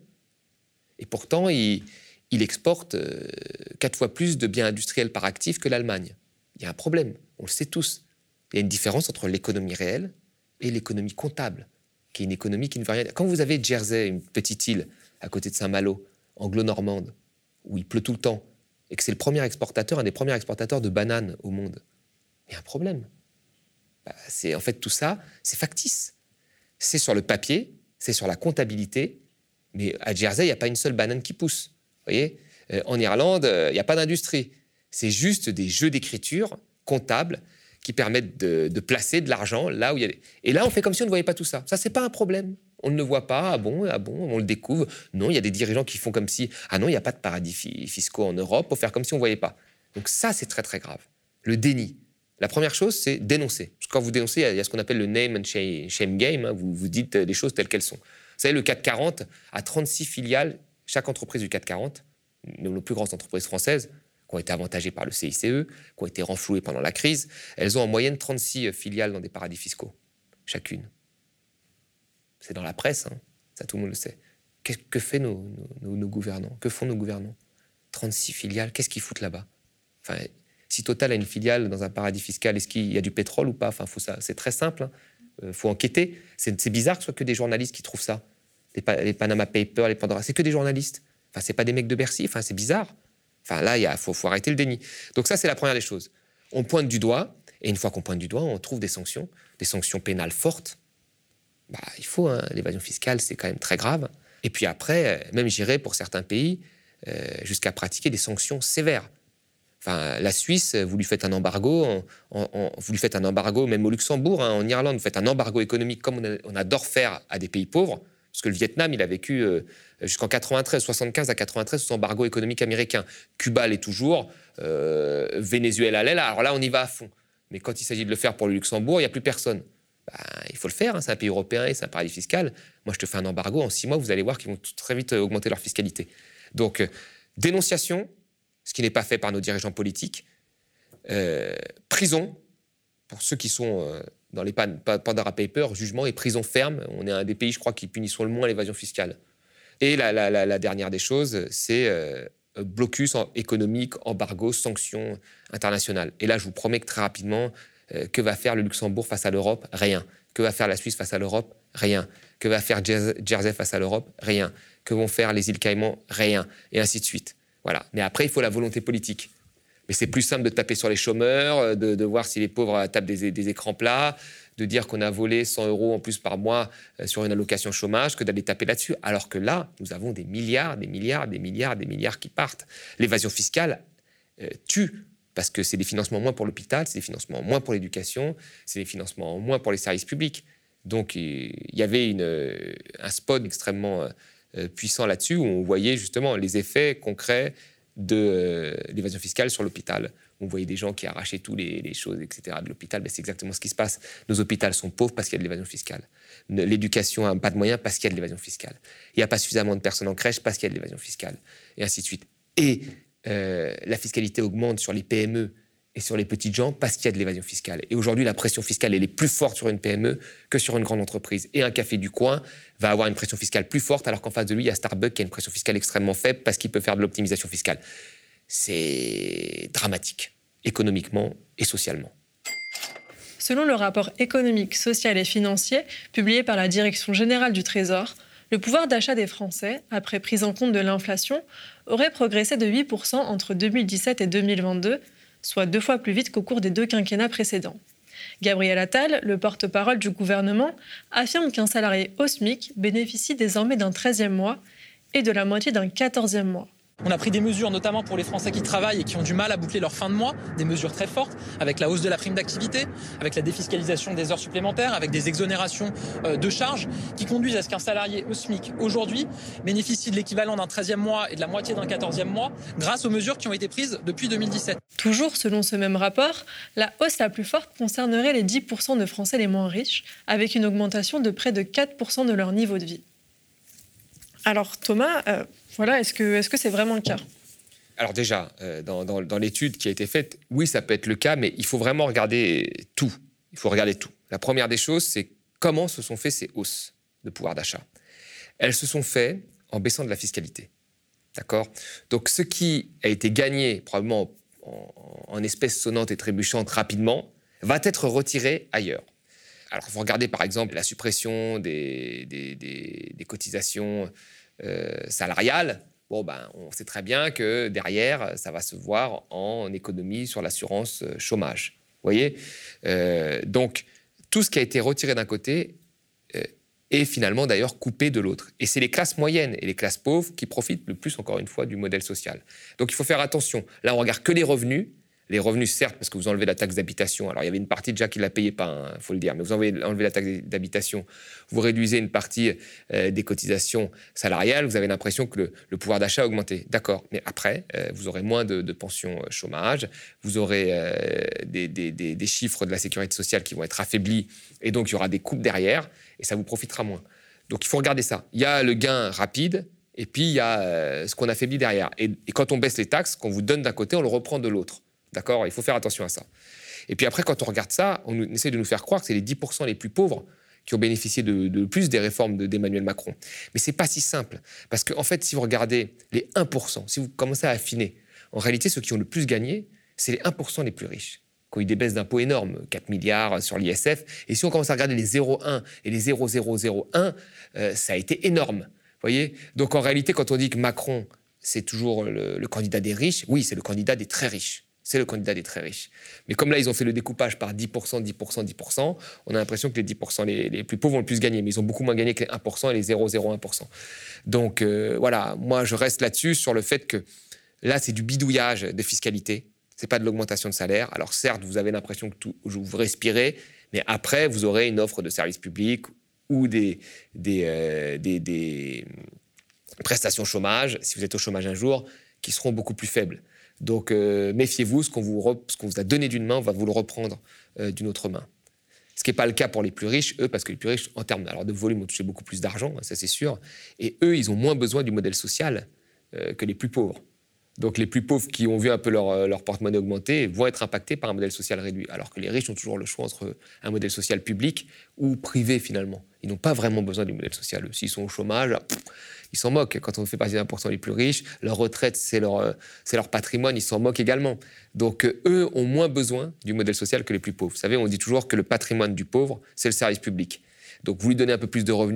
et pourtant, il, il exporte euh, quatre fois plus de biens industriels par actif que l'Allemagne. Il y a un problème, on le sait tous. Il y a une différence entre l'économie réelle et l'économie comptable, qui est une économie qui ne veut rien dire. Quand vous avez Jersey, une petite île à côté de Saint-Malo, anglo-normande, où il pleut tout le temps, et que c'est le premier exportateur, un des premiers exportateurs de bananes au monde, il y a un problème. Bah, c'est, en fait, tout ça, c'est factice. C'est sur le papier, c'est sur la comptabilité, mais à Jersey, il n'y a pas une seule banane qui pousse. Vous voyez, euh, en Irlande, il euh, n'y a pas d'industrie. C'est juste des jeux d'écriture comptables qui permettent de, de placer de l'argent là où il y a des... Et là, on fait comme si on ne voyait pas tout ça. Ça, c'est pas un problème. On ne le voit pas. Ah bon, ah bon, on le découvre. Non, il y a des dirigeants qui font comme si... Ah non, il n'y a pas de paradis fiscaux en Europe. Pour faire comme si on ne voyait pas. Donc ça, c'est très, très grave. Le déni. La première chose, c'est dénoncer. Parce que quand vous dénoncez, il y a ce qu'on appelle le name and shame game. Hein. Vous, vous dites les choses telles qu'elles sont. Vous savez, le CAC quarante a trente-six filiales. Chaque entreprise du CAC quarante, nos plus grandes entreprises françaises, qui ont été avantagées par le C I C E, qui ont été renflouées pendant la crise, elles ont en moyenne trente-six filiales dans des paradis fiscaux, chacune. C'est dans la presse, hein, ça tout le monde le sait. Que, que fait nos, nos, nos gouvernants ? Que font nos gouvernants ? trente-six filiales, qu'est-ce qu'ils foutent là-bas ? Enfin, si Total a une filiale dans un paradis fiscal, est-ce qu'il y a du pétrole ou pas ? Enfin, faut ça, c'est très simple, il hein. euh, faut enquêter. C'est, c'est bizarre que ce soit que des journalistes qui trouvent ça. Les, les Panama Papers, les Pandora, c'est que des journalistes. Enfin, c'est pas des mecs de Bercy, enfin, c'est bizarre. Enfin, là, il faut, faut arrêter le déni. Donc ça, c'est la première des choses. On pointe du doigt, et une fois qu'on pointe du doigt, on trouve des sanctions, des sanctions pénales fortes. Bah, il faut, hein, l'évasion fiscale, c'est quand même très grave. Et puis après, même j'irais pour certains pays, euh, jusqu'à pratiquer des sanctions sévères. Enfin, la Suisse, vous lui faites un embargo, en, en, en, vous lui faites un embargo, même au Luxembourg, hein, en Irlande, vous faites un embargo économique comme on, a, on adore faire à des pays pauvres. Parce que le Vietnam, il a vécu euh, jusqu'en quatre-vingt-treize, soixante-quinze à quatre-vingt-treize sous embargo économique américain. Cuba l'est toujours, euh, Venezuela l'est là. Alors là, on y va à fond. Mais quand il s'agit de le faire pour le Luxembourg, il n'y a plus personne. Bah, il faut le faire, hein, c'est un pays européen et c'est un paradis fiscal. Moi, je te fais un embargo, en six mois, vous allez voir qu'ils vont très vite augmenter leur fiscalité. Donc, euh, dénonciation, ce qui n'est pas fait par nos dirigeants politiques. Euh, prison, pour ceux qui sont... Euh, dans les Pandora Papers, jugement et prison ferme. On est un des pays, je crois, qui punissent le moins l'évasion fiscale. Et la, la, la, la dernière des choses, c'est euh, blocus économique, embargo, sanctions internationales. Et là, je vous promets que très rapidement, euh, que va faire le Luxembourg face à l'Europe ? Rien. Que va faire la Suisse face à l'Europe ? Rien. Que va faire Jersey face à l'Europe ? Rien. Que vont faire les îles Caïmans ? Rien. Et ainsi de suite. Voilà. Mais après, il faut la volonté politique. Mais c'est plus simple de taper sur les chômeurs, de, de voir si les pauvres tapent des, des écrans plats, de dire qu'on a volé cent euros en plus par mois sur une allocation chômage que d'aller taper là-dessus. Alors que là, nous avons des milliards, des milliards, des milliards, des milliards qui partent. L'évasion fiscale euh, tue, parce que c'est des financements moins pour l'hôpital, c'est des financements moins pour l'éducation, c'est des financements moins pour les services publics. Donc il y avait une, un spot extrêmement euh, puissant là-dessus où on voyait justement les effets concrets de euh, l'évasion fiscale sur l'hôpital. On voyait des gens qui arrachaient toutes les, les choses, et cetera de l'hôpital. Ben, c'est exactement ce qui se passe. Nos hôpitaux sont pauvres parce qu'il y a de l'évasion fiscale. L'éducation n'a pas de moyens parce qu'il y a de l'évasion fiscale. Il n'y a pas suffisamment de personnes en crèche parce qu'il y a de l'évasion fiscale. Et ainsi de suite. Et euh, la fiscalité augmente sur les P M E et sur les petites gens parce qu'il y a de l'évasion fiscale. Et aujourd'hui, la pression fiscale, elle est plus forte sur une P M E que sur une grande entreprise. Et un café du coin va avoir une pression fiscale plus forte, alors qu'en face de lui, il y a Starbucks qui a une pression fiscale extrêmement faible parce qu'il peut faire de l'optimisation fiscale. C'est dramatique, économiquement et socialement. Selon le rapport économique, social et financier publié par la Direction générale du Trésor, le pouvoir d'achat des Français, après prise en compte de l'inflation, aurait progressé de huit pour cent entre deux mille dix-sept et deux mille vingt-deux, soit deux fois plus vite qu'au cours des deux quinquennats précédents. Gabriel Attal, le porte-parole du gouvernement, affirme qu'un salarié au SMIC bénéficie désormais d'un treizième mois et de la moitié d'un quatorzième mois. On a pris des mesures, notamment pour les Français qui travaillent et qui ont du mal à boucler leur fin de mois, des mesures très fortes, avec la hausse de la prime d'activité, avec la défiscalisation des heures supplémentaires, avec des exonérations de charges, qui conduisent à ce qu'un salarié au SMIC, aujourd'hui, bénéficie de l'équivalent d'un treizième mois et de la moitié d'un quatorzième mois, grâce aux mesures qui ont été prises depuis deux mille dix-sept. Toujours selon ce même rapport, la hausse la plus forte concernerait les dix pour cent de Français les moins riches, avec une augmentation de près de quatre pour cent de leur niveau de vie. Alors Thomas, euh, voilà, est-ce que, est-ce que c'est vraiment le cas ? Alors déjà, euh, dans, dans, dans l'étude qui a été faite, oui, ça peut être le cas, mais il faut vraiment regarder tout. Il faut regarder tout. La première des choses, c'est comment se sont faites ces hausses de pouvoir d'achat. Elles se sont faites en baissant de la fiscalité. D'accord ? Donc ce qui a été gagné, probablement en, en espèces sonnantes et trébuchantes rapidement, va être retiré ailleurs. Alors, il faut regarder, par exemple, la suppression des, des, des, des cotisations euh, salariales. Bon, ben, on sait très bien que derrière, ça va se voir en économie sur l'assurance chômage. Vous voyez ? euh, Donc, tout ce qui a été retiré d'un côté euh, est finalement d'ailleurs coupé de l'autre. Et c'est les classes moyennes et les classes pauvres qui profitent le plus, encore une fois, du modèle social. Donc, il faut faire attention. Là, on regarde que les revenus. Les revenus, certes, parce que vous enlevez la taxe d'habitation. Alors, il y avait une partie déjà qui ne la payait pas, il faut le dire, mais vous enlevez, enlevez la taxe d'habitation, vous réduisez une partie euh, des cotisations salariales, vous avez l'impression que le, le pouvoir d'achat a augmenté. D'accord, mais après, euh, vous aurez moins de, de pensions chômage, vous aurez euh, des, des, des, des chiffres de la sécurité sociale qui vont être affaiblis, et donc il y aura des coupes derrière, et ça vous profitera moins. Donc, il faut regarder ça. Il y a le gain rapide, et puis il y a euh, ce qu'on affaiblit derrière. Et, et quand on baisse les taxes, qu'on vous donne d'un côté, on le reprend de l'autre. D'accord ? Il faut faire attention à ça. Et puis après, quand on regarde ça, on essaie de nous faire croire que c'est les dix pour cent les plus pauvres qui ont bénéficié de, de plus des réformes de, d'Emmanuel Macron. Mais ce n'est pas si simple. Parce qu'en en fait, si vous regardez les un pour cent, si vous commencez à affiner, en réalité, ceux qui ont le plus gagné, c'est les un pour cent les plus riches, qui ont eu des baisses d'impôts énormes, quatre milliards sur l'I S F. Et si on commence à regarder les zéro virgule un et les zéro virgule zéro zéro un, euh, ça a été énorme. Vous voyez ? Donc en réalité, quand on dit que Macron, c'est toujours le, le candidat des riches, oui, c'est le candidat des très riches. C'est le candidat des très riches. Mais comme là, ils ont fait le découpage par dix pour cent, dix pour cent, dix pour cent, on a l'impression que les dix pour cent les, les plus pauvres ont le plus gagné. Mais ils ont beaucoup moins gagné que les un pour cent et les zéro virgule zéro un pour cent. Donc euh, voilà, moi, je reste là-dessus, sur le fait que là, c'est du bidouillage de fiscalité. Ce n'est pas de l'augmentation de salaire. Alors certes, vous avez l'impression que tout, vous respirez, mais après, vous aurez une offre de services publics ou des, des, euh, des, des prestations chômage, si vous êtes au chômage un jour, qui seront beaucoup plus faibles. Donc, euh, méfiez-vous, ce qu'on vous, re... ce qu'on vous a donné d'une main, on va vous le reprendre euh, d'une autre main. Ce qui n'est pas le cas pour les plus riches, eux, parce que les plus riches, en termes alors, de volume, ont touché beaucoup plus d'argent, ça c'est sûr. Et eux, ils ont moins besoin du modèle social euh, que les plus pauvres. Donc, les plus pauvres qui ont vu un peu leur, leur porte-monnaie augmenter vont être impactés par un modèle social réduit. Alors que les riches ont toujours le choix entre un modèle social public ou privé, finalement. Ils n'ont pas vraiment besoin du modèle social. S'ils sont au chômage, pff, ils s'en moquent. Quand on fait partie des un pour cent les plus riches, leur retraite, c'est leur, c'est leur patrimoine, ils s'en moquent également. Donc, eux ont moins besoin du modèle social que les plus pauvres. Vous savez, on dit toujours que le patrimoine du pauvre, c'est le service public. Donc, vous lui donnez un peu plus de revenus,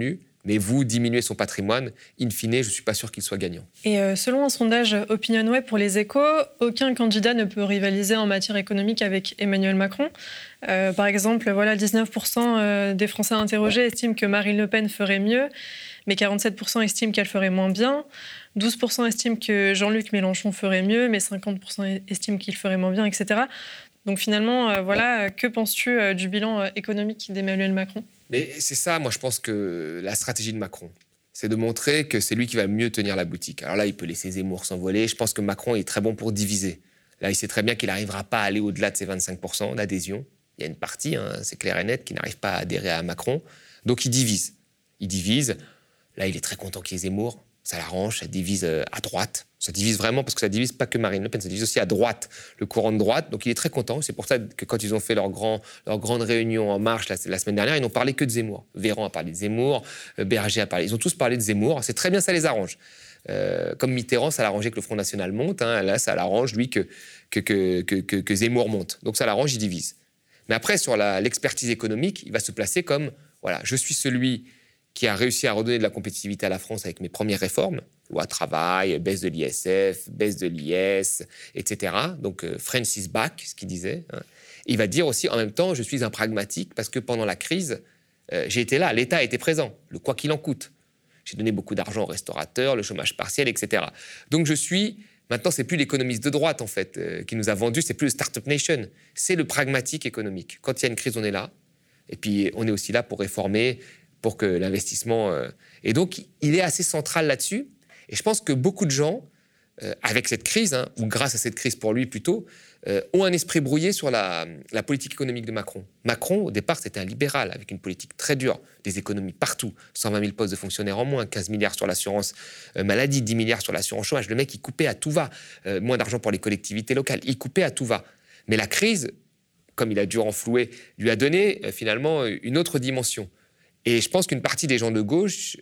Mais vous diminuez son patrimoine, in fine, je ne suis pas sûr qu'il soit gagnant. Et euh, selon un sondage OpinionWay pour les Échos, aucun candidat ne peut rivaliser en matière économique avec Emmanuel Macron. Euh, par exemple, voilà, dix-neuf pour cent des Français interrogés estiment que Marine Le Pen ferait mieux, mais quarante-sept pour cent estiment qu'elle ferait moins bien. douze pour cent estiment que Jean-Luc Mélenchon ferait mieux, mais cinquante pour cent estiment qu'il ferait moins bien, et cetera. Donc finalement, euh, voilà, que penses-tu euh, du bilan euh, économique d'Emmanuel Macron ? Mais c'est ça, moi je pense que la stratégie de Macron, c'est de montrer que c'est lui qui va mieux tenir la boutique. Alors là, il peut laisser Zemmour s'envoler. Je pense que Macron est très bon pour diviser. Là, il sait très bien qu'il n'arrivera pas à aller au-delà de ses vingt-cinq pour cent d'adhésion. Il y a une partie, hein, c'est clair et net, qui n'arrive pas à adhérer à Macron. Donc il divise. Il divise. Là, il est très content qu'il y ait Zemmour. Ça l'arrange, ça divise à droite. Ça divise vraiment, parce que ça divise pas que Marine Le Pen, ça divise aussi à droite, le courant de droite. Donc il est très content. C'est pour ça que quand ils ont fait leur, grand, leur grande réunion En Marche la, la semaine dernière, ils n'ont parlé que de Zemmour. Véran a parlé de Zemmour, Berger a parlé. Ils ont tous parlé de Zemmour. C'est très bien, ça les arrange. Euh, comme Mitterrand, ça l'arrangeait que le Front National monte. Hein. Là, ça l'arrange, lui, que, que, que, que, que, que Zemmour monte. Donc ça l'arrange, il divise. Mais après, sur la, l'expertise économique, il va se placer comme, voilà, je suis celui qui a réussi à redonner de la compétitivité à la France avec mes premières réformes, loi travail, baisse de l'I S F, baisse de l'I S, et cetera. Donc, euh, France is back, ce qu'il disait. Hein. Il va dire aussi, en même temps, je suis un pragmatique parce que pendant la crise, euh, j'ai été là, l'État a été présent, le quoi qu'il en coûte. J'ai donné beaucoup d'argent aux restaurateurs, le chômage partiel, et cetera. Donc, je suis... Maintenant, c'est plus l'économiste de droite, en fait, euh, qui nous a vendu, c'est plus le Startup Nation. C'est le pragmatique économique. Quand il y a une crise, on est là. Et puis, on est aussi là pour réformer, pour que l'investissement... Euh... Et donc, il est assez central là-dessus. Et je pense que beaucoup de gens, euh, avec cette crise, hein, ou grâce à cette crise pour lui plutôt, euh, ont un esprit brouillé sur la, la politique économique de Macron. Macron, au départ, c'était un libéral, avec une politique très dure, des économies partout, cent vingt mille postes de fonctionnaires en moins, quinze milliards sur l'assurance euh, maladie, dix milliards sur l'assurance chômage. Le mec, il coupait à tout va. Euh, moins d'argent pour les collectivités locales, il coupait à tout va. Mais la crise, comme il a dû renflouer, lui a donné euh, finalement une autre dimension. Et je pense qu'une partie des gens de gauche,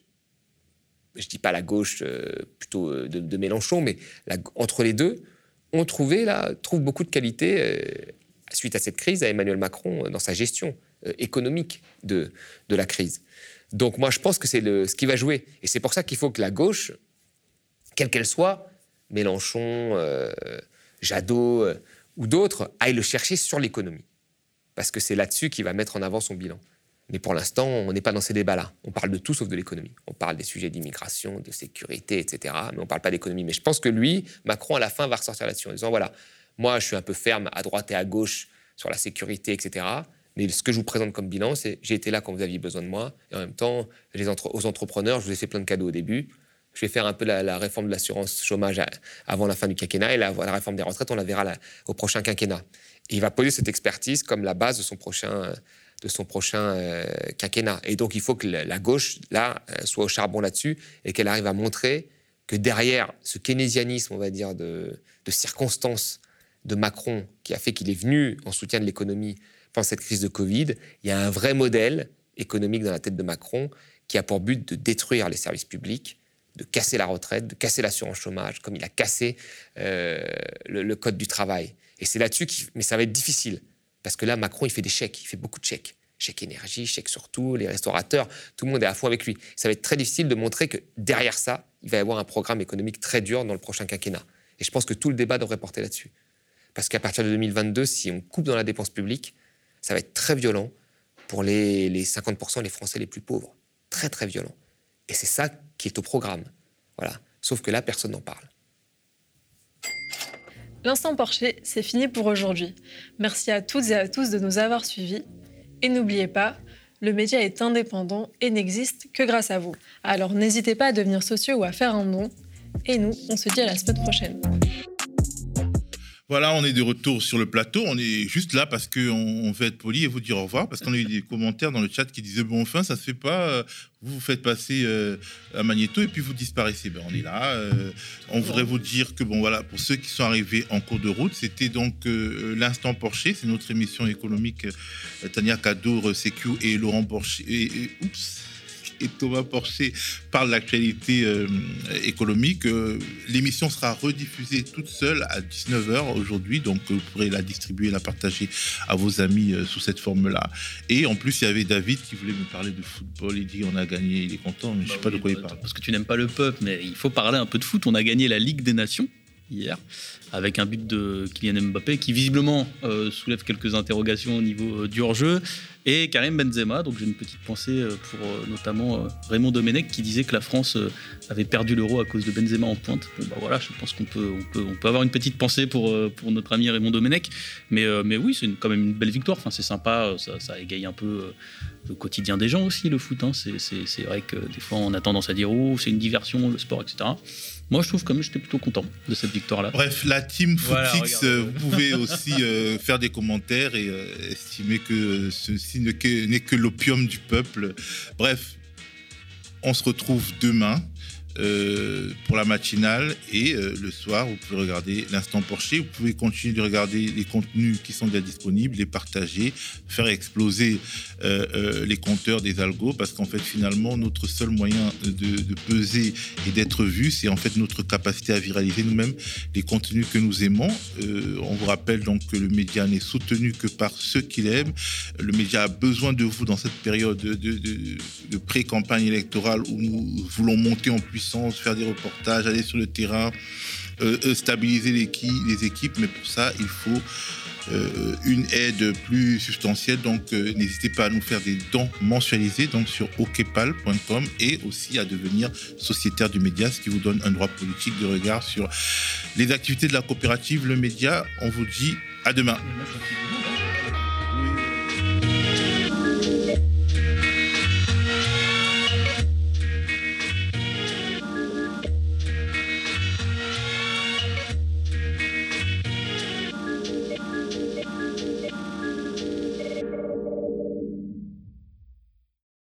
je ne dis pas la gauche euh, plutôt euh, de, de Mélenchon, mais la, entre les deux, ont trouvé, là, trouvent beaucoup de qualités, euh, suite à cette crise, à Emmanuel Macron, euh, dans sa gestion euh, économique de, de la crise. Donc moi, je pense que c'est le, ce qui va jouer. Et c'est pour ça qu'il faut que la gauche, quelle qu'elle soit, Mélenchon, euh, Jadot euh, ou d'autres, aillent le chercher sur l'économie. Parce que c'est là-dessus qu'il va mettre en avant son bilan. Mais pour l'instant, on n'est pas dans ces débats-là. On parle de tout sauf de l'économie. On parle des sujets d'immigration, de sécurité, et cetera. Mais on ne parle pas d'économie. Mais je pense que lui, Macron, à la fin, va ressortir là-dessus en disant, voilà, moi, je suis un peu ferme à droite et à gauche sur la sécurité, et cetera. Mais ce que je vous présente comme bilan, c'est j'ai été là quand vous aviez besoin de moi. Et en même temps, les entre- aux entrepreneurs, je vous ai fait plein de cadeaux au début. Je vais faire un peu la, la réforme de l'assurance chômage à, avant la fin du quinquennat. Et la, la réforme des retraites, on la verra là, au prochain quinquennat. Et il va poser cette expertise comme la base de son prochain... de son prochain euh, quinquennat. Et donc, il faut que la, la gauche, là, euh, soit au charbon là-dessus et qu'elle arrive à montrer que derrière ce keynésianisme, on va dire, de, de circonstances de Macron, qui a fait qu'il est venu en soutien de l'économie pendant cette crise de Covid, il y a un vrai modèle économique dans la tête de Macron qui a pour but de détruire les services publics, de casser la retraite, de casser l'assurance chômage, comme il a cassé euh, le, le code du travail. Et c'est là-dessus qu'il... Mais ça va être difficile. Parce que là, Macron, il fait des chèques, il fait beaucoup de chèques. Chèque énergie, chèque sur tout, les restaurateurs, tout le monde est à fond avec lui. Ça va être très difficile de montrer que derrière ça, il va y avoir un programme économique très dur dans le prochain quinquennat. Et je pense que tout le débat devrait porter là-dessus. Parce qu'à partir de deux mille vingt-deux, si on coupe dans la dépense publique, ça va être très violent pour les, les cinquante pour cent des Français les plus pauvres. Très, très violent. Et c'est ça qui est au programme. Voilà. Sauf que là, personne n'en parle. L'Instant Porcher, c'est fini pour aujourd'hui. Merci à toutes et à tous de nous avoir suivis. Et n'oubliez pas, le média est indépendant et n'existe que grâce à vous. Alors n'hésitez pas à devenir sociaux ou à faire un don. Et nous, on se dit à la semaine prochaine. Voilà, on est de retour sur le plateau. On est juste là parce qu'on on veut être poli et vous dire au revoir. Parce qu'on a eu des commentaires dans le chat qui disaient bon, enfin, ça se fait pas. Euh, vous vous faites passer euh, à Magnéto et puis vous disparaissez. Ben, on est là. Euh, on voudrait vous dire que bon, voilà, pour ceux qui sont arrivés en cours de route, c'était donc euh, l'Instant Porcher. C'est notre émission économique. Euh, Tania Kadour, C Q et Laurent Porcher. Et, et, oups. et Thomas Porcher parlent de l'actualité euh, économique. Euh, l'émission sera rediffusée toute seule à dix-neuf heures aujourd'hui, donc vous pourrez la distribuer, la partager à vos amis euh, sous cette forme-là. Et en plus, il y avait David qui voulait me parler de football. Il dit on a gagné, il est content, mais bah je ne sais oui, pas de quoi bah, il parle. Parce que tu n'aimes pas le peuple, mais il faut parler un peu de foot. On a gagné la Ligue des Nations hier, avec un but de Kylian Mbappé qui visiblement euh, soulève quelques interrogations au niveau euh, du hors-jeu, et Karim Benzema. Donc j'ai une petite pensée euh, pour euh, notamment euh, Raymond Domenech qui disait que la France euh, avait perdu l'Euro à cause de Benzema en pointe. Bon bah voilà, je pense qu'on peut, on peut, on peut avoir une petite pensée pour, euh, pour notre ami Raymond Domenech, mais, euh, mais oui, c'est une, quand même une belle victoire. Enfin, c'est sympa, ça, ça égaye un peu euh, le quotidien des gens aussi, le foot. Hein. C'est, c'est, c'est vrai que des fois on a tendance à dire oh, c'est une diversion, le sport, et cetera. Moi, je trouve quand même que j'étais plutôt content de cette victoire-là. Bref, la team Footix, voilà, vous pouvez aussi euh, faire des commentaires et euh, estimer que ceci n'est que, n'est que l'opium du peuple. Bref, on se retrouve demain euh, pour la matinale et euh, le soir, vous pouvez regarder l'Instant Porcher. Vous pouvez continuer de regarder les contenus qui sont déjà disponibles, les partager, faire exploser euh, euh, les compteurs des algos, parce qu'en fait, finalement, notre seul moyen de, de peser et d'être vu, c'est en fait notre capacité à viraliser nous-mêmes les contenus que nous aimons. Euh, on vous rappelle donc que le média n'est soutenu que par ceux qui l'aiment. Le média a besoin de vous dans cette période de, de, de, de pré-campagne électorale où nous voulons monter en puissance, faire des reportages, aller sur le terrain, euh, stabiliser les, les équipes, mais pour ça, il faut euh, une aide plus substantielle. Donc, euh, n'hésitez pas à nous faire des dons mensualisés donc sur okpal point com et aussi à devenir sociétaire du média, ce qui vous donne un droit politique de regard sur les activités de la coopérative Le Média. On vous dit à demain.